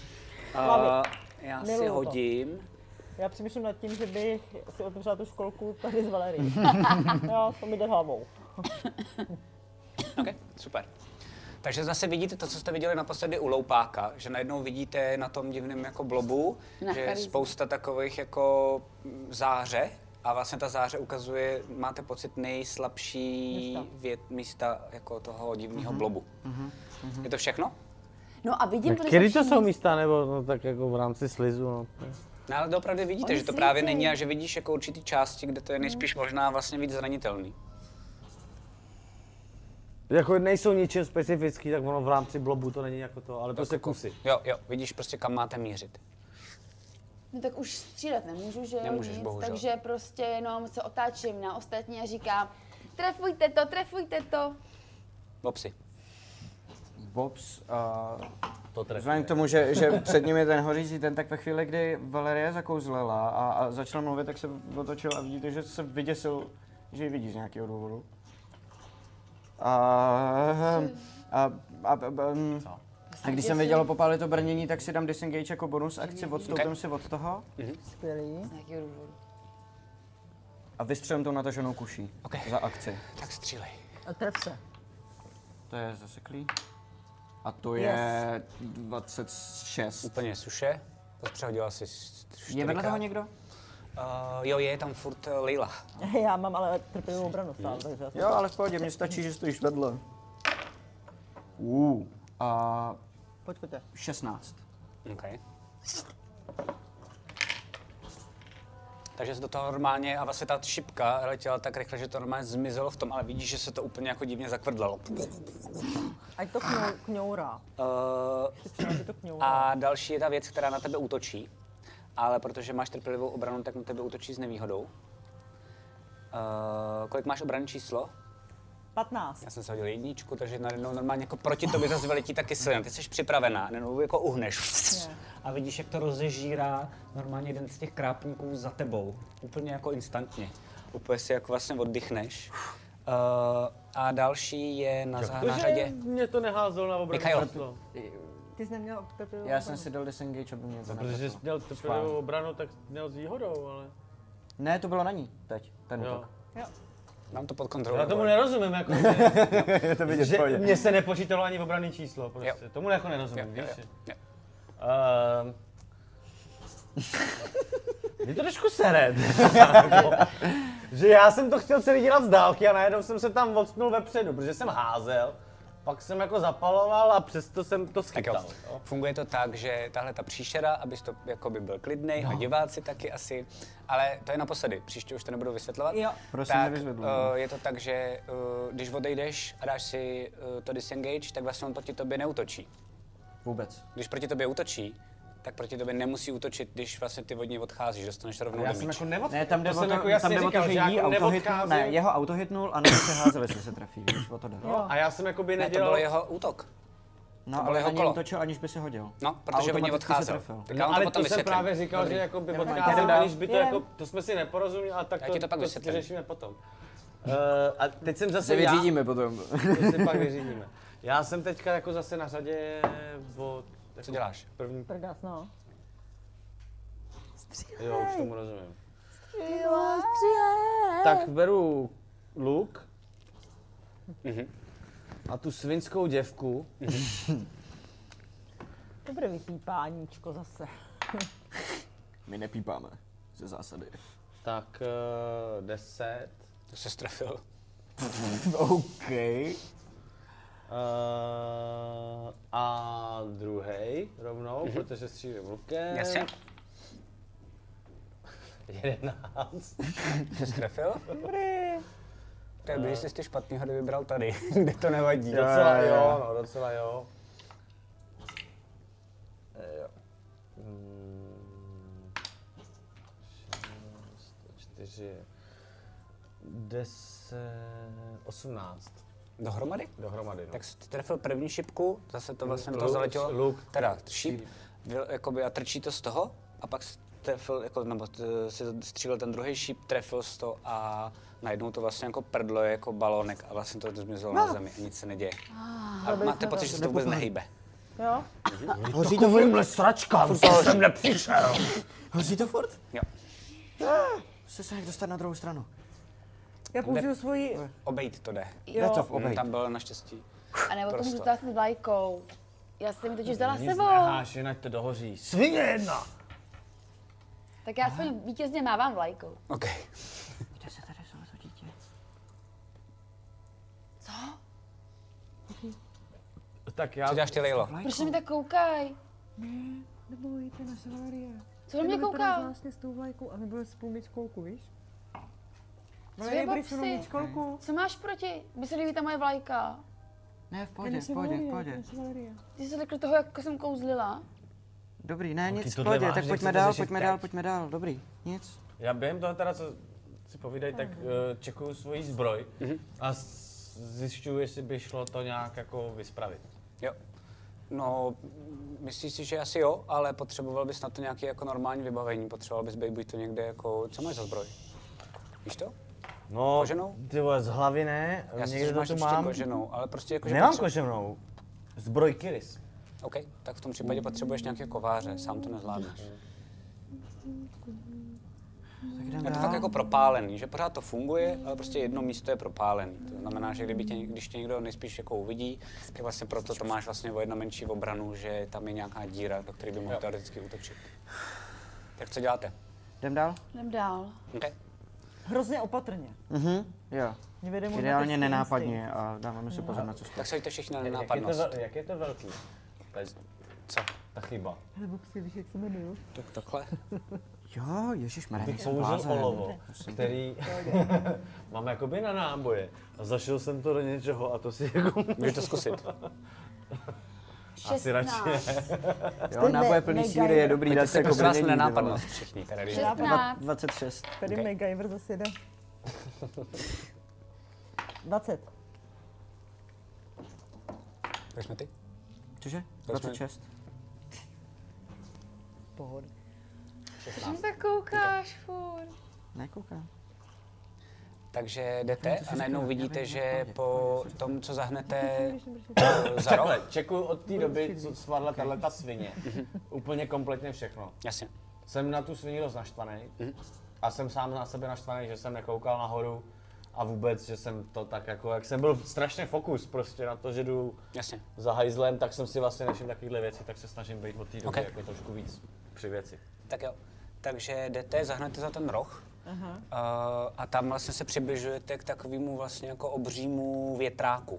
Já si Miluju to. hodím. Já přemýšlím nad tím, že bych si otevřela tu školku tady z Valerii. Jo, to mi jde hlavou. OK, super. Takže zase vidíte to, co jste viděli naposledy u Loupáka, že najednou vidíte na tom divném jako blobu, Na že je charismu. spousta takových jako záře a vlastně ta záře ukazuje, máte pocit, nejslabší místa jako toho divného blobu. Je to všechno? No a vidím Který to jsou místa, nebo no, tak jako v rámci slizu, no. No ale opravdu vidíte, Oni že to právě svítí. není a že vidíš jako určitý části, kde to je nejspíš možná vlastně víc zranitelný. Jako nejsou ničím specifický, tak ono v rámci blobu to není jako to, ale prostě kusy. Jo, vidíš prostě, kam máte mířit. No tak už střílet nemůžu, že jo, Nemůžeš, nic, bohužel. takže prostě jenom se otáčím na ostatní a říkám, Trefujte to. Vopsi. Vops, To trefí. vzhledem k tomu, že před ním je ten hořící ten, tak ve chvíli, kdy Valerie zakouzlela a začala mluvit, tak se otočil a vidíte, že se vyděsil, že ji vidí z nějakého důvodu. A když jsem věděl popálit to brnění, tak si dám disengage jako bonus akci, odstoupím si od toho. Skvělý. Z nějakého důvodu. A vystřelím to nataženou kuší za akci. Tak střílej. A tref se. To je zaseklý. A to je 26. Úplně suše. To přehodila si 4. Je vedle toho někdo? Jo, je tam furt Leila. Já mám ale trpělivou obranu stále, takže... Jo, ale v pohodě, mně stačí, že stojíš vedle. A Pojďte. 16. Okay. Takže se do toho normálně, a vlastně ta šipka letěla tak rychle, že to normálně zmizelo v tom, ale vidíš, že se to úplně jako divně zakvrdlalo. Ať to kňourá. A další je ta věc, která na tebe útočí, ale protože máš trpělivou obranu, tak na tebe útočí s nevýhodou. Kolik máš obranné číslo? 15. Já jsem se hodil 1, takže najednou normálně jako proti tobě zase vyletí taky silně. Ty jsi připravená, najednou jako uhneš. A vidíš, jak to rozežírá normálně jeden z těch krápníků za tebou. Úplně jako instantně. Úplně si jako vlastně oddychneš. A další je na řadě... Mě to neházelo na obranu. Mikhail. Ty jsi neměl trpělivou Já jsem si dal disengage, aby mě to Protože jsi měl trpělivou obranu, tak měl s výhodou, ale... Ne, to bylo na ní teď, ten útok. Jo. Mám to pod kontrolou. Já tomu nerozumím, jako, Je to vidět, že pohodě. mně se nepočítalo ani obranné číslo, prostě. Tomu jako nerozumím, víš? Je to trošku sere. Že já jsem to chtěl celý dělat z dálky a najednou jsem se tam odstnul vepředu, protože jsem házel, pak jsem jako zapaloval a přesto jsem to schytal. Funguje to tak, že tahle ta příšera, abys to jakoby byl klidnej a diváci taky asi, ale to je naposledy, příště už to nebudu vysvětlovat. Jo. Prosím, tak nevysvětluj. je to tak, že když odejdeš a dáš si to disengage, tak vlastně on proti tobě neútočí. Vůbec. Když proti tobě útočí, tak proti tobě nemusí útočit, když vlastně ty od něj odcházíš, dostaneš rovnou Já do jsem míč. jako neodcházel. Ne, tam jde o to, jako jasně říkal, že že jí jako autohitnul, neodcházím. ne, jeho autohitnul a nebo se házel, jestli se trefí, víš, o to jde. Jo. A já jsem jakoby Ne, to nedělal... byl jeho útok. No, bylo ale jeho na něj kolo. útočil, aniž by si hodil. No, protože od něj Automaticky se odcházel. trefil. Tak No, já vám to ale potom to jsem vysvětlím. právě říkal, že jako by Jdem odcházel, dál. aniž by to jako, to jsme si neporozuměli, a tak Já ti to pak to vysvětlím. řešíme potom. A teď jsem zase Se vyřídíme potom. To si pak vyřídíme. Já jsem teďka jako zase na řadě od... Co děláš? První... Prdas, no. Jo, už tomu rozumím. Střílej. Tak beru luk a tu svinskou děvku. Dobré vypípáníčko zase. My nepípáme ze zásady. Tak 10. To se strefil. OK. A druhý rovnou, protože střílím lukem. Jasně. 11. Se strefil? Dobrý. To je blíž, jsi ty špatnýho vybral tady, kde to nevadí. Docela jo, no, docela jo. Jo. 6, 4, 10, 18. Dohromady? Dohromady, no. Tak jsi trefil první šipku, zase to vlastně to Luk, zaletělo, luk. teda šip, jakoby a trčí to z toho a pak jsi trefil, jako, nebo si střílel ten druhý šip, trefil z toho a najednou to vlastně jako prdlo je jako balónek a vlastně to zmizelo na zemi a nic se neděje. A máte pocit, že se to vůbec nehýbe. Jo? Hoří to furt? Sračka, to jsem nepřišel. Hoří to furt? Jo. Musíte se nějak dostat na druhou stranu. Já použiju svoji... Obejít to jde. Jde to v obejít. Tam bylo naštěstí. A nebo to můžu Prostor. dát s vlajkou. Já jsem mi totiž vzala Nic sebou. neháš, jinak to dohoří. Svině jedna. Tak já aspoň vítězně mávám vlajkou. OK. Kde se tady vzalo to dítě? Co? Tak já... Co děláš ty, Lejlo? Proč na mě tak koukaj? Nebojte, naše Valerie. Co na mě kouká? Zvláštně s tou vlajkou a my budeme spolu mít školku, víš? Co je Valerie, budeš se mnou Bobsi? mít školku? Co máš proti? Mně se líbí ta moje vlajka. Ne, v pohodě, v pohodě, v pohodě. Naše Valerie. Ty jsi řekl toho, jak jsem kouzlila. Dobrý, ne, nic, v tohle pohodě, máš, tak že pojďme chcete dál, řešit pojďme teď. dál, pojďme dál, dobrý, nic. Já během toho teda, co si povídají, tak čekuju svoji zbroj a zjišťuju, jestli by šlo to nějak jako vyspravit. Jo. No, myslíš si, že asi jo, ale potřeboval bys na to nějaké jako normální vybavení. Potřeboval bys být buď to někde jako, co máš za zbroj? Víš to? No, koženou? Ty vole, z hlavy ne, Já si někde máš to určitě mám. koženou, ale prostě jako, že Nemám koženou, zbroj Kiris. OK, tak v tom případě potřebuješ nějaké kováře, sám to nezvládneš. Je to fakt jako propálený, že pořád to funguje, ale prostě jedno místo je propálený. To znamená, že když tě někdo nejspíš jako uvidí, tak vlastně proto to máš vlastně o jedno menší obranu, že tam je nějaká díra, do které by mohl teoreticky útočit. Tak co děláte? Jdem dál? Jdem dál. Okay. Hrozně opatrně. Jo. Mě vede můj Ideálně mateřský nenápadně instinkt. a dáváme si pozor na cestu. Tak se jděte všichni na nenápadnost. Jak je to velký? Co? Ta chyba. Hele, Bobsi, víš, jak se jmenuju? Tak takhle. Jo, ježišmarja, Bych nejsem použil blázen. olovo, který mám jakoby na náboje a zašel jsem to do něčeho a to si jako... Můžeš to zkusit. Asi radši ne. Jo, náboje plný síry je dobrý dát se jako Prosím vás brnění, nenápadnost všichni. Tady, když 16. 26. Tady Okay. MacGyver zase jde. 20. Tak jsme ty? Cože? 26. Pohoda. Proč tak koukáš furt? Nekoukám. Takže jdete a najednou vidíte, že po tom, co zahnete za roh, Takhle, čekuju od té doby, co svadla tahleta svině. Úplně kompletně všechno. jasně, Jsem na tu svině dost naštvaný a jsem sám na sebe naštvaný, že jsem nekoukal nahoru a vůbec, že jsem to tak jako, jak jsem byl strašně fokus prostě na to, že jdu jasně. za hajzlem, tak jsem si vlastně nevšiml takovéhle věci, tak se snažím být od té doby Okay. jako trošku víc při věci. Tak jo. Takže jdete, zahnete za ten roh a tam vlastně se přibližujete k takovému vlastně jako obřímu větráku.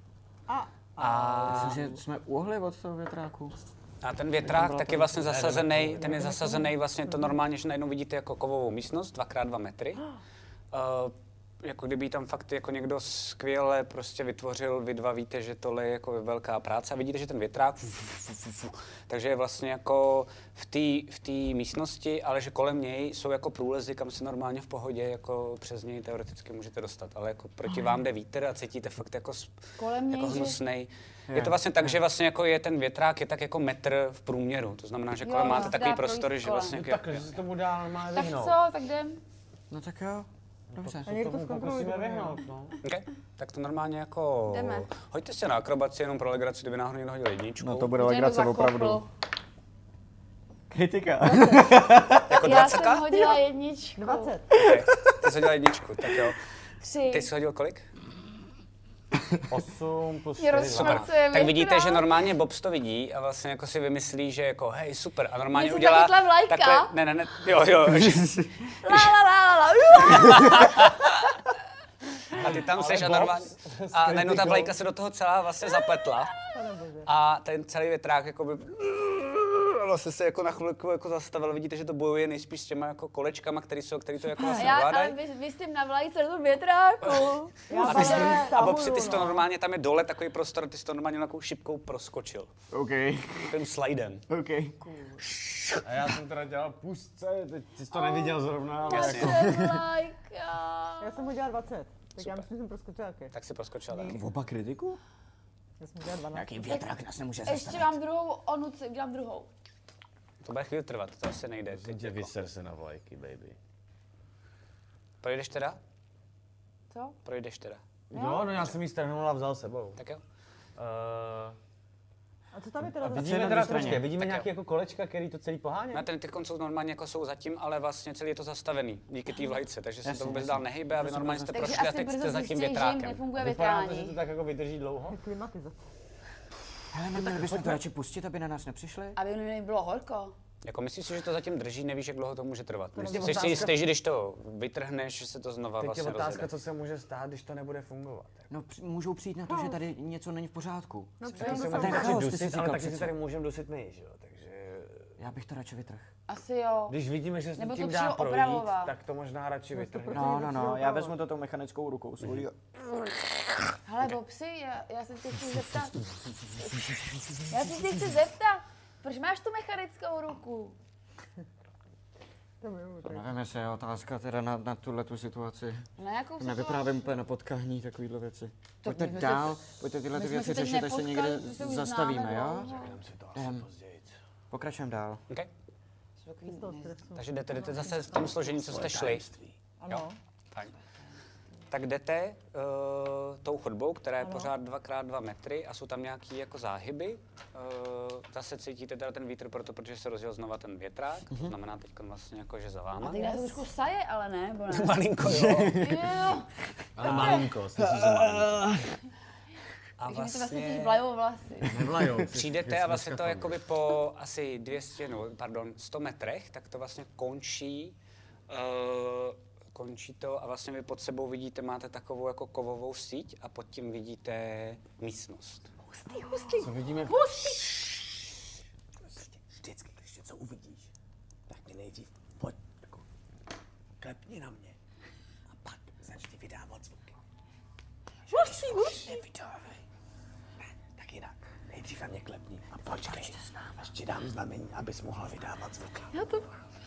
A Myslím, že jsme uhli od toho větráku. A ten větrák tak je vlastně zasazený, ten je zasazený vlastně to normálně, že najednou vidíte jako kovovou místnost, 2x2 metry. Jako kdyby tam fakt jako někdo skvěle prostě vytvořil, vy dva víte, že tohle je jako velká práce a vidíte, že ten větrák, takže je vlastně jako v té místnosti, ale že kolem něj jsou jako průlezy, kam se normálně v pohodě jako přes něj teoreticky můžete dostat, ale jako proti vám jde vítr a cítíte fakt jako, Kolem něj, jako že- hnusnej. Je to vlastně tak, že vlastně jako je ten větrák je tak jako metr v průměru, to znamená, že kolem máte se takový dá prostory, projít že kolem. vlastně Tak, že se tomu dá normálně Tak vyhnout. co, tak jdem. No tak jo. Dobře. A někdo Tomu zkontroluje. pokusíme vyhnout, no. Okay. Tak to normálně jako... Jdeme. Hoďte si na akrobaci jenom pro legraci, kdyby náhodou někdo hodil jedničku. No to bude Někdo legrace zakopl. opravdu. Kritika. Jako Já 20? jsem hodila jedničku. 20. Okay. Ty jsi hodil jedničku, tak jo. 3. Ty jsi hodil kolik? 8 plus Mě 4, rozšmrcuje Tak vidíte, větrák. že normálně Bobs to vidí a vlastně jako si vymyslí, že jako hej, super. A normálně Mě se udělá zachytla vlajka. takhle, ne, jo. La. A ty tam seš a normálně, a najednou ta vlajka se do toho celá vlastně zapletla. A ten celý větrák jakoby vlastně se jako na chvilku jako zastavil. Vidíte, že to bojuje nejspíš s těma jako kolečkama, který to jako vlastně Ale ovládají. vy s tím na vlajce do toho větráku. A Bobsi, ty jsi to normálně, tam je dole takový prostor, ty jsi to normálně nějakou šipkou proskočil. OK. Takovým slidem. OK. A já jsem teda dělal pustce, teď jsi to neviděl zrovna, ale Jasně. jako... Vlajka. Já jsem hodila 20. Tak já myslím, že jsem proskočila taky. Tak si proskočil taky. Oba kritiku? Já jsem hodila 12. Nějaký větrák nás nemůže Ještě zastavit. mám druhou onuci, udělám druhou. To bude chvíli trvat, to asi nejde. Teď Tě jako. vyser se na vlajky, baby. Projdeš teda? Co? Projdeš teda. Jo, no já jsem jí strhnul a vzal sebou. Tak jo. A co tam je teda za Vidíme na teda straně. trošku, vidíme Tak nějaký jako kolečka, který to celý pohání. Na ten ty konců normálně jako jsou zatím, ale vlastně celý je to zastavený díky té vlajce, takže se Jasně, to vůbec jasně. dál nehybe a vy normálně jste Takže prošli a asi teď jste brzo za tím zjistí, že jim větrákem. nefunguje Vypadá to, že větrání. to tak jako vydrží dlouho. klimatizace? Hele, neměli bychom to radši pustit, aby na nás nepřišli? Aby mi nebylo horko. Jako myslíš si, že to zatím drží, nevíš, jak dlouho to může trvat. je Jsi si otázka. jistý, že když to vytrhneš, že se to znova Teď je vlastně otázka, rozjede. co se může stát, když to nebude fungovat. No, můžou přijít na to, že tady něco není v pořádku. No, Tak si to můžeme ten radši chaos, ty jsi dusit, ale říkal taky si přece. tady můžeme dusit my, že jo, takže... Já bych to radši vytrhl. Asi jo. Když vidíme, že se Nebo to tím dá přišlo projít, opravovat. tak to možná radši vytrhneme. No, já vezmu to tou mechanickou rukou svojí. Hele, Bobsi, já se tě chci zeptat. Já se tě chci zeptat. Proč máš tu mechanickou ruku? To nevím, jestli je otázka teda na tuhletu situaci. Na jakou situaci? Nevyprávím úplně na potkání takovýhle věci. Pojďte dál, pojďte tyhle ty věci řešit, až se někde zastavíme, jo? Pokračujeme dál. Okay. Takže jdete zase v tom složení, co jste šli. Ano. Fajn. Tak jdete tou chodbou, která je pořád 2x2 metry a jsou tam nějaký jako záhyby. Zase cítíte teda ten vítr, protože se rozjel znova ten větrák, to znamená teď vlastně jako, že za váma. A teď to trošku saje, ale ne? Ne? Malinko, jo. Jo. Ale malinko, slyšíš, že malinko. A vlastně vlajou vlasy. Nevlajou. Přijdete a vlastně to jakoby po asi 100 metrech, tak to vlastně končí to a vlastně vy pod sebou vidíte, máte takovou jako kovovou síť a pod tím vidíte místnost. Hustý. Co vidíme? Vždycky, když něco uvidíš, tak mě nejdřív pojď, jako klepni na mě a pak začni vydávat zvuky. Hustý. Nevydávej. Ne, tak jinak. Nejdřív na mě klepni a počkej, až ti dám znamení, abys mohla vydávat zvuky. Já to...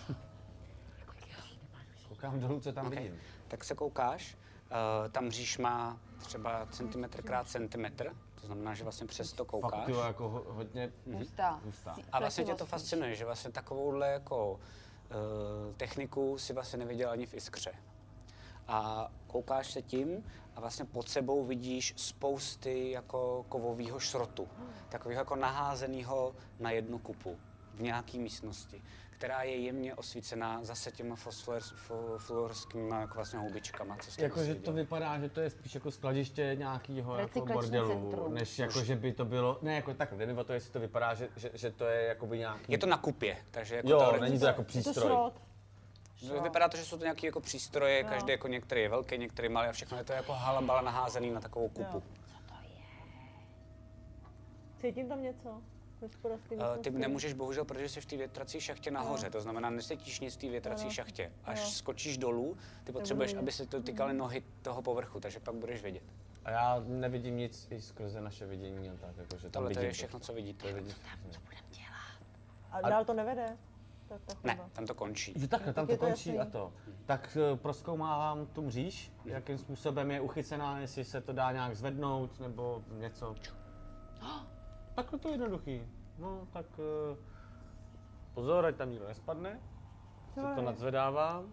Koukám dolů, co tam vidím. Tak se koukáš, ta mříž má třeba centimetr krát centimetr, to znamená, že vlastně přes to koukáš. Fakt jo, jako hodně Hustá. A vlastně tě to fascinuje, že vlastně takovouhle jako techniku si vlastně neviděl ani v Iskře. A koukáš se tím a vlastně pod sebou vidíš spousty jako kovového šrotu, takového jako naházeného na jednu kupu v nějaké místnosti, která je jemně osvícená zase těma fluorskými jako vlastně houbičkama, co jste Jakože to vypadá, že to je spíš jako skladiště nějakého jako Recyklační bordelu, centrum. než jako, že by to bylo, ne jako tak, nevím o to, jestli to vypadá, že to je jakoby nějaký... Je to na kupě, takže jako Jo, teoreticky- není to jako přístroj. Vypadá to, že jsou to nějaké jako přístroje, každý jako některý je velký, některý malý a všechno je to jako halabala naházený na takovou kupu. Cítím tam něco? Ty nemůžeš bohužel, protože jsi v té větrací šachtě nahoře, to znamená, necítíš nic v té větrací šachtě. Až skočíš dolů, ty potřebuješ, aby se to týkaly nohy toho povrchu, takže pak budeš vědět. A já nevidím nic i skrze naše vidění a tak, jako, že tam Tohle vidím to je všechno, co vidíte. Co budeme dělat? A dál to nevede? Ne, tam to končí. Že takhle, tam Tak je to to končí jasný. a to. Tak prozkoumávám tu mříž, jakým způsobem je uchycená, jestli se to dá nějak zvednout nebo něco. Takhle to je jednoduchý. No, tak pozor, ať tam nikdo nespadne. Se to nadzvedávám.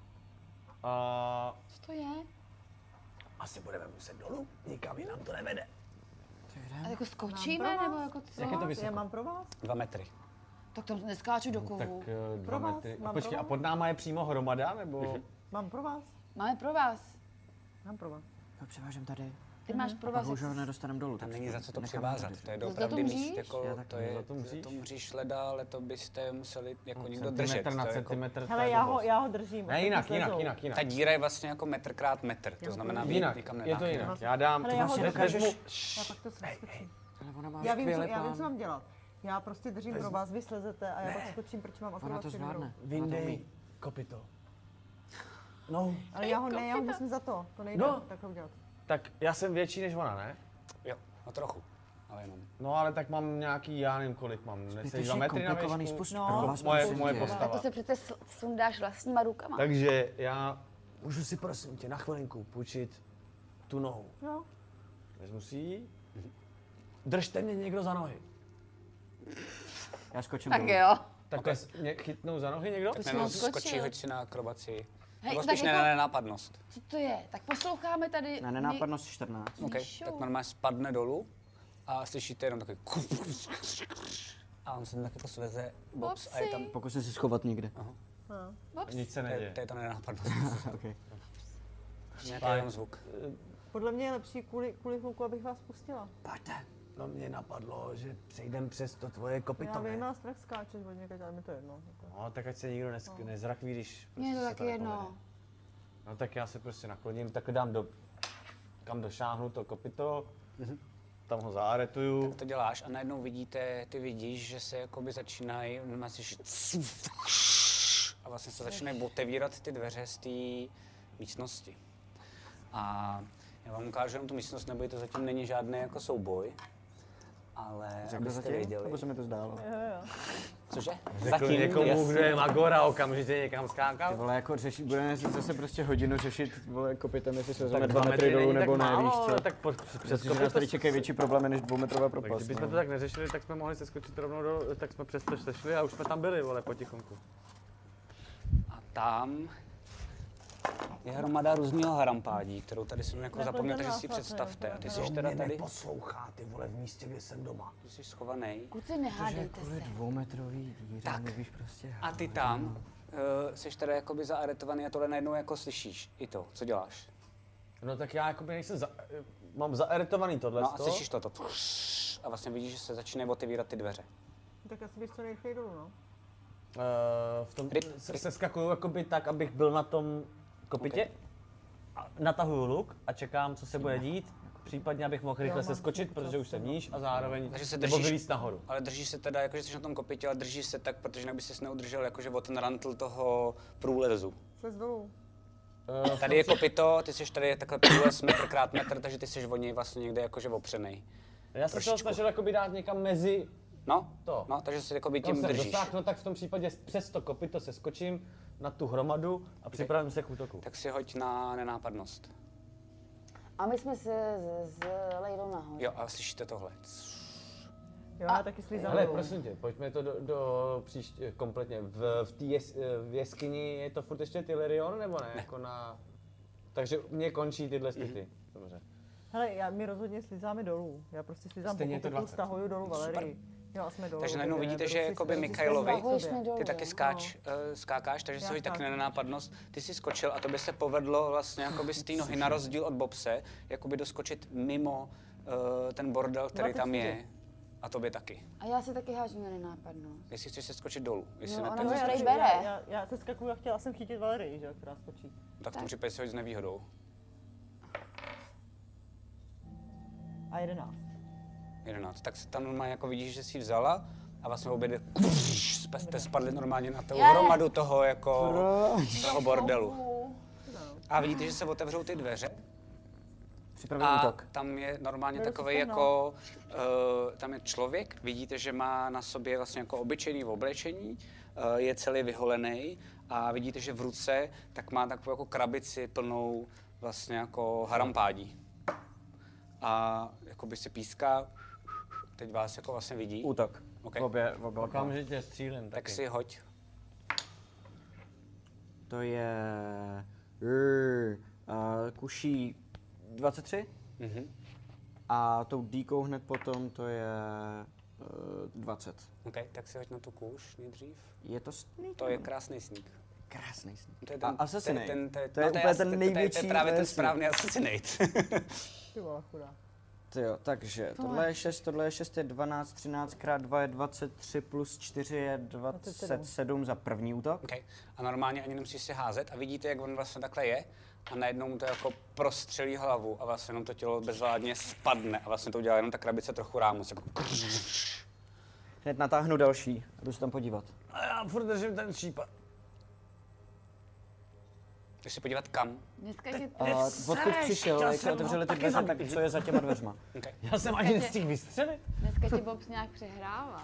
A Co to je? Asi budeme muset dolů, nikam jinam to nevede. A jako skočíme, nebo jako co? jak je to vysoko? Já mám pro vás? 2 metry. Tak tam neskáču do Tak kovu. 2 Pro vás, metry. A mám počkej, pro a vás? pod náma je přímo hromada, nebo? Mám pro vás? Máme pro vás. Mám pro vás. To přivážem tady. Ty máš pro A vás. bohužel nedostaneme dolů. Tam tak není za co to necháme přivázat, tady. to je Za to doopravdy mříž? míst, jako, Já tak to je za to mříž? to mříž leda, ale to byste museli jako někdo Centimetr držet. na to je jako, centimetr. to Hele, je já blbost. ho držím. Ne, ostatní jinak. slezou. ta díra je vlastně jako metr krát metr, to znamená, vy Jinak, nikam je to nedáte. jinak. Já dám, Hele, já ho vlastně držím. dokážeš- Já pak to skočím. Ale ona má Já vím, skvělý já vím, plán. co mám dělat. Já prostě držím pro vás, vy slezete a já pak skočím, protože mám Ona akorát to figuru. zvládne. Vyndej kopyto. No, Ale já ho musím za to, to nejde No. takhle udělat. tak já jsem větší než ona, ne? Jo, no trochu, ale jenom. No ale tak mám nějaký, já nevím kolik mám, než 2 Zbytečně metry na komplikovaný výšku. způsob No. pro vás. Moje musím dělat. A postava. to se přece sundáš vlastníma rukama. Takže já můžu si prosím tě na chvilinku půjčit tu nohu. Jo. vezmu si ji. Držte mě někdo za nohy. Já skočím Tak dolů. jo. Takhle mě chytnou za nohy někdo? Tak jsi jenom moc skočil. skočí, hoď si na akrobaci. Hej, Nebo tak spíš jako- na nenápadnost. Co to je? Tak posloucháme tady. Na nenápadnost 14. OK, tak normálně spadne dolů a slyšíte jenom takový a on se tam tak jako sveze bops a je tam, Pokusím se schovat někde. Nic se to je neděje. ta nenápadnost. Okay. Nějaký jenom zvuk. Podle mě je lepší kvůli chvilku, abych vás pustila. Pojďte. No mě napadlo, že přejdem přes to tvoje kopyto, Já vím, ne? má strach skáčet od někud, ale mi to jedno. Jako. No, tak ať se nikdo nezrakví, když Mně je to se taky nepovede. jedno. No tak já se prostě nakloním, takhle dám kam došáhnu to kopyto, tam ho zaaretuju. To děláš a najednou ty vidíš, že se jakoby začínají, a vlastně se začínají otevírat ty dveře z té místnosti. A já vám ukážu jenom tu místnost, nebojte, zatím není žádný jako souboj. ale Řekl abyste zatím? věděli. Nebo se mi to zdálo? Cože? Řekl někomu, kdo je Magora, okamžitě někam Ty skákal. vole, jako budeme si zase prostě hodinu řešit, vole, kopitem, jestli se vezmeme Tak 2 metry dolů není nebo tak ne, málo, víš co? ale tak přes Protože nás tady čekají větší problémy než 2metrová propast. Kdybychom to tak neřešili, tak jsme mohli seskočit rovnou do, tak jsme přesto sešli a už jsme tam byli, vole, potichonku. A tam je hromada různýho harampádí, kterou tady jsem jako zapomněl, takže si ji představte. A ty jsi teda tady, Poslouchá, ty vole, v místě, kde jsem doma. ty jsi schovaný. Kluci, nehádejte Kvůli se. 2metrový díře, Tak. mluvíš prostě. A ty tam jsi teda jakoby zaaretovaný a tohle najednou jako slyšíš i to, co děláš. No tak já jakoby nejsem mám zaeritovaný tohle. No a slyšíš to a vlastně vidíš, že se začínají otevírat ty dveře. Tak asi bys co nejrychleji dolů, no. V tom Ryb. se skakuju jakoby tak, abych byl na tom kopitě. A natahuju luk a čekám, co se bude dít. Případně, abych mohl rychle seskočit, protože už jsem níž a zároveň Takže se nebo držíš- vylízt nahoru. Ale držíš se teda, jakože jsi na tom kopitě, ale držíš se tak, protože jinak by ses neudržel jakože o ten rantl toho průlezu. Slez dolů. Tady je kopito, ty jsi tady takhle průlez metr krát metr, takže ty jsi o něj vlastně někde jakože opřenej. Já jsem se ho trošičku. snažil jakoby dát někam mezi No, to. no, takže si jakoby Kam tím jsem držíš. dosáhl, no tak v tom případě přes to kopito se skočím na tu hromadu a připravím se k útoku. Tak si hoď na nenápadnost. A my jsme se s Lejdou nahoře. Jo, a slyšíte tohle. Jo, já taky slízám Hele, dolů. prosím tě, pojďme to do příště, kompletně. V té v jeskyni je to furt ještě Tylerion, nebo ne? Jako na... Takže mě končí tyhle styky. Dobře. Hele, my rozhodně slízáme dolů. Já prostě slízám Stejně po je to kopitu, 20. stahuju dolů Valerii. Jo, a jsme dolů. Takže najednou vidíte, že prostě jakoby jsme Michailovi, Stahuješ mě dolů, ty taky skákáš, takže Já si hoď taky skáču. na nenápadnost. Ty jsi skočil a to by se povedlo vlastně jakoby z té nohy na rozdíl od Bobse, jakoby doskočit mimo ten bordel, který tam je. A tobě taky. A já se taky hážu na nenápadnost. Jestli chceš se skočit dolů. Jestli No, ne, ona tak, mě se prej skočit, bere. Já se skakuju a chtěla jsem chytit Valerii, že jo, která skočí. tak v tom případě si hoď s nevýhodou. A 11. 11. Tak se tam normálně jako vidíš, že jsi ji vzala a vlastně obě dvě jste spadli normálně na tu Je. hromadu toho jako toho bordelu. No. A vidíte, že se otevřou ty dveře Připravil a útok. tam je normálně Beru takový si jako, tam je člověk, vidíte, že má na sobě vlastně jako obyčejný oblečení, je celý vyholený a vidíte, že v ruce tak má takovou jako krabici plnou vlastně jako harampádí. A jako by si píská, teď vás jako vlastně vidí. Útok. OK. Obě okolo. Okamžitě střílím Tak taky. si hoď. To je... kuší 23. Mhm. A tou díkou hned potom to je 20. OK, tak si hoď na tu kůž nejdřív. Je to sneak? To je krásný sník. Krásný sneak. To je A Assassinate. to je úplně ten největší. To je právě ten vlastně. správný Assassinate. Ty vole, chudá. Jo, takže tohle je 6, tohle je 6, je 12, 13 krát 2 je 23, plus 4 je 27 za první útok. Okay. A normálně ani nemusíš si házet a vidíte, jak on vlastně takhle je a najednou mu to jako prostřelí hlavu a vlastně jenom to tělo bezvládně spadne a vlastně to udělá jenom ta krabice trochu rámus. Jako... Hned natáhnu další a jdu se tam podívat. A já furt držím ten šípa. Jdeš se podívat kam? Dneska ti A odkud přišel, jak se otevřeli ty dveře, tak co je za těma dveřma? Okay. Já jsem ani nestihl vystřelit. Dneska ti Bobs nějak přehrává.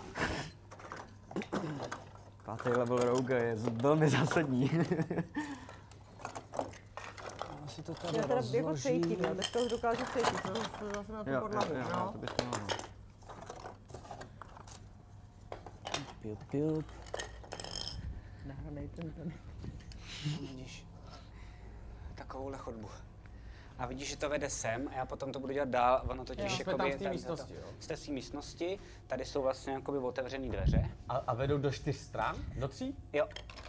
5. level Rogue je velmi zásadní. Asi to tady Já teda jako cítím, jo, teďka už dokážu cítit, to zase na tu podlahu, no. to bys to mohlo. Nahranej ten zem. Vidíš takovouhle chodbu. A vidíš, že to vede sem a já potom to budu dělat dál. Ono totiž Jsme jakoby tam v té ta- místnosti, jo? Jste v té místnosti, tady jsou vlastně jakoby otevřené dveře. A vedou do 4 stran? Do 3? Jo.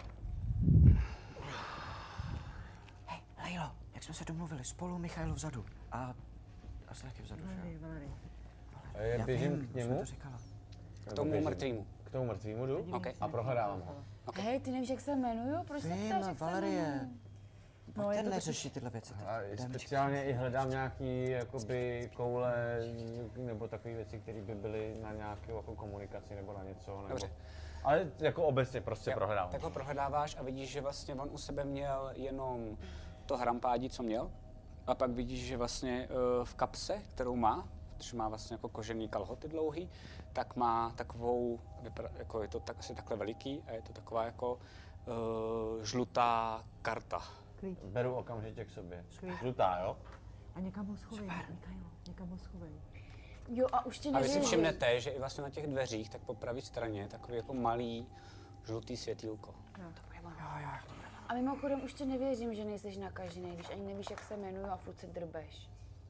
Hej, Lejlo, jak jsme se domluvili, spolu Michail vzadu a asi taky vzadu, že jo? Valerii. Já běžím k jsme němu. to říkala. K tomu Běžím. mrtvýmu. K tomu mrtvýmu jdu OK. a prohledávám ho. Hej, ty nevíš, jak se jmenuju? Proč se Vím, ptáš, jak se Valerie. jmenuju? No, je ten to neřeší tyhle věci. A speciálně i hledám nějaký jakoby koule nebo takové věci, které by byly na nějakou jako komunikaci nebo na něco. Nebo... Dobře. Ale jako obecně prostě Jo, prohledávám. Tak ho prohledáváš a vidíš, že vlastně on u sebe měl jenom to hrampádí, co měl. A pak vidíš, že vlastně v kapse, kterou má, protože má vlastně jako kožený kalhoty dlouhý, tak má takovou, jako je to tak, asi takhle veliký a je to taková jako žlutá karta. Klid. Beru okamžitě k sobě. Žlutá, jo? A někam ho schovej, Mikajlo, někam ho schovej. Jo, a už ti A vy si nevěří. všimnete, že i vlastně na těch dveřích, tak po pravé straně je takový jako malý žlutý světýlko. A mimochodem už ti nevěřím, že nejseš nakažený, když ani nevíš, jak se jmenuju a furt se drbeš.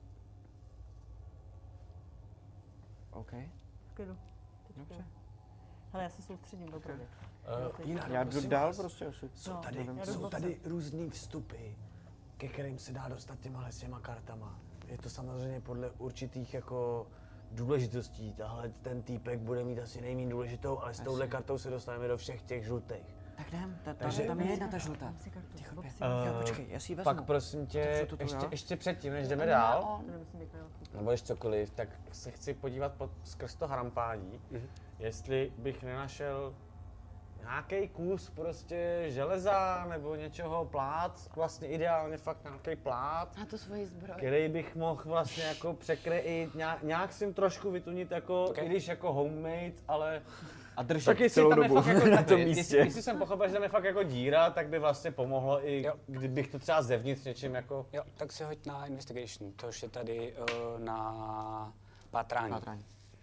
OK. V klidu. Dobře. Hele, já se soustředím opravdu. Jinak, Já jdu prosím dál vás, prostě asi. Jsou tady různý vstupy, ke kterým se dá dostat s těma kartama. Je to samozřejmě podle určitých jako důležitostí. Tahle ten týpek bude mít asi nejméně důležitou, ale s touhle kartou se dostaneme do všech těch žlutých. Tak jdem, tam je jedna ta žlutá. Ticho, běž. Jo, počkej, já si ji vezmu. Pak prosím tě, Tuto, ještě předtím, než jdeme dál, On. nebo ještě cokoliv, tak se chci podívat skrz to hrampádí, jestli bych nenašel nějaký kus prostě železa nebo něčeho, plát, vlastně ideálně fakt nějaký plát, Na tu svoji zbroj. který bych mohl vlastně jako překrýt, nějak si trošku vytunit jako, i když jako homemade, ale A držet tak jestli celou tam je dobu fakt jako na tom tady, místě. jestli jsem pochopil, že tam je fakt jako díra, tak by vlastně pomohlo i Jo. kdybych to třeba zevnitř něčím jako... Jo, tak si hoď na investigation, to už je tady na pátrání. Pátrání.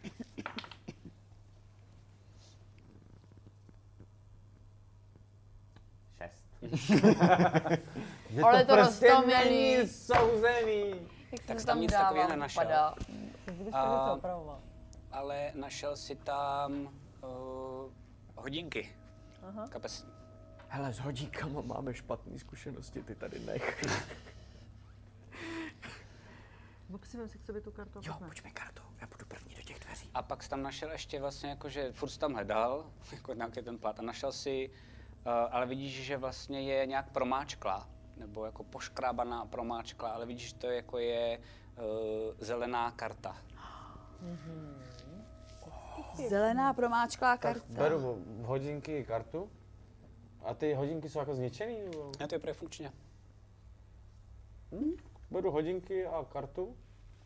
Ale to prostě roztomilý. není souzený. Jak Tak se tam nic takového dávám, nenašel. padá. Budeš A- to něco opravovat. Ale našel si tam hodinky. Kapesní. Hele, s hodíkama máme špatné zkušenosti, ty tady nech. Popřivím si k sobě tu kartu. Jo, pojď mi kartu, já budu první do těch dveří. A pak jsi tam našel ještě vlastně jako, že furt jsi tam hledal, jako nějaký ten plát a našel si, ale vidíš, že vlastně je nějak promáčklá, nebo jako poškrábaná promáčklá, ale vidíš, že to jako je zelená karta. Zelená promáčklá Tak karta. beru hodinky i kartu. A ty hodinky jsou jako zničený? Nebo? Ne, to je úplně funkčně. Beru hodinky a kartu.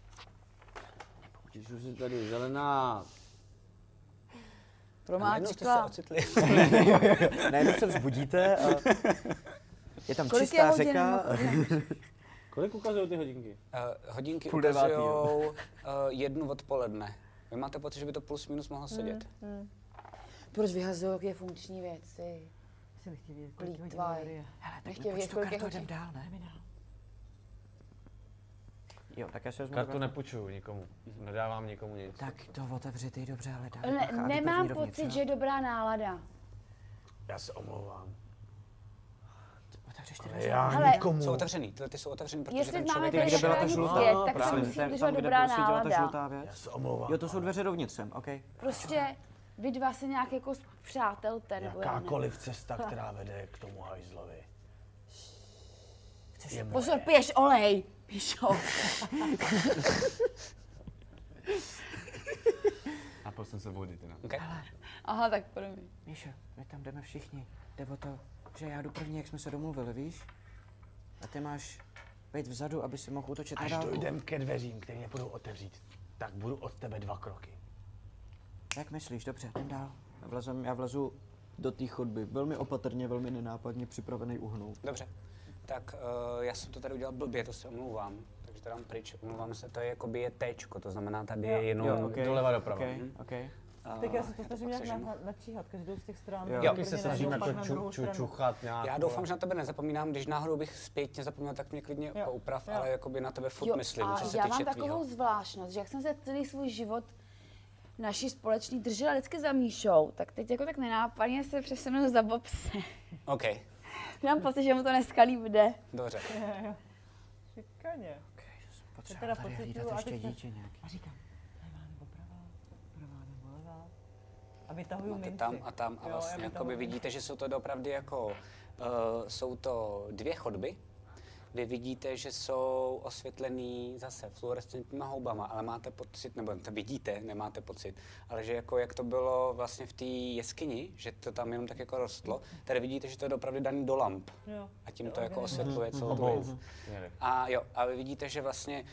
Píšu si tady zelená. Najednou jste se Promáčkla. ocitli. Najednou se vzbudíte a je tam Kolik je čistá hodin? řeka. Kolik ukazují ty hodinky? Hodinky Půl devátý, ukazujou 1 odpoledne. Vy máte pocit, že by to plus minus mohlo sedět? Proč vyhazují jaké funkční věci? Jsem nechtěl vědět, kolik hodin Plýtvaj. tady je. Hele, tak Nechtěl mi vědět, tu kolik je kartu, jdem hodin. dál, ne? Jo, tak já si vezmu Kartu nepůjčuju nikomu. Nedávám nikomu nic. Tak to otevři ty dobře, ale dávej Ne, bacha, aby nemám první dovnitř, pocit, jo? že je dobrá nálada. Já se omlouvám. Otevřeš ty Ale dveře. já Hele, nikomu. Jsou otevřený, tyhle ty jsou otevřený, protože Jestli ten máme člověk tady je kde byla ta chránit žlutá? svět, tak si Právě, myslím, tam, že je kde dobrá svítila ta nálada. žlutá Já věc. se omlouvám. Jo, to jsou dveře dovnitř sem, OK. Prostě vy dva se nějak jako zpřátelte, nebo já nevím. Jakákoliv cesta, která vede k tomu hajzlovi. Je moje. Pozor, piješ olej. Píšo. Napil jsem se vody teda. Okay. Aha, tak promiň. Míšo, my tam jdeme všichni. Jde o to, že já jdu první, jak jsme se domluvili, víš? A ty máš být vzadu, aby si mohl útočit na Až dálku. dojdem ke dveřím, které nepůjdou otevřít, tak budu od tebe 2 kroky. Jak myslíš? Dobře, jdem dál. Já vlezu do té chodby, velmi opatrně, velmi nenápadně připravený uhnout. Dobře, tak já jsem to tady udělal blbě, to se omlouvám. Takže to dám pryč, omlouvám se, to je jakoby je téčko, to znamená tady je jenom... Jo, OK. Doleva doprava. OK. Tak já se to snažím nějak seženu. načíhat, každou z těch stran. Jo. Taky se snažím Pak jako na druhou stranu. čuchat nějak. Já doufám, že na tebe nezapomínám, když náhodou bych zpětně zapomněl, tak mě klidně Jo, pouprav, jo. ale jakoby na tebe furt Jo, myslím, a co se já týče mám takovou tvýho. zvláštnost, že jak jsem se celý svůj život naší společný držela vždycky za Míšou, tak teď jako tak nenápadně se přesunu za Bobse. OK, Mám pocit, že mu to dneska líp jde. dobře. Šikaně. Potřeba tady pociťuju, hlídat a ještě teď se- dítě nějaký. A říkám, levá nebo pravá nebo levá. A vytahuju Máte minci. tam a tam a Jo, vlastně já jakoby vytahuju vidíte, že jsou to opravdu jako, jsou to 2 chodby. Vy vidíte, že jsou osvětlený zase fluorescentníma houbama, ale máte pocit, nebo to vidíte, nemáte pocit, ale že jako jak to bylo vlastně v té jeskyni, že to tam jenom tak jako rostlo, tady vidíte, že to je opravdu daný do lamp Jo. a tím to jako osvětluje celou tu věc. A jo, a vy vidíte, že vlastně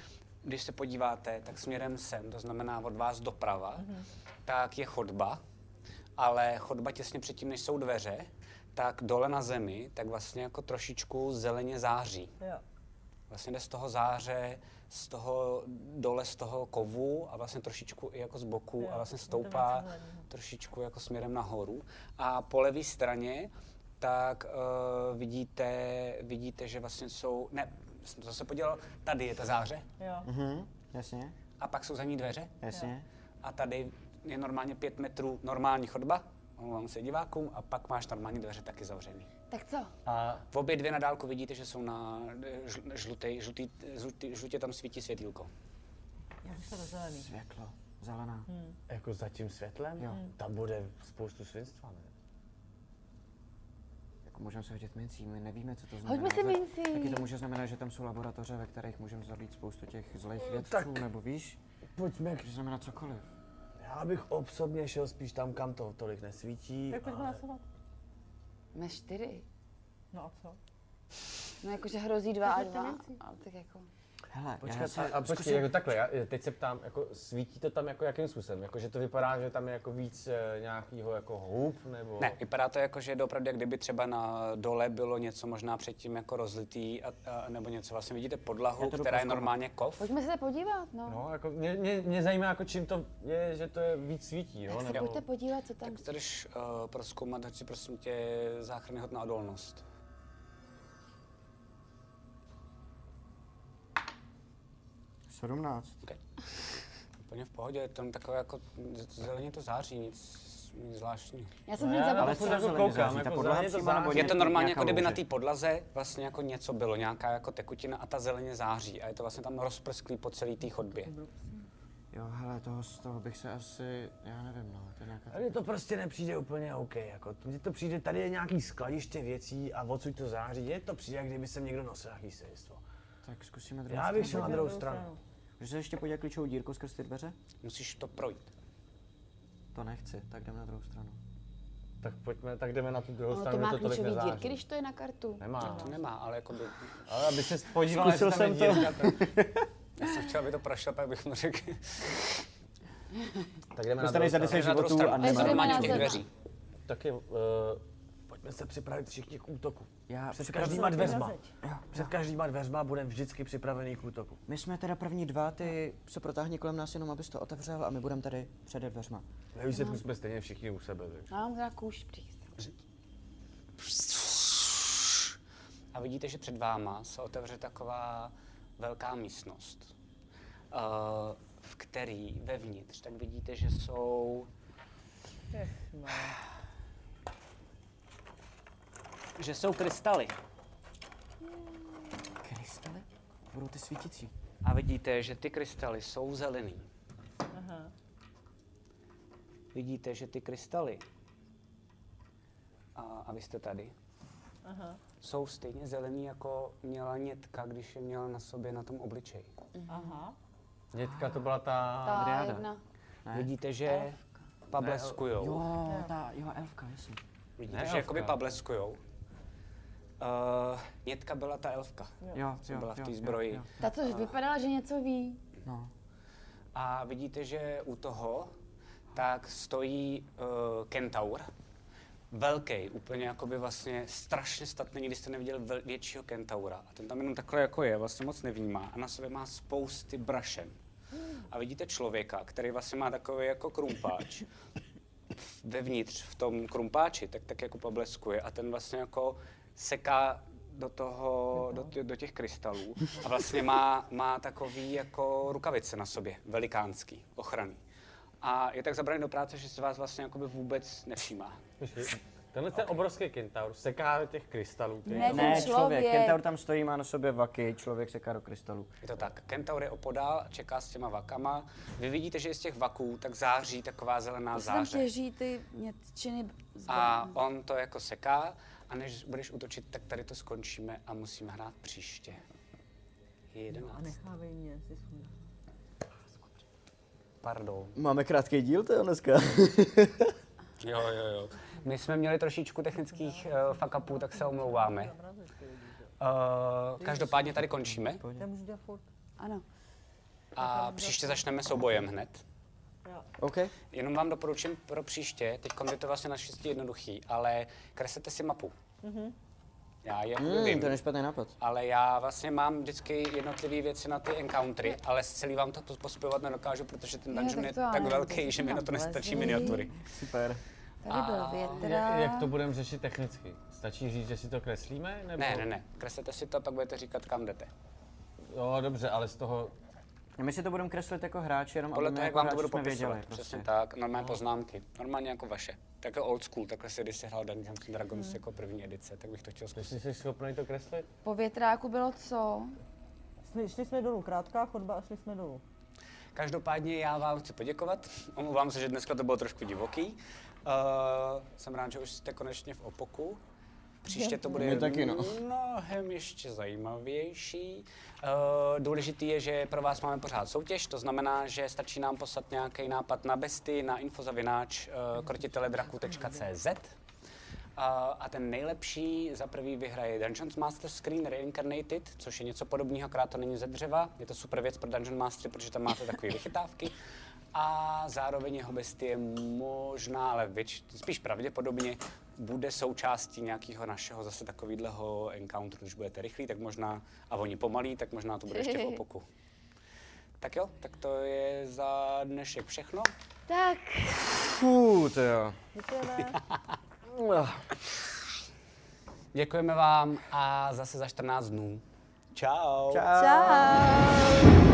když se podíváte, tak směrem sem, to znamená od vás doprava, tak je chodba, ale chodba těsně předtím, než jsou dveře, tak dole na zemi, tak vlastně jako trošičku zeleně září. Jo. Vlastně jde z toho záře, z toho dole z toho kovu a vlastně trošičku i jako z boku a vlastně stoupá trošičku jako směrem nahoru. A po levé straně tak vidíte, že vlastně jsou, ne, jsem to zase podělal, tady je ta záře. Jo. Jasně, A pak jsou za ní dveře. jasně. A tady je normálně 5 metrů normální chodba, omlouvám se divákům, a pak máš normální dveře taky zavřený. Tak co? A V obě dvě na dálku vidíte, že jsou na žlutě tam svítí světýlko. Já bych se do zelený. Světlo, zelená. jako za tím světlem, Jo. tam bude spoustu svinstva, ne? Jako můžeme se hodit mincí, my nevíme, co to znamená. Hoďme si mincí. Taky to může znamenat, že tam jsou laboratoře, ve kterých můžeme zabít spoustu těch zlých vědců, nebo víš? Pojďme, Může znamenat cokoliv. já bych osobně šel spíš tam, kam to tolik nesvítí. Tak pojďme hlasovat. Jsme 4. No a co? No jakože hrozí 2 a Tak 2, mincí. ale tak jako... Hele, Počkej, a počkej, jako takhle, já teď se ptám, jako svítí to tam jako jakým způsobem? Jako, že to vypadá, že tam je jako víc nějakýho jako hub, nebo... Ne, vypadá to jako, že je opravdu, jak kdyby třeba na dole bylo něco možná předtím jako rozlitý, nebo něco. Vlastně vidíte podlahu, která je normálně kov. Pojďme se podívat, no. No, jako mě zajímá, jako čím to je, že to je víc svítí, no, Tak se nebo... pojďte podívat, co tam... Tak chceš prozkoumat, hoď si prosím tě záchranný hod na odolnost. 17. Okay. Úplně v pohodě, je tam takové jako zeleně to září, nic zvláštního. Já jsem No, hned já zabavila. ale furt jako koukám, Ta jako podlaha zeleně to přímo, nebo září. Je to normálně, nějaká jako kdyby na louže. té podlaze vlastně jako něco bylo, nějaká jako tekutina a ta zeleně září a je to vlastně tam rozprsklý po celé té chodbě. Jo, hele, z toho bych se asi, já nevím, no, to je nějaká... Ale mně to prostě nepřijde úplně OK, jako mně to přijde, tady je nějaký skladiště věcí a odsud to září, mně to přijde, jak kdyby sem někdo nosil nějaký svědectvo. Tak zkusíme druhou Já bych šel na druhou stranu. Můžeš se ještě podívat klíčovou dírku skrz ty dveře? Musíš to projít. To nechci, tak jdem na druhou stranu. Tak pojďme, tak jdeme na tu druhou Ono stranu, to má kde to tolik klíčový nezáří. dírky, když to je na kartu. Nemá, To nemá, ale jako by... ale aby se podíval, jestli tam je Zkusil jsem dírka, tak... Já jsem chtěl, aby to prošel, pak bych mu řekl. Tak jdeme na Dostaneš za druhou 10 stranu. Na druhou životů stranu. a Takže jdeme Normálně na těch zem. dveří. Taky, Pojďme se připravit všichni k útoku. Já Před připravím- každýma dveřma. Jo, Před každýma dveřma budeme vždycky připravený k útoku. My jsme teda první dva, ty se protáhni kolem nás jenom, abys to otevřel a my budeme tady před dveřma. ve výsledku jsme stejně všichni u sebe, takže. Já mám teda kůž přístroj. A vidíte, že před váma se otevře taková velká místnost, v který vevnitř, tak vidíte, že jsou krystaly. Krystaly? Budou ty svítící. A vidíte, že ty krystaly jsou zelený. Vidíte, že ty krystaly, a vy jste tady, jsou stejně zelený, jako měla Nětka, když je měla na sobě na tom obličeji. Aha. Dětka to byla ta... Ta Driáda. jedna. Ne? Vidíte, že pableskujou. Jo, elfka, jasně. Vidíte, Ne že jakoby elfka. pableskujou. Nětka byla ta elfka, Jo, co byla v té zbroji. Ta, co vypadala, že něco ví. No. A vidíte, že u toho tak stojí kentaur. Velký, úplně jakoby vlastně strašně statný, nikdy jste neviděl většího kentaura. A ten tam jenom takhle jako je, vlastně moc nevnímá a na sobě má spousty brašen. A vidíte člověka, který vlastně má takový jako krumpáč. Vevnitř v tom krumpáči tak jako pobleskuje a ten vlastně jako seká do těch krystalů a vlastně má takový jako rukavice na sobě, velikánský, ochranný. A je tak zabraný do práce, že se vás vlastně jakoby vůbec nevšímá. Tenhle ten obrovský kentaur seká do těch krystalů. který- Ne, Ne, ten člověk. člověk. Kentaur tam stojí, má na sobě vaky, člověk seká do krystalu. Je to tak. Kentaur je opodál a čeká s těma vakama. Vy vidíte, že z těch vaků tak září taková zelená To se tam záře. těží ty nětčiny. A on to jako seká a než budeš útočit, tak tady to skončíme a musíme hrát příště. Je 11. A nechávej mě si sundat. Pardon. Máme krátký díl to dneska. Jo. My jsme měli trošičku technických fuck upů, tak se omlouváme. Každopádně tady končíme. To můžu dělat furt. Ano. A příště začneme soubojem hned. OK. Jenom vám doporučím pro příště, teď je to vlastně naštěstí jednoduchý, ale kreslete si mapu. Já je vím, to je špatný nápad. ale já vlastně mám vždycky jednotlivé věci na ty encountery, ale celý vám to pospěvat nedokážu, protože ten dungeon je tak velký, že mi na to nestačí miniatury. Super. Tady byl větra. Jak to budeme řešit technicky? Stačí říct, že si to kreslíme? Nebo... Ne. Kreslete si to, pak budete říkat, kam jdete. Jo, dobře, ale z toho... My si to budeme kreslit jako hráči, jenom Podle aby toho, my jak jako vám to hráči budu jsme popisovat. věděli. Přesně Prostě. tak, normální poznámky. Normálně jako vaše. Tak old school, takhle si když si hrál Dungeons & Dragons jako první edice, tak bych to chtěl zkusit. Jsi schopný to kreslit? Po větráku bylo co? Šli jsme dolů, krátká chodba a šli jsme dolů. Každopádně já vám chci poděkovat. Omlouvám se, že dneska to bylo trošku divoký. Jsem rád, že už jste konečně v Opoku. Příště to bude mnohem ještě zajímavější. Důležitý je, že pro vás máme pořád soutěž, to znamená, že stačí nám poslat nějaký nápad na besty na info@krotiteledraku.cz a ten nejlepší za prvý vyhraje Dungeons Master Screen Reincarnated, což je něco podobného, akorát to není ze dřeva. Je to super věc pro Dungeon Mastery, protože tam máte takové vychytávky. A zároveň jeho bestie možná, ale spíš pravděpodobně, bude součástí nějakého našeho zase takového encounteru, když budete rychlí, tak možná, a oni pomalí, tak možná to bude ještě v Opoku. Tak jo, tak to je za dnešek všechno. Tak. To jo. Děkujeme vám a zase za 14 dnů. Čau. Čau.